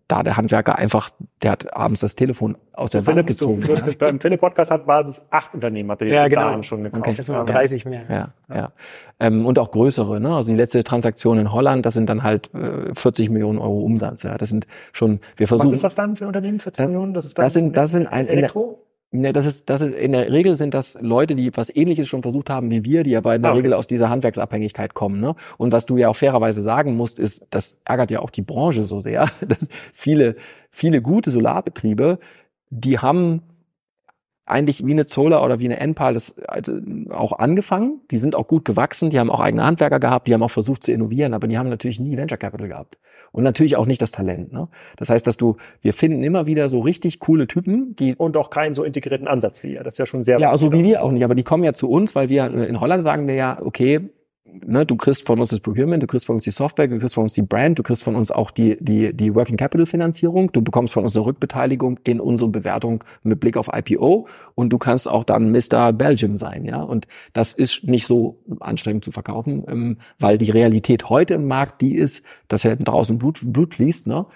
da der Handwerker einfach, der hat abends das Telefon aus der Wand gezogen. Beim Philipp-Podcast waren es 8 Unternehmen, hatte ja, bis genau. dahin schon gekauft. Okay, jetzt sind wir 30 mehr. Ja. Und auch größere, ne? Also die letzte Transaktion in Holland, das sind dann halt 40 Millionen Euro Umsatz. Ja, das sind schon, wir versuchen. Was ist das dann für ein Unternehmen? 40 Millionen? Das ist dann das sind ein Elektro? Ne, in der Regel sind das Leute, die was Ähnliches schon versucht haben wie wir, die aber in der Regel aus dieser Handwerksabhängigkeit kommen, ne? Und was du ja auch fairerweise sagen musst, ist, das ärgert ja auch die Branche so sehr, dass viele gute Solarbetriebe, die haben eigentlich wie eine Zola oder wie eine Enpal das auch angefangen. Die sind auch gut gewachsen, die haben auch eigene Handwerker gehabt, die haben auch versucht zu innovieren, aber die haben natürlich nie Venture Capital gehabt. Und natürlich auch nicht das Talent, ne? Das heißt, wir finden immer wieder so richtig coole Typen, die. Und auch keinen so integrierten Ansatz wie ihr. Das ist ja schon sehr. Ja, also wie wir auch nicht, aber die kommen ja zu uns, weil wir in Holland sagen wir ja, okay, ne, du kriegst von uns das Procurement, du kriegst von uns die Software, du kriegst von uns die Brand, du kriegst von uns auch die Working Capital Finanzierung, du bekommst von uns eine Rückbeteiligung in unsere Bewertung mit Blick auf IPO und du kannst auch dann Mr. Belgium sein, ja. Und das ist nicht so anstrengend zu verkaufen, weil die Realität heute im Markt die ist, dass ja draußen Blut fließt, ne?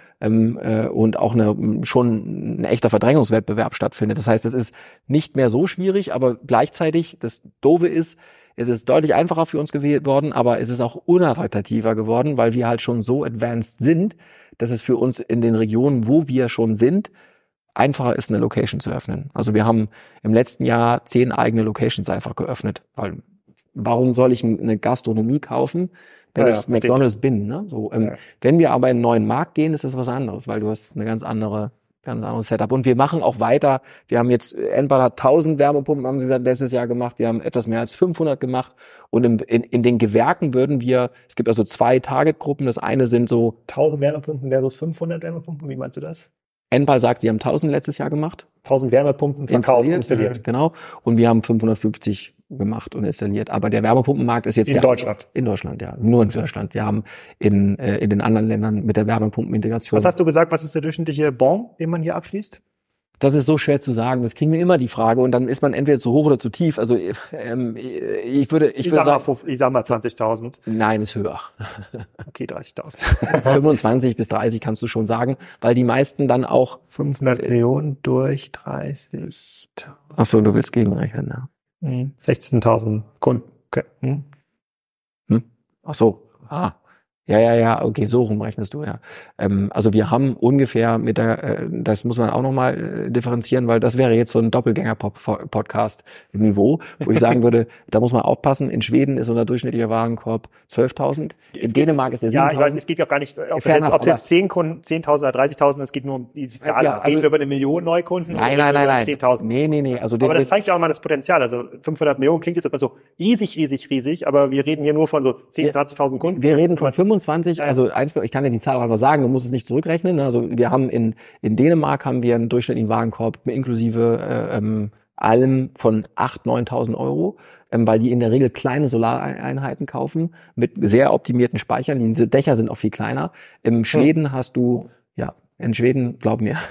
Und auch schon ein echter Verdrängungswettbewerb stattfindet. Das heißt, es ist nicht mehr so schwierig, aber gleichzeitig das Doofe ist, es ist deutlich einfacher für uns geworden, aber es ist auch unattraktiver geworden, weil wir halt schon so advanced sind, dass es für uns in den Regionen, wo wir schon sind, einfacher ist, eine Location zu öffnen. Also wir haben im letzten Jahr 10 eigene Locations einfach geöffnet. Weil warum soll ich eine Gastronomie kaufen, wenn ich McDonald's bin? Ne? So, wenn wir aber in einen neuen Markt gehen, ist das was anderes, weil du hast eine ganz anderes Setup. Und wir machen auch weiter. Wir haben jetzt, Enpal hat 1000 Wärmepumpen, haben sie gesagt, letztes Jahr gemacht. Wir haben etwas mehr als 500 gemacht. Und in den Gewerken es gibt also 2 Targetgruppen. Das eine sind so 1000 Wärmepumpen versus 500 Wärmepumpen. Wie meinst du das? Enpal sagt, sie haben 1000 letztes Jahr gemacht. 1000 Wärmepumpen verkauft, installiert. Genau. Und wir haben 550 gemacht und installiert. Aber der Wärmepumpenmarkt ist jetzt in Deutschland. In Deutschland, ja. Nur in Deutschland. Wir haben in den anderen Ländern mit der Wärmepumpenintegration. Was hast du gesagt? Was ist der durchschnittliche Bon, den man hier abschließt? Das ist so schwer zu sagen. Das kriegen wir immer die Frage und dann ist man entweder zu hoch oder zu tief. Also ich sag mal 20.000. Nein, ist höher. Okay, 30.000. 25 bis 30 kannst du schon sagen, weil die meisten dann auch 500 Millionen durch 30.000. Ach so, du willst gegenrechnen, ja. 16.000 Kunden. Okay. Ach so. Ja, okay, so rumrechnest du, ja. Also wir haben ungefähr das muss man auch nochmal differenzieren, weil das wäre jetzt so ein Doppelgänger-Podcast im Niveau, wo ich sagen würde, da muss man aufpassen, in Schweden ist unser durchschnittlicher Warenkorb 12.000, in Dänemark ist der 7.000. Ja, ich weiß, es geht ja auch gar nicht, ob es jetzt 10 Kunden, 10.000 oder 30.000, es geht nur um die Skala. Ja, also, reden wir über 1 Million Neukunden? Nein. 10.000? Nee. Also aber das zeigt ja auch mal das Potenzial. Also 500 Millionen klingt jetzt immer so riesig, aber wir reden hier nur von so 10.000, 20.000 Kunden. Wir reden von 25, also ich kann dir die Zahl auch einfach sagen, du musst es nicht zurückrechnen. Also wir haben in Dänemark haben wir einen durchschnittlichen Warenkorb inklusive allem von 8.000, 9.000 Euro, weil die in der Regel kleine Solareinheiten kaufen mit sehr optimierten Speichern. Diese Dächer sind auch viel kleiner. Im Schweden hast du, in Schweden, glaub mir,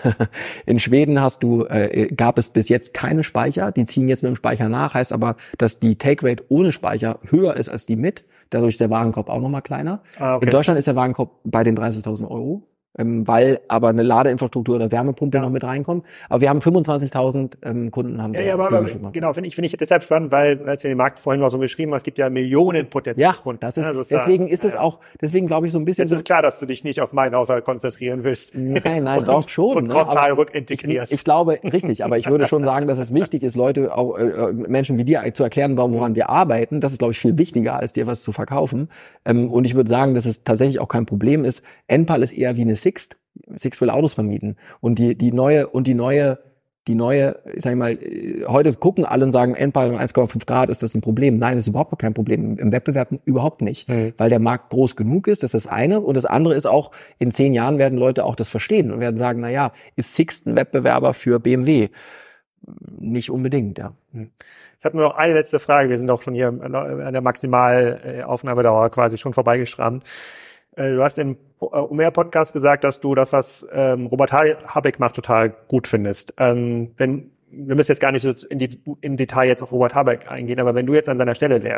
gab es bis jetzt keine Speicher. Die ziehen jetzt mit dem Speicher nach, heißt aber, dass die Take-Rate ohne Speicher höher ist als die mit. Dadurch ist der Warenkorb auch nochmal kleiner. Okay. In Deutschland ist der Warenkorb bei den 30.000 Euro. Weil aber eine Ladeinfrastruktur oder Wärmepumpe noch mit reinkommt. Aber wir haben 25.000 Kunden. Aber genau, finde ich deshalb spannend, weil als wir den Markt vorhin mal so beschrieben haben, es gibt ja Millionen potenzielle Kunden. Das ist, deswegen glaube ich so ein bisschen. Es ist klar, dass du dich nicht auf meinen Haushalt konzentrieren willst. Nein, doch schon. Und Kostal rückintegrierst. Ich glaube, richtig, aber ich würde schon sagen, dass es wichtig ist, Leute, auch Menschen wie dir zu erklären, woran wir arbeiten. Das ist, glaube ich, viel wichtiger, als dir was zu verkaufen. Und ich würde sagen, dass es tatsächlich auch kein Problem ist. Enpal ist eher wie eine Sixt. Sixt will Autos vermieten. Und die neue, ich sag mal, heute gucken alle und sagen, Enpal 1,5 Grad, ist das ein Problem? Nein, das ist überhaupt kein Problem. Im Wettbewerb überhaupt nicht. Weil der Markt groß genug ist, das ist das eine. Und das andere ist auch, in 10 Jahren werden Leute auch das verstehen und werden sagen, ist Sixt ein Wettbewerber für BMW? Nicht unbedingt, ja. Ich habe nur noch eine letzte Frage. Wir sind auch schon hier an der Maximalaufnahmedauer quasi schon vorbeigeschrammt. Du hast im OMR-Podcast gesagt, dass du das, was Robert Habeck macht, total gut findest. Wir müssen jetzt gar nicht so im Detail jetzt auf Robert Habeck eingehen, aber wenn du jetzt an seiner Stelle wärst,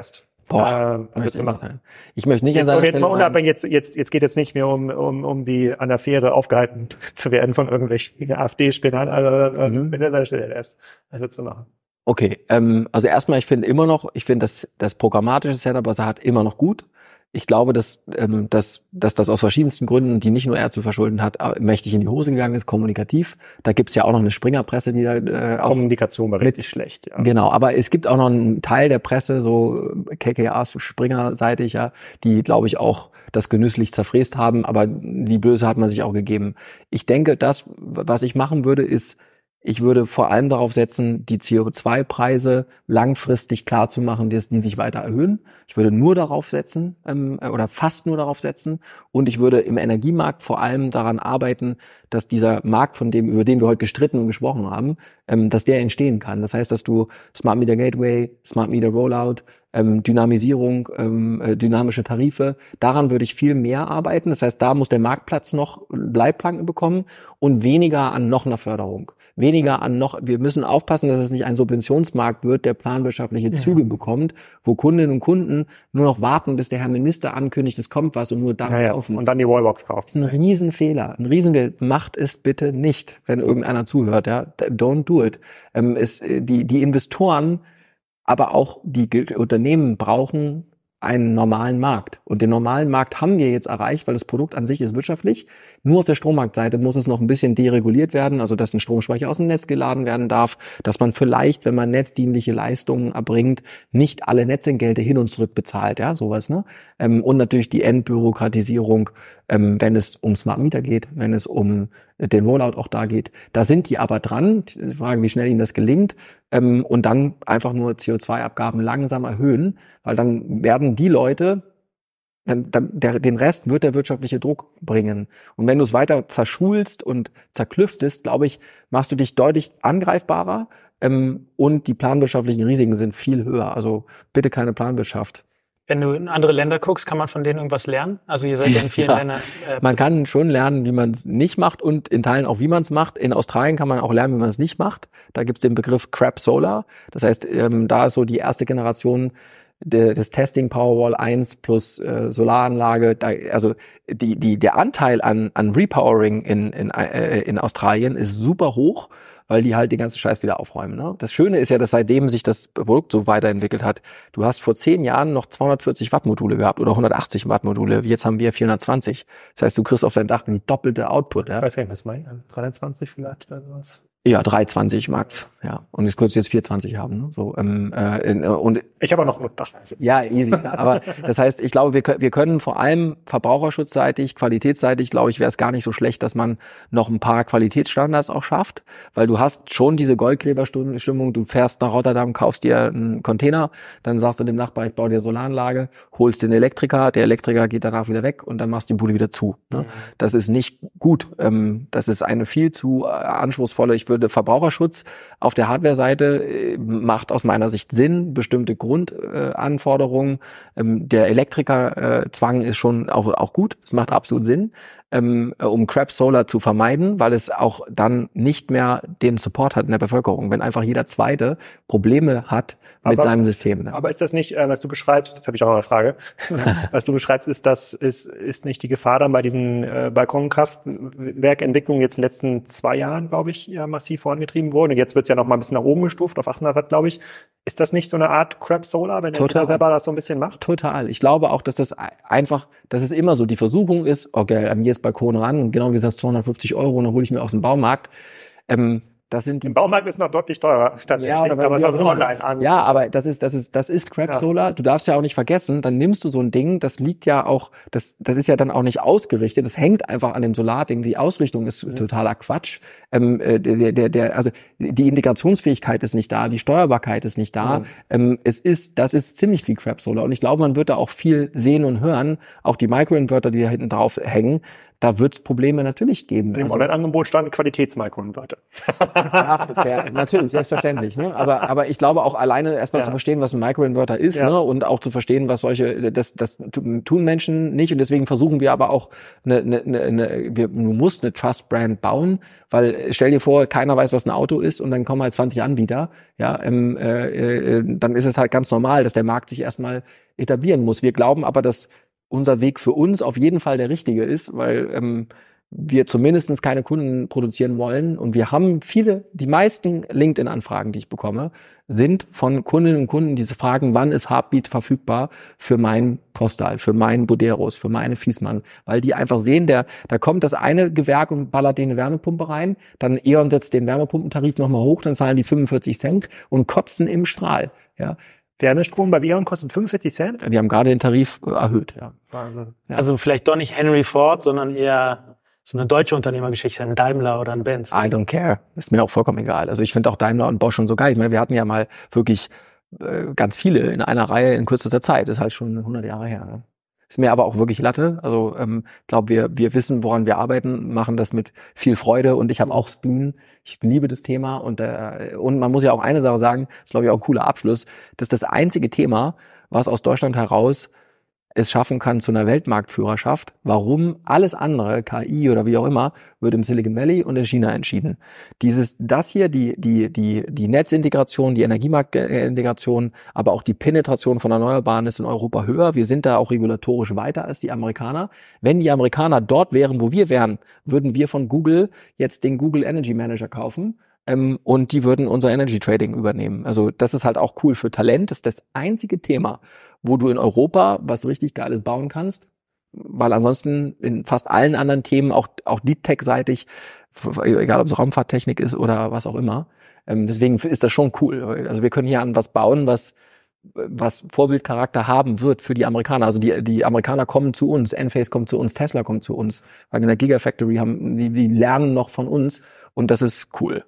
Boah, was würdest du machen? Ich möchte nicht Jetzt, an seiner und jetzt Stelle mal unabhängig, jetzt geht jetzt nicht mehr um die an der Fähre aufgehalten zu werden von irgendwelchen AfD-Spinnern, wenn er an der Stelle ist. Was würdest du machen? Okay, also erstmal, ich finde das programmatische Setup, was er hat, immer noch gut. Ich glaube, dass das aus verschiedensten Gründen, die nicht nur er zu verschulden hat, mächtig in die Hose gegangen ist, kommunikativ. Da gibt's ja auch noch eine Springerpresse, die da auch Kommunikation war richtig schlecht. Ja. Genau, aber es gibt auch noch einen Teil der Presse, so KKAs, Springer-seitig, ja, die, glaube ich, auch das genüsslich zerfräst haben, aber die Blöße hat man sich auch gegeben. Ich denke, was ich machen würde, ist, ich würde vor allem darauf setzen, die CO2-Preise langfristig klar zu machen, dass die sich weiter erhöhen. Ich würde nur darauf setzen, oder fast nur darauf setzen. Und ich würde im Energiemarkt vor allem daran arbeiten, dass dieser Markt, über den wir heute gestritten und gesprochen haben, dass der entstehen kann. Das heißt, dass du Smart Meter Gateway, Smart Meter Rollout, Dynamisierung, dynamische Tarife, daran würde ich viel mehr arbeiten. Das heißt, da muss der Marktplatz noch Leitplanken bekommen und weniger an noch einer Förderung. Wir müssen aufpassen, dass es nicht ein Subventionsmarkt wird, der planwirtschaftliche Züge bekommt, wo Kundinnen und Kunden nur noch warten, bis der Herr Minister ankündigt, es kommt was und nur dann kaufen. Und dann die Wallbox kaufen. Das ist ein Riesenfehler. Macht es bitte nicht, wenn irgendeiner zuhört. Ja, don't do it. Die Investoren, aber auch die Unternehmen brauchen einen normalen Markt. Und den normalen Markt haben wir jetzt erreicht, weil das Produkt an sich ist wirtschaftlich. Nur auf der Strommarktseite muss es noch ein bisschen dereguliert werden, also dass ein Stromspeicher aus dem Netz geladen werden darf, dass man vielleicht, wenn man netzdienliche Leistungen erbringt, nicht alle Netzentgelte hin und zurück bezahlt, ja, sowas, ne? Und natürlich die Entbürokratisierung, wenn es um Smart Meter geht, wenn es um den Rollout auch da geht. Da sind die aber dran. Ich frage, wie schnell ihnen das gelingt. Und dann einfach nur CO2-Abgaben langsam erhöhen, weil dann werden die Leute, den Rest wird der wirtschaftliche Druck bringen. Und wenn du es weiter zerschulst und zerklüftest, glaube ich, machst du dich deutlich angreifbarer, und die planwirtschaftlichen Risiken sind viel höher. Also bitte keine Planwirtschaft. Wenn du in andere Länder guckst, kann man von denen irgendwas lernen? Also ihr seid ja in vielen Ländern. Man kann schon lernen, wie man es nicht macht und in Teilen auch, wie man es macht. In Australien kann man auch lernen, wie man es nicht macht. Da gibt es den Begriff Crap Solar. Das heißt, da ist so die erste Generation des Testing Powerwall 1 plus Solaranlage. Der Anteil an Repowering in Australien ist super hoch, weil die halt den ganzen Scheiß wieder aufräumen. Ne? Das Schöne ist ja, dass seitdem sich das Produkt so weiterentwickelt hat, du hast vor 10 Jahren noch 240 Watt Module gehabt oder 180 Watt Module. Jetzt haben wir 420. Das heißt, du kriegst auf dein Dach die doppelte Output. Ja? Ich weiß gar nicht, was meine 320 vielleicht oder sowas. Ja, 320 Max, ja. Und jetzt kurz 420 haben, ne? So, und ich habe auch noch ein Dach. Ja, easy. Aber das heißt, ich glaube, wir können vor allem verbraucherschutzseitig, qualitätsseitig, glaube ich, wäre es gar nicht so schlecht, dass man noch ein paar Qualitätsstandards auch schafft, weil du hast schon diese Goldgräberstimmung, du fährst nach Rotterdam, kaufst dir einen Container, dann sagst du dem Nachbar, ich baue dir Solaranlage, holst den Elektriker, der Elektriker geht danach wieder weg und dann machst du die Bude wieder zu. Ne? Das ist nicht gut. Das ist eine viel zu anspruchsvolle, Verbraucherschutz auf der Hardware-Seite macht aus meiner Sicht Sinn, bestimmte Grundanforderungen. Der Elektrikerzwang ist schon auch gut, es macht absolut Sinn, um Crap Solar zu vermeiden, weil es auch dann nicht mehr den Support hat in der Bevölkerung, wenn einfach jeder Zweite Probleme hat mit seinem System. Ne? Aber ist das nicht, was du beschreibst, das habe ich auch noch eine Frage, was du beschreibst, ist nicht die Gefahr dann bei diesen Balkonkraftwerkentwicklungen jetzt in den letzten 2 Jahren, glaube ich, ja massiv vorangetrieben worden. Und jetzt wird es ja noch mal ein bisschen nach oben gestuft, auf 800 Watt, glaube ich. Ist das nicht so eine Art Crap Solar, wenn der selber das so ein bisschen macht? Total. Ich glaube auch, dass das einfach, dass es immer so die Versuchung ist, okay, hier ist Balkon ran und genau wie gesagt 250 €, und dann hole ich mir aus dem Baumarkt. Das sind die. Im Baumarkt ist noch deutlich teurer, tatsächlich. Ja, aber es ist online an. Ja, aber das ist Crap Solar. Du darfst ja auch nicht vergessen, dann nimmst du so ein Ding, das liegt ja auch, das ist ja dann auch nicht ausgerichtet, das hängt einfach an dem Solarding. Die Ausrichtung ist totaler Quatsch. Also die Integrationsfähigkeit ist nicht da, die Steuerbarkeit ist nicht da. Das ist ziemlich viel Crap Solar. Und ich glaube, man wird da auch viel sehen und hören. Auch die Microinverter, die da hinten drauf hängen. da wird es Probleme natürlich geben. Im Online-Angebot stand Qualitätsmikroinverter. Ja, natürlich, selbstverständlich. Ne? Aber ich glaube auch alleine erstmal zu verstehen, was ein Microinverter ist, ne? Und auch zu verstehen, was das tun Menschen nicht. Und deswegen versuchen wir aber auch du musst eine Trust-Brand bauen, weil stell dir vor, keiner weiß, was ein Auto ist und dann kommen halt 20 Anbieter. Ja, dann ist es halt ganz normal, dass der Markt sich erstmal etablieren muss. Wir glauben aber, dass unser Weg für uns auf jeden Fall der richtige ist, weil wir zumindest keine Kunden produzieren wollen. Und wir haben die meisten LinkedIn-Anfragen, die ich bekomme, sind von Kundinnen und Kunden, die fragen, wann ist Heartbeat verfügbar für meinen Postal, für meinen Boderos, für meine Fiesmann. Weil die einfach sehen, da kommt das eine Gewerk und ballert denen eine Wärmepumpe rein, dann E.ON setzt den Wärmepumpentarif nochmal hoch, dann zahlen die 45 Cent und kotzen im Strahl. Ja. Wärmestrom bei E.ON kostet 45 Cent? Die haben gerade den Tarif erhöht. Ja. Also vielleicht doch nicht Henry Ford, sondern eher so eine deutsche Unternehmergeschichte, ein Daimler oder ein Benz. I don't care. Ist mir auch vollkommen egal. Also ich finde auch Daimler und Bosch schon so geil. Ich meine, wir hatten ja mal wirklich ganz viele in einer Reihe in kürzester Zeit. Ist halt schon 100 Jahre her. Ne? Ist mir aber auch wirklich Latte. Also ich glaube, wir wissen, woran wir arbeiten, machen das mit viel Freude und ich habe auch Spleen. Ich liebe das Thema und man muss ja auch eine Sache sagen, das ist glaube ich auch ein cooler Abschluss, das ist das einzige Thema, was aus Deutschland heraus es schaffen kann zu einer Weltmarktführerschaft. Warum? Alles andere, KI oder wie auch immer, wird im Silicon Valley und in China entschieden. Das hier, die Netzintegration, die Energiemarktintegration, aber auch die Penetration von Erneuerbaren ist in Europa höher. Wir sind da auch regulatorisch weiter als die Amerikaner. Wenn die Amerikaner dort wären, wo wir wären, würden wir von Google jetzt den Google Energy Manager kaufen. Und die würden unser Energy Trading übernehmen. Also das ist halt auch cool für Talent. Das ist das einzige Thema, wo du in Europa was richtig Geiles bauen kannst, weil ansonsten in fast allen anderen Themen, auch Deep Tech-seitig, egal ob es Raumfahrttechnik ist oder was auch immer, deswegen ist das schon cool. Also wir können hier an was bauen, was Vorbildcharakter haben wird für die Amerikaner. Also die Amerikaner kommen zu uns, Enphase kommt zu uns, Tesla kommt zu uns, weil in der Gigafactory die lernen noch von uns und das ist cool.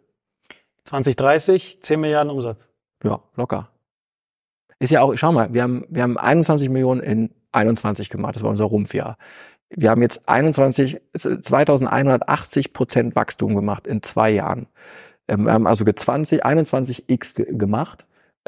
2030, 10 Milliarden Umsatz. Ja, locker. Ist ja auch, schau mal, wir haben 21 Millionen in 21 gemacht, das war unser Rumpfjahr. Wir haben jetzt 2180% Wachstum gemacht in 2 Jahren. Wir haben also 21x gemacht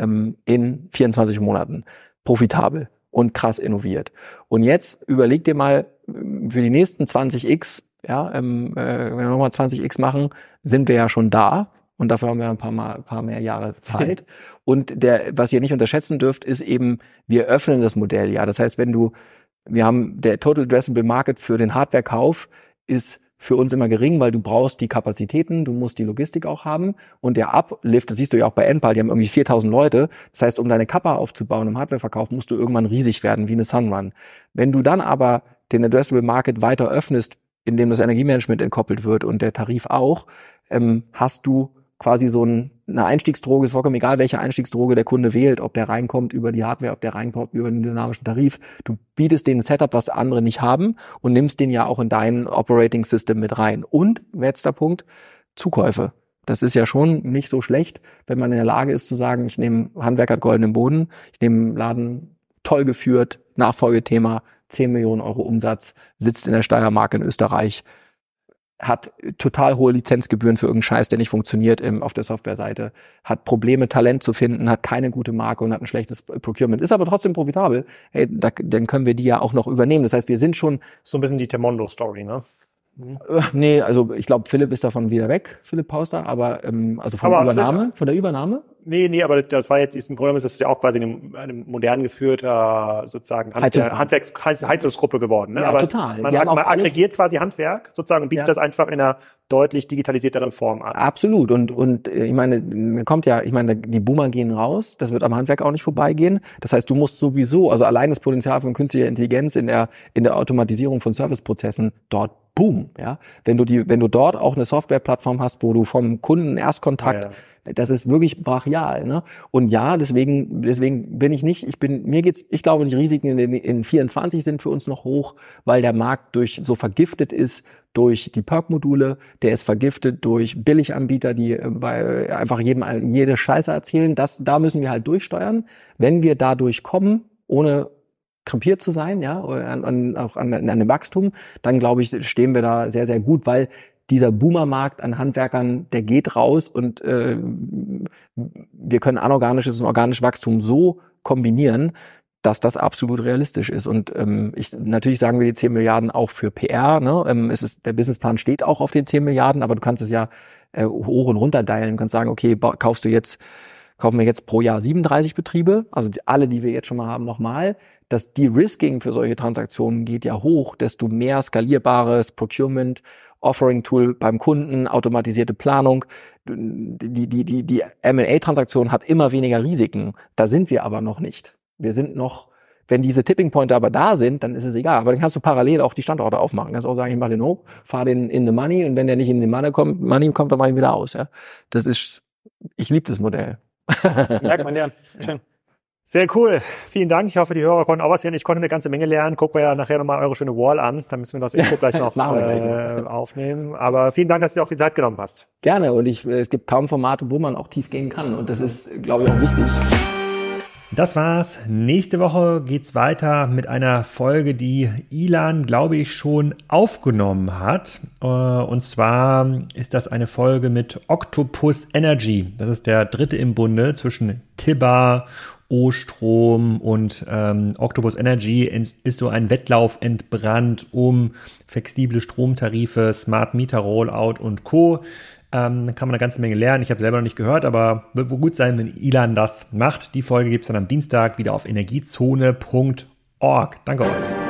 in 24 Monaten. Profitabel und krass innoviert. Und jetzt überleg dir mal, für die nächsten 20x, wenn wir nochmal 20x machen, sind wir ja schon da. Und dafür haben wir ein paar mehr Jahre Zeit. Und was ihr nicht unterschätzen dürft, ist eben, wir öffnen das Modell ja. Das heißt, wir haben der Total Addressable Market für den Hardware-Kauf ist für uns immer gering, weil du brauchst die Kapazitäten, du musst die Logistik auch haben. Und der Uplift, das siehst du ja auch bei Enpal, die haben irgendwie 4000 Leute. Das heißt, um deine Kappa aufzubauen im Hardwareverkauf, musst du irgendwann riesig werden, wie eine Sunrun. Wenn du dann aber den Addressable Market weiter öffnest, indem das Energiemanagement entkoppelt wird und der Tarif auch, hast du quasi so eine Einstiegsdroge, ist vollkommen egal, welche Einstiegsdroge der Kunde wählt, ob der reinkommt über die Hardware, ob der reinkommt über den dynamischen Tarif. Du bietest denen ein Setup, was andere nicht haben und nimmst den ja auch in dein Operating System mit rein. Und, letzter Punkt, Zukäufe. Das ist ja schon nicht so schlecht, wenn man in der Lage ist zu sagen, ich nehme Handwerker goldenen Boden, ich nehme einen Laden toll geführt, Nachfolgethema, 10 Millionen Euro Umsatz, sitzt in der Steiermark in Österreich, hat total hohe Lizenzgebühren für irgendeinen Scheiß, der nicht funktioniert auf der Softwareseite, hat Probleme, Talent zu finden, hat keine gute Marke und hat ein schlechtes Procurement, ist aber trotzdem profitabel. Hey, dann können wir die ja auch noch übernehmen. Das heißt, wir sind schon so ein bisschen die Termondo-Story, ne? Nee, also ich glaube, Philipp ist davon wieder weg, Philipp Pauster, aber also von der Übernahme? Nee, aber das war jetzt im Grunde ist das ja auch quasi eine modern geführter sozusagen Heizungsgruppe geworden. Ne? Ja, aber total. Man aggregiert quasi Handwerk sozusagen und bietet das einfach in einer deutlich digitalisierteren Form an. Absolut. Und ich meine, die Boomer gehen raus, das wird am Handwerk auch nicht vorbeigehen. Das heißt, du musst sowieso, also allein das Potenzial von künstlicher Intelligenz in der Automatisierung von Serviceprozessen dort boom, ja. Wenn du dort auch eine Softwareplattform hast, wo du vom Kunden Erstkontakt, das ist wirklich brachial, ne? Und ja, deswegen bin ich nicht, ich glaube, die Risiken in 24 sind für uns noch hoch, weil der Markt so vergiftet ist durch die Perk-Module, der ist vergiftet durch Billiganbieter, die einfach jede Scheiße erzählen. Da müssen wir halt durchsteuern. Wenn wir da durchkommen, ohne krepiert zu sein, ja, auch an dem Wachstum, dann glaube ich, stehen wir da sehr, sehr gut, weil dieser Boomermarkt an Handwerkern, der geht raus und wir können anorganisches und organisches Wachstum so kombinieren, dass das absolut realistisch ist. Und natürlich sagen wir die 10 Milliarden auch für PR. Ne? Der Businessplan steht auch auf den 10 Milliarden, aber du kannst es ja hoch und runter dialen. Du kannst sagen, okay, kaufen wir jetzt pro Jahr 37 Betriebe, also alle, die wir jetzt schon mal haben, nochmal. Das De-Risking für solche Transaktionen geht ja hoch, desto mehr skalierbares Procurement, Offering-Tool beim Kunden, automatisierte Planung. Die M&A-Transaktion hat immer weniger Risiken. Da sind wir aber noch nicht. Wir sind noch, wenn diese Tipping-Pointe aber da sind, dann ist es egal. Aber dann kannst du parallel auch die Standorte aufmachen. Kannst auch sagen, ich mache den hoch, fahre den in the money und wenn der nicht in the money kommt, dann mache ich ihn wieder aus. Ja, ich liebe das Modell. Merkt man ja. Schön. Sehr cool. Vielen Dank. Ich hoffe, die Hörer konnten auch was sehen. Ich konnte eine ganze Menge lernen. Gucken wir ja nachher nochmal eure schöne Wall an. Dann müssen wir das Intro gleich noch aufnehmen. Aber vielen Dank, dass du dir auch die Zeit genommen hast. Gerne. Und es gibt kaum Formate, wo man auch tief gehen kann. Und das ist, glaube ich, auch wichtig. Das war's. Nächste Woche geht's weiter mit einer Folge, die Ilan, glaube ich, schon aufgenommen hat. Und zwar ist das eine Folge mit Octopus Energy. Das ist der dritte im Bunde zwischen Tibber, O-Strom und Octopus Energy ist so ein Wettlauf entbrannt um flexible Stromtarife, Smart Meter Rollout und Co. Dann kann man eine ganze Menge lernen. Ich habe selber noch nicht gehört, aber wird wohl gut sein, wenn Ilan das macht. Die Folge gibt es dann am Dienstag wieder auf energiezone.org. Danke euch.